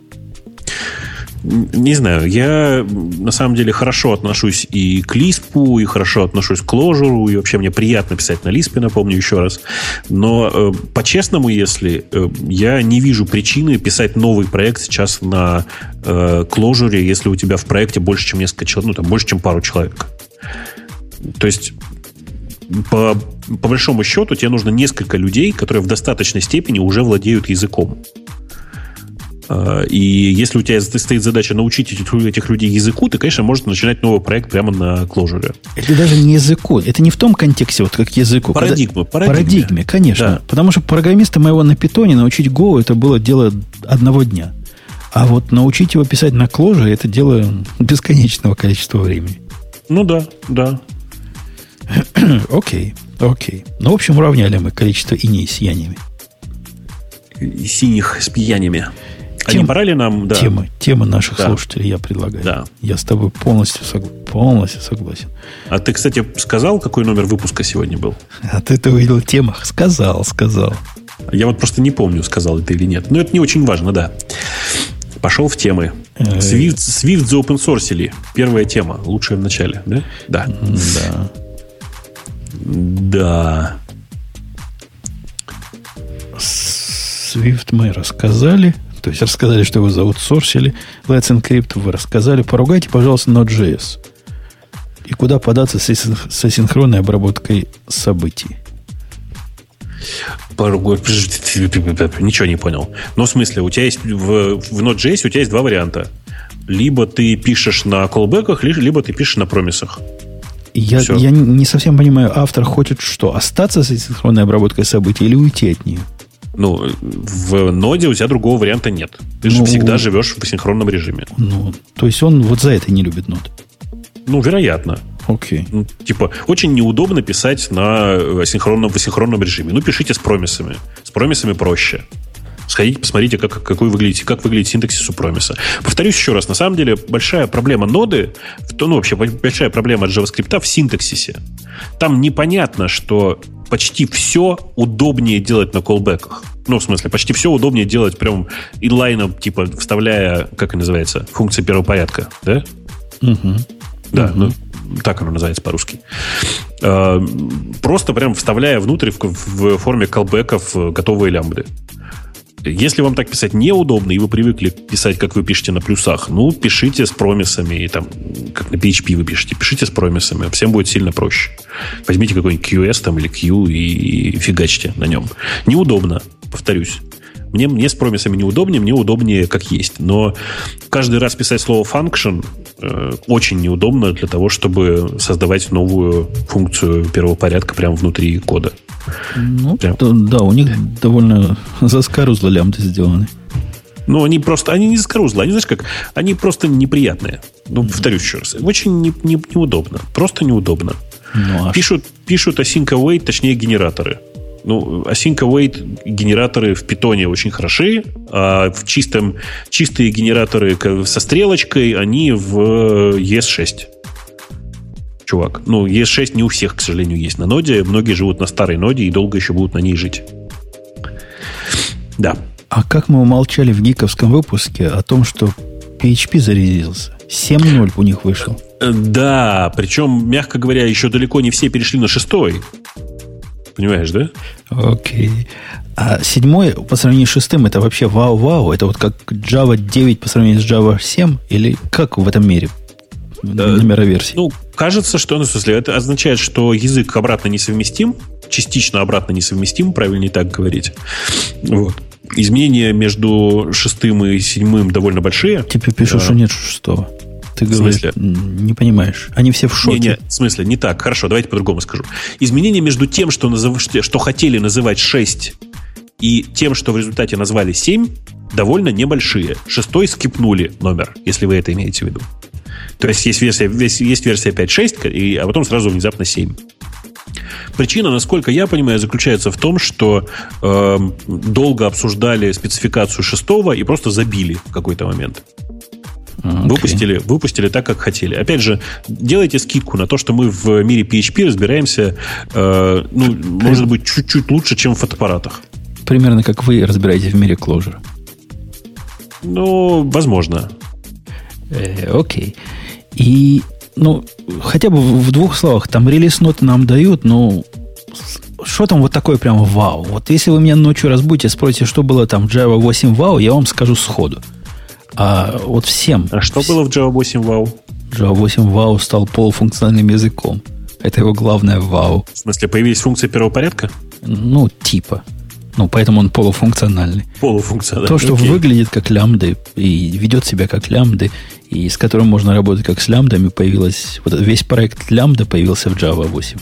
Не знаю, я на самом деле хорошо отношусь и к Лиспу, и хорошо отношусь к Clojure, и вообще мне приятно писать на Лиспе, напомню еще раз. Но э, по-честному, если э, я не вижу причины писать новый проект сейчас на э, Clojure, если у тебя в проекте больше, чем несколько человек, ну там больше, чем пару человек. То есть по, по большому счету тебе нужно несколько людей, которые в достаточной степени уже владеют языком. И если у тебя стоит задача научить этих, этих людей языку, ты, конечно, можешь начинать новый проект прямо на Clojure. Это даже не языку. Это не в том контексте, вот как языку. Парадигма. Когда... Парадигме. Парадигме, конечно. Да. Потому что программиста моего на питоне научить Go это было дело одного дня. А вот научить его писать на Clojure это дело бесконечного количества времени. Ну да, да. Окей, окей. Ну, в общем, уравняли мы количество иней с янями. И синих с пьянями. А Тем, не пора ли нам... Да. Темы, темы наших да. слушателей я предлагаю. Да. Я с тобой полностью, согла... полностью согласен. А ты, кстати, сказал, какой номер выпуска сегодня был? А ты-то увидел в темах. Сказал, сказал. Я вот просто не помню, сказал это или нет. Но это не очень важно, да. Пошел в темы. Swift, Swift заопенсорсили. Первая тема. Лучшая в начале, да? Да. Да. Да. Swift мы рассказали. То есть рассказали, что его заутсорсили. Let's Encrypt вы рассказали. Поругайте, пожалуйста, Node.js. И куда податься с, с асинхронной обработкой событий. Ничего не понял. Ну, в смысле, у тебя есть в, в Node.js у тебя есть два варианта. Либо ты пишешь на колбеках, либо ты пишешь на промисах. Я, я не совсем понимаю, автор хочет что? Остаться с асинхронной обработкой событий или уйти от нее? Ну, в ноде у тебя другого варианта нет. Ты ну, же всегда живешь в асинхронном режиме. Ну, то есть он вот за это не любит нод? Ну, вероятно. Окей. Ну, типа, очень неудобно писать на асинхронном, в асинхронном режиме. Ну, пишите с промисами. С промисами проще. Сходите, посмотрите, как, какой выглядит, как выглядит синтаксис у промиса. Повторюсь еще раз. На самом деле, большая проблема ноды, ну, вообще, большая проблема от JavaScript в синтаксисе. Там непонятно, что почти все удобнее делать на колбеках. Ну, в смысле, почти все удобнее делать прям инлайном, типа, вставляя, как это называется, функции первого порядка, да? Угу. Да, угу. ну, так оно называется по-русски. Просто прям вставляя внутрь в, в форме колбеков готовые лямбды. Если вам так писать неудобно, и вы привыкли писать, как вы пишете на плюсах, ну, пишите с промисами, и там, как на пи эйч пи вы пишете, пишите с промисами, всем будет сильно проще. Возьмите какой-нибудь кью эс там, или Q и, и фигачьте на нем. Неудобно, повторюсь. Мне, мне с промисами неудобнее, мне удобнее как есть. Но каждый раз писать слово function э, очень неудобно для того, чтобы создавать новую функцию первого порядка прямо внутри кода. Ну, да, да, у них довольно заскорузло лямбды сделаны. Ну, они просто, они не заскорузло, они, знаешь как, они просто неприятные. Ну, повторюсь еще раз. Очень не, не, неудобно. Просто неудобно. Ну, а пишут, пишут async await, точнее, генераторы. Ну, async await генераторы в питоне очень хороши, а в чистом, чистые генераторы со стрелочкой, они в и эс шесть. Чувак. Ну, и эс шесть не у всех, к сожалению, есть на ноде. Многие живут на старой ноде и долго еще будут на ней жить. Да. А как мы умолчали в гиковском выпуске о том, что пи эйч пи зарелизился? семь ноль у них вышел. Да, причем, мягко говоря, еще далеко не все перешли на шестой. Понимаешь, да? Окей. А седьмой по сравнению с шестым это вообще вау-вау? Это вот как Java девять по сравнению с Java семь? Или как в этом мире? Номера версий. Ну, кажется, что, ну, в смысле, это означает, что язык обратно несовместим, частично обратно несовместим, правильнее так говорить. Вот. Изменения между шестым и седьмым довольно большие. Тебе пишут, а, что нет шестого. Ты говоришь, не понимаешь. Они все в шоке. Не, не, в смысле, не так. Хорошо, давайте по-другому скажу. Изменения между тем, что, назыв... что хотели называть шесть, и тем, что в результате назвали семь, довольно небольшие. Шестой скипнули номер, если вы это имеете в виду. То есть есть версия, есть версия пять шесть, а потом сразу внезапно семь. Причина, насколько я понимаю, заключается в том, что э, долго обсуждали спецификацию шестого и просто забили в какой-то момент. Okay. Выпустили, выпустили так, как хотели. Опять же, делайте скидку на то, что мы в мире пи эйч пи разбираемся, э, ну, может быть, чуть-чуть лучше, чем в фотоаппаратах. Примерно как вы разбираетесь в мире Clojure. Ну, возможно. Э, окей. И, ну, хотя бы в двух словах, там релиз-ноты нам дают, но что там вот такое прямо вау? Вот если вы меня ночью разбудите, спросите, что было там в Java восемь вау, я вам скажу сходу. А вот всем... А что было в Java восемь вау? Java восемь вау стал полуфункциональным языком. Это его главное вау. В смысле, появились функции первого порядка? Ну, типа. Ну, поэтому он полуфункциональный. Полуфункциональный. То, что окей. выглядит как лямбды и ведет себя как лямбды, и с которым можно работать как с лямбдами, появилась... Вот весь проект лямбда появился в Java восемь.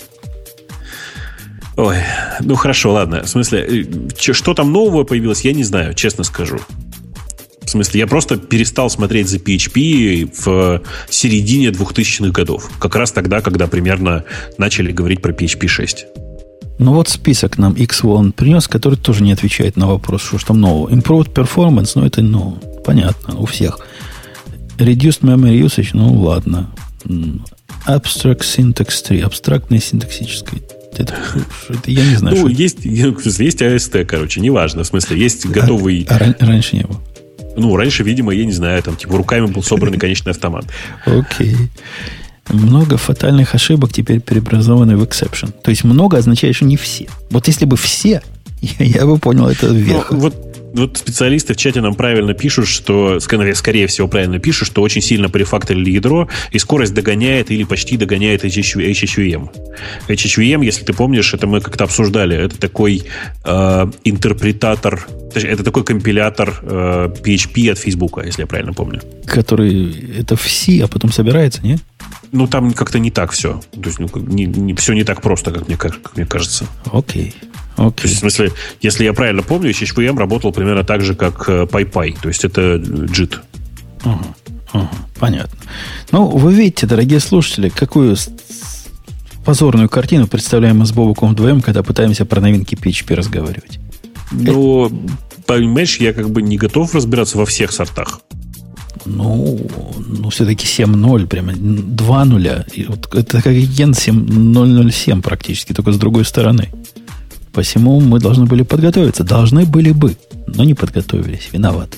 Ой, ну хорошо, ладно. В смысле, что там нового появилось, я не знаю, честно скажу. В смысле, я просто перестал смотреть за пи эйч пи в середине двухтысячных годов. Как раз тогда, когда примерно начали говорить про пи эйч пи шесть. Ну вот список нам икс один принес, который тоже не отвечает на вопрос, что ж там нового. Improved performance, ну это, ну, понятно, у всех. Reduced memory usage, ну ладно. Abstract syntax три, абстрактное синтаксическое. Это, это я не знаю. Ну, есть, есть эй эс ти, короче, неважно. В смысле, есть готовый... А, а раньше не было? Ну, раньше, видимо, я не знаю, там, типа, руками был собранный конечный автомат. Окей. Много фатальных ошибок теперь преобразованы в exception. То есть много означает, что не все. Вот если бы все, я, я бы понял, это вверх. Ну, вот, вот специалисты в чате нам правильно пишут, что, скорее всего, правильно пишут, что очень сильно перефакторили ядро, и скорость догоняет или почти догоняет эйч эйч ви эм. эйч эйч ви эм, если ты помнишь, это мы как-то обсуждали, это такой э, интерпретатор, это такой компилятор э, пи эйч пи от Фейсбука, если я правильно помню. Который это в C, а потом собирается, не? Ну, там как-то не так все. То есть, ну, не, не, все не так просто, как мне, как мне кажется. Окей. Okay. То есть, в смысле, если я правильно помню, эйч эйч ви эм работал примерно так же, как PyPy. То есть, это джит. Ага, ага, понятно. Ну, вы видите, дорогие слушатели, какую позорную картину представляем мы с Бобуком вдвоем, когда пытаемся про новинки пи эйч пи разговаривать. Ну, понимаешь, я как бы не готов разбираться во всех сортах. Ну, ну все-таки семь ноль, прямо два нуля. И вот это как Ген семь ноль ноль семь практически, только с другой стороны. Посему мы должны были подготовиться. Должны были бы, но не подготовились. Виноваты.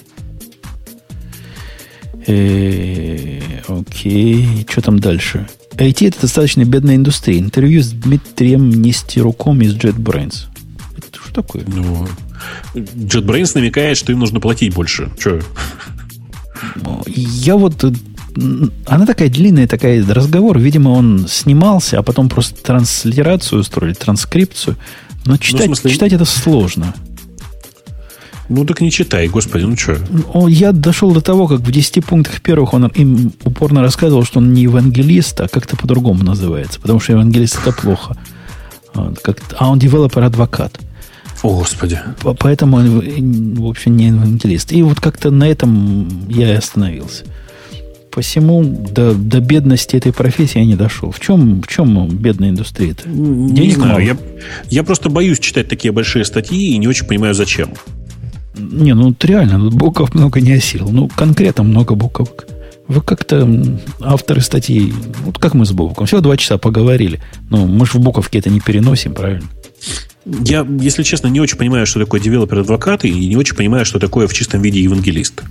Окей. Что там дальше? ай ти это достаточно бедная индустрия. Интервью с Дмитрием Нестеруком из JetBrains. Это что такое? Ну, JetBrains намекает, что им нужно платить больше. Че? Я вот... Она такая длинная, такая разговор. Видимо, он снимался, а потом просто транслитерацию устроили, транскрипцию. Но читать, ну, смысле... читать это сложно. Ну, так не читай, господи, ну что? Я дошел до того, как в десяти пунктах первых он им упорно рассказывал, что он не евангелист, а как-то по-другому называется. Потому что евангелист это плохо. А он девелопер-адвокат. О, Господи. Поэтому он, в общем, не евангелист. И вот как-то на этом я и остановился. Посему до, до бедности этой профессии я не дошел. В чем, в чем бедная индустрия-то? Не Денег знаю. Я, я просто боюсь читать такие большие статьи и не очень понимаю, зачем. Не, ну реально, тут букв много не осилил. Ну, конкретно много буквок. Вы как-то авторы статьи, вот как мы с Бобуком, всего два часа поговорили. Но мы же в буковке это не переносим, правильно? Я, если честно, не очень понимаю, что такое девелопер-адвокат, и не очень понимаю, что такое в чистом виде евангелист.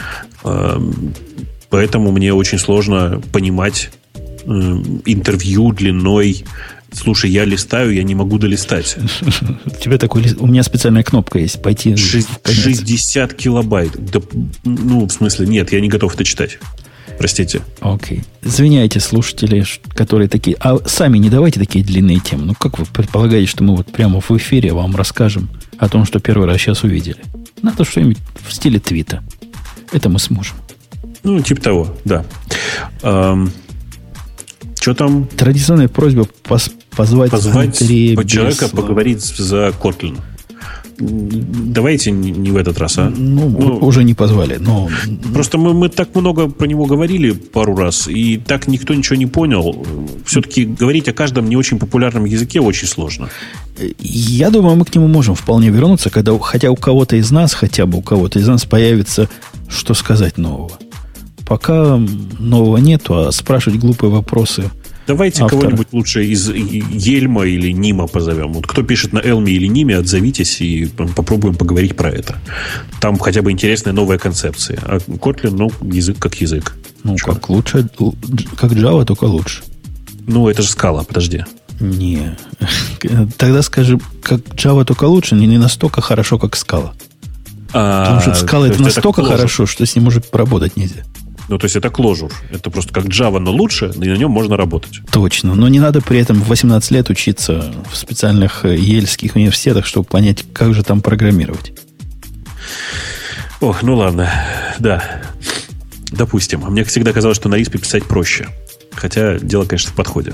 Поэтому мне очень сложно понимать интервью длиной. Слушай, я листаю, я не могу долистать. У тебя такой, у меня специальная кнопка есть, пойти шестьдесят килобайт. Да, ну, в смысле, нет, я не готов это читать. Простите. Окей. Извиняйте, слушатели, которые такие... А сами не давайте такие длинные темы. Ну, как вы предполагаете, что мы вот прямо в эфире вам расскажем о том, что первый раз сейчас увидели? Надо что-нибудь в стиле твита. Это мы сможем. Ну, типа того, да. Эм, что там? Традиционная просьба пос- позвать, позвать Андрея человека Беслова. поговорить за Kotlin. Давайте не в этот раз, а? Ну, ну уже не позвали. Но... Просто мы, мы так много про него говорили пару раз, и так никто ничего не понял. Все-таки говорить о каждом не очень популярном языке очень сложно. Я думаю, мы к нему можем вполне вернуться, когда хотя у кого-то из нас, хотя бы у кого-то из нас появится, что сказать нового. Пока нового нету, а спрашивать глупые вопросы... Давайте автора. Кого-нибудь лучше из Ельма или Нима позовем. Вот кто пишет на Элме или Ниме, отзовитесь и попробуем поговорить про это. Там хотя бы интересная новая концепция. А Kotlin, ну, язык как язык. Ну, Что? как лучше, как Java, только лучше. Ну, это же скала, подожди. Не. Тогда скажи, как Java, только лучше, не настолько хорошо, как скала. А, Потому что скала это настолько это хорошо, что с ним уже поработать нельзя. Ну, то есть это closure. Это просто как Java, но лучше, и на нем можно работать. Точно. Но не надо при этом в восемнадцать лет учиться в специальных ельских университетах, чтобы понять, как же там программировать. Ох, ну ладно. Да. Допустим. А мне всегда казалось, что на Риспе писать проще. Хотя дело, конечно, в подходе.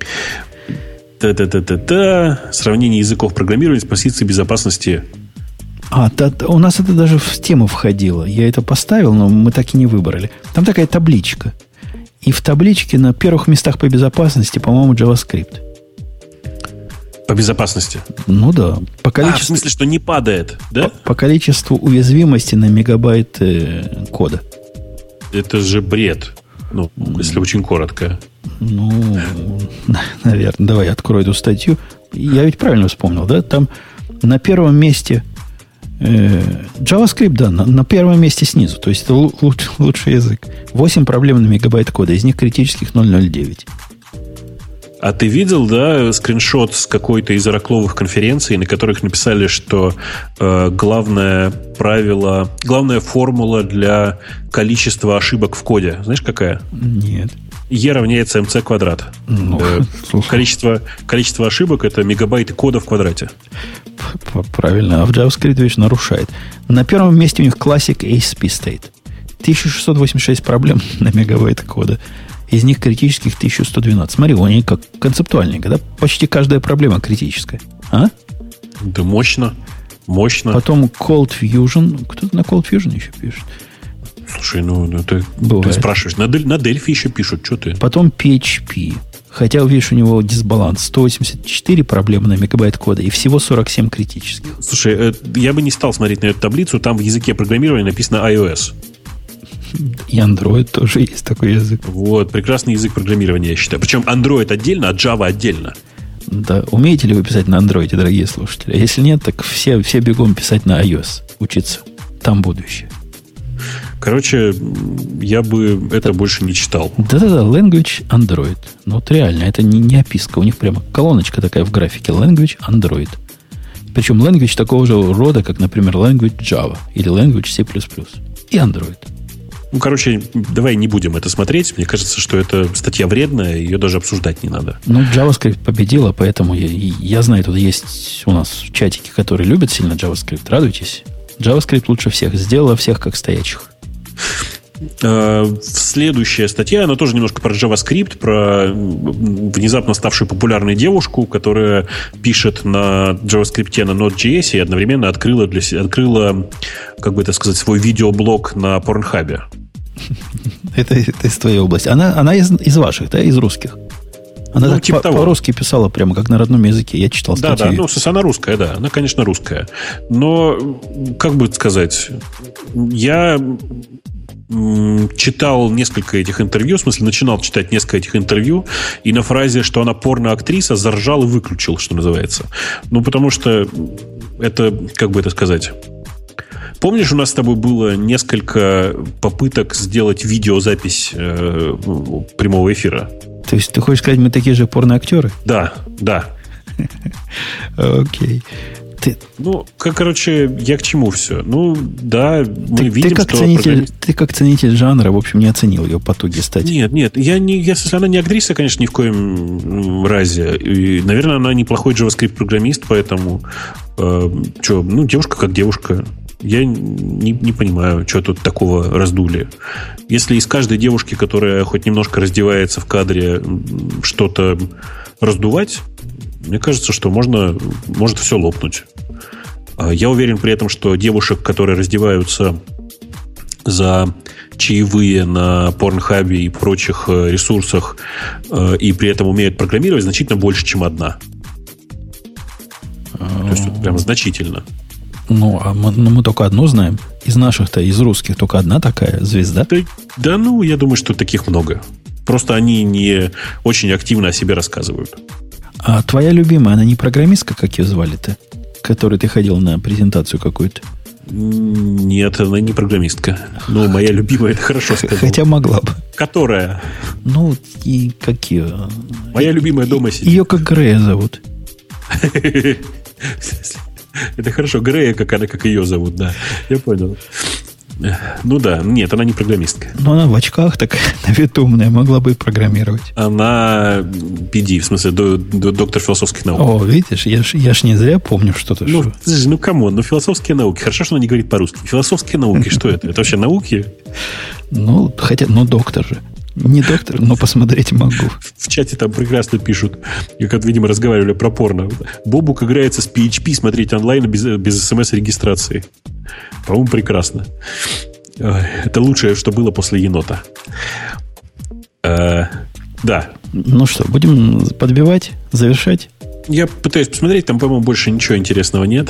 Та-та-та-та-та. Сравнение языков программирования с позиции безопасности. А, та, та, у нас это даже в тему входило. Я это поставил, но мы так и не выбрали. Там такая табличка. И в табличке на первых местах по безопасности, по-моему, JavaScript. По безопасности? Ну да. По количеству, а, в смысле, что не падает, да? По, по количеству уязвимости на мегабайт э, кода. Это же бред. Ну, если очень коротко. Ну, наверное. Давай я открою эту статью. Я ведь правильно вспомнил, да? Там на первом месте... JavaScript, да, на, на первом месте снизу. То есть это л- луч, лучший язык. восемь проблем на мегабайт кода. Из них критических ноль целых девять. А ты видел, да, скриншот с какой-то из оракловых конференций, на которых написали, что э, главное правило, главная формула для количества ошибок в коде, знаешь, какая? Нет. E равняется mc квадрат. Ну, э, количество, количество ошибок — это мегабайты кода в квадрате. Правильно. А в JavaScript, видишь, нарушает. На первом месте у них Classic эй эс пи стоит. тысяча шестьсот восемьдесят шесть проблем на мегабайт кода. Из них критических тысяча сто двенадцать. Смотри, они как концептуальненько, да? Почти каждая проблема критическая. А? Да мощно. Мощно. Потом Cold Fusion. Кто-то на Cold Fusion еще пишет. Слушай, ну, ну ты, ты спрашиваешь. На, на Delphi еще пишут. Что ты? Потом пи эйч пи. Хотя, видишь, у него дисбаланс. сто восемьдесят четыре проблемы на мегабайт кода и всего сорок семь критических. Слушай, я бы не стал смотреть на эту таблицу. Там в языке программирования написано iOS. И Android тоже есть такой язык. Вот, прекрасный язык программирования, я считаю. Причем Android отдельно, а Java отдельно. Да, умеете ли вы писать на Android, дорогие слушатели? А если нет, так все, все бегом писать на iOS, учиться. Там будущее. Короче, я бы это да. больше не читал. Да-да-да, language Android. Ну вот реально, это не, не описка. У них прямо колоночка такая в графике. Language Android. Причем language такого же рода, как, например, language Java или language C++. И Android. Ну, короче, давай не будем это смотреть. Мне кажется, что это статья вредная, ее даже обсуждать не надо. Ну, JavaScript победила, поэтому я, я знаю, тут есть у нас чатики, которые любят сильно JavaScript. Радуйтесь. JavaScript лучше всех. Сделала всех как стоячих. Следующая статья, она тоже немножко про JavaScript, про внезапно ставшую популярной девушку, которая пишет на JavaScript на Node.js и одновременно открыла, для, открыла, как бы это сказать, свой видеоблог на Pornhub. Это, это из твоей области. Она, она из, из ваших, да, из русских? Она ну, так типа по, по-русски писала прямо как на родном языке. Я читал статью. Да, да, ну, она русская, да. Она, конечно, русская. Но, как бы сказать, я м- читал несколько этих интервью, в смысле, начинал читать несколько этих интервью, и на фразе, что она порно-актриса, заржал и выключил, что называется. Ну, потому что это, как бы это сказать... Помнишь, у нас с тобой было несколько попыток сделать видеозапись э, прямого эфира? То есть ты хочешь сказать, мы такие же порноактеры? Да, да. Окей. Ты... Ну, как, короче, я к чему все? Ну, да, мы ты, видим, ты как что... Ценитель, программист... Ты как ценитель жанра, в общем, не оценил ее потуги стать. Нет, нет, я не... Я, она не актриса, конечно, ни в коем разе. И, наверное, она неплохой JavaScript-программист, поэтому... Э, что, ну, девушка как девушка... Я не, не понимаю, что тут такого раздули. Если из каждой девушки, которая хоть немножко раздевается в кадре, что-то раздувать, мне кажется, что можно, может все лопнуть. Я уверен при этом, что девушек, которые раздеваются за чаевые на Порнхабе и прочих ресурсах и при этом умеют программировать, значительно больше, чем одна. То есть вот прям значительно. Ну, а мы, ну, мы только одну знаем. Из наших-то, из русских, только одна такая звезда. Да, да, ну, я думаю, что таких много. Просто они не очень активно о себе рассказывают. А твоя любимая, она не программистка, как ее звали-то? Которой ты ходил на презентацию какую-то? Нет, она не программистка. Ну, моя любимая, это хорошо сказал. Хотя могла бы. Которая? Ну, и какие? Моя любимая дома сидит. Ее как Грея зовут. Это хорошо. Грея, как она, как ее зовут, да. Я понял. Ну да, нет, она не программистка. Но она в очках такая, на вид умная, могла бы и программировать. Она пи ди, в смысле, до, до, доктор философских наук. О, видишь, я ж, я ж не зря помню что-то. Ну, что... ну камон, ну философские науки. Хорошо, что она не говорит по-русски. Философские науки, что это? Это вообще науки? Ну, хотя, ну доктор же. Не доктор, но посмотреть могу. В чате там прекрасно пишут, как, видимо, разговаривали про порно. Бобук играется с пи эйч пи, смотреть онлайн без, без смс-регистрации. По-моему, прекрасно. Это лучшее, что было после енота. А, да. Ну что, будем подбивать, завершать? Я пытаюсь посмотреть, там, по-моему, больше ничего интересного нет.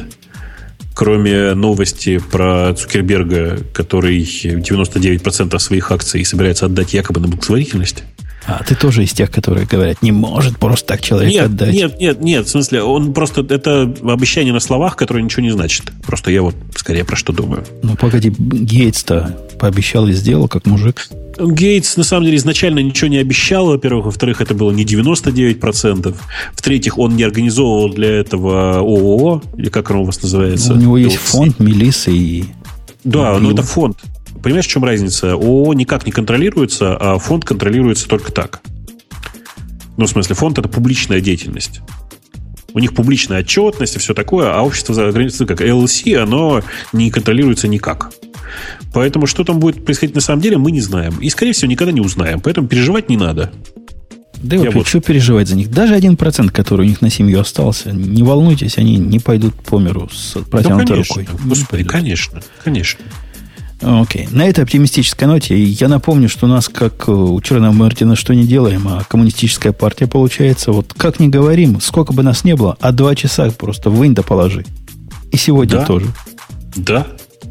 Кроме новости про Цукерберга, который девяносто девять процентов своих акций собирается отдать якобы на благотворительность. А ты тоже из тех, которые говорят, не может просто так человек нет, отдать. Нет, нет, нет, в смысле, он просто, это обещание на словах, которое ничего не значит. Просто я вот скорее про что думаю. Ну, погоди, Гейтс-то пообещал и сделал, как мужик. Гейтс, на самом деле, изначально ничего не обещал, во-первых. Во-вторых, это было не девяносто девять процентов. В-третьих, он не организовывал для этого ООО, или как оно у вас называется? У него есть фонд, Мелисса и... Да, но это фонд. Понимаешь, в чем разница? ООО никак не контролируется, а фонд контролируется только так. Ну, в смысле, фонд – это публичная деятельность. У них публичная отчетность и все такое, а общество, как эл эл си, оно не контролируется никак. Поэтому что там будет происходить на самом деле, мы не знаем. И, скорее всего, никогда не узнаем. Поэтому переживать не надо. Да и вообще, вот... что переживать за них? Даже один процент, который у них на семью остался, не волнуйтесь, они не пойдут по миру с протянутой да, рукой. Господи, конечно, конечно. Окей. На этой оптимистической ноте я напомню, что у нас, как у Черного Мартина, что не делаем, а коммунистическая партия получается. Вот как ни говорим, сколько бы нас не было, а два часа просто вынь да положи. И сегодня да. тоже. Да.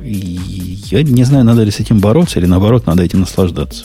И я не знаю, надо ли с этим бороться, или наоборот, надо этим наслаждаться.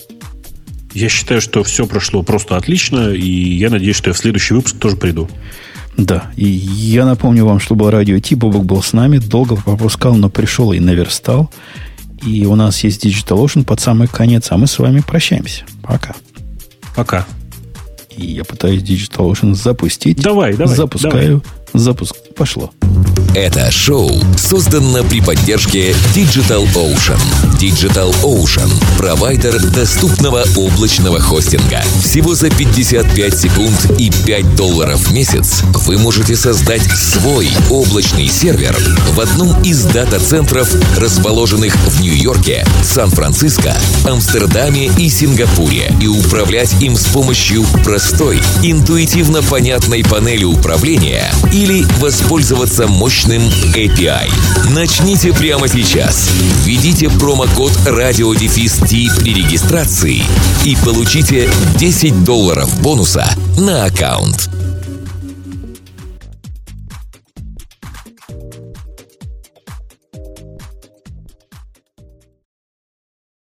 Я считаю, что все прошло просто отлично, и я надеюсь, что я в следующий выпуск тоже приду. Да, и я напомню вам, что было радио Ти, Бобок был с нами, долго пропускал, но пришел и наверстал. И у нас есть DigitalOcean под самый конец, а мы с вами прощаемся. Пока. Пока. И я пытаюсь DigitalOcean запустить. Давай, давай. Запускаю. Давай. Запуск. Пошло. Это шоу создано при поддержке DigitalOcean. DigitalOcean – провайдер доступного облачного хостинга. Всего за пятьдесят пять секунд и пять долларов в месяц вы можете создать свой облачный сервер в одном из дата-центров, расположенных в Нью-Йорке, Сан-Франциско, Амстердаме и Сингапуре, и управлять им с помощью простой, интуитивно понятной панели управления или воспользоваться мощным мощным эй пи ай. Начните прямо сейчас. Введите промокод радиодефис-ти при регистрации и получите десять долларов бонуса на аккаунт.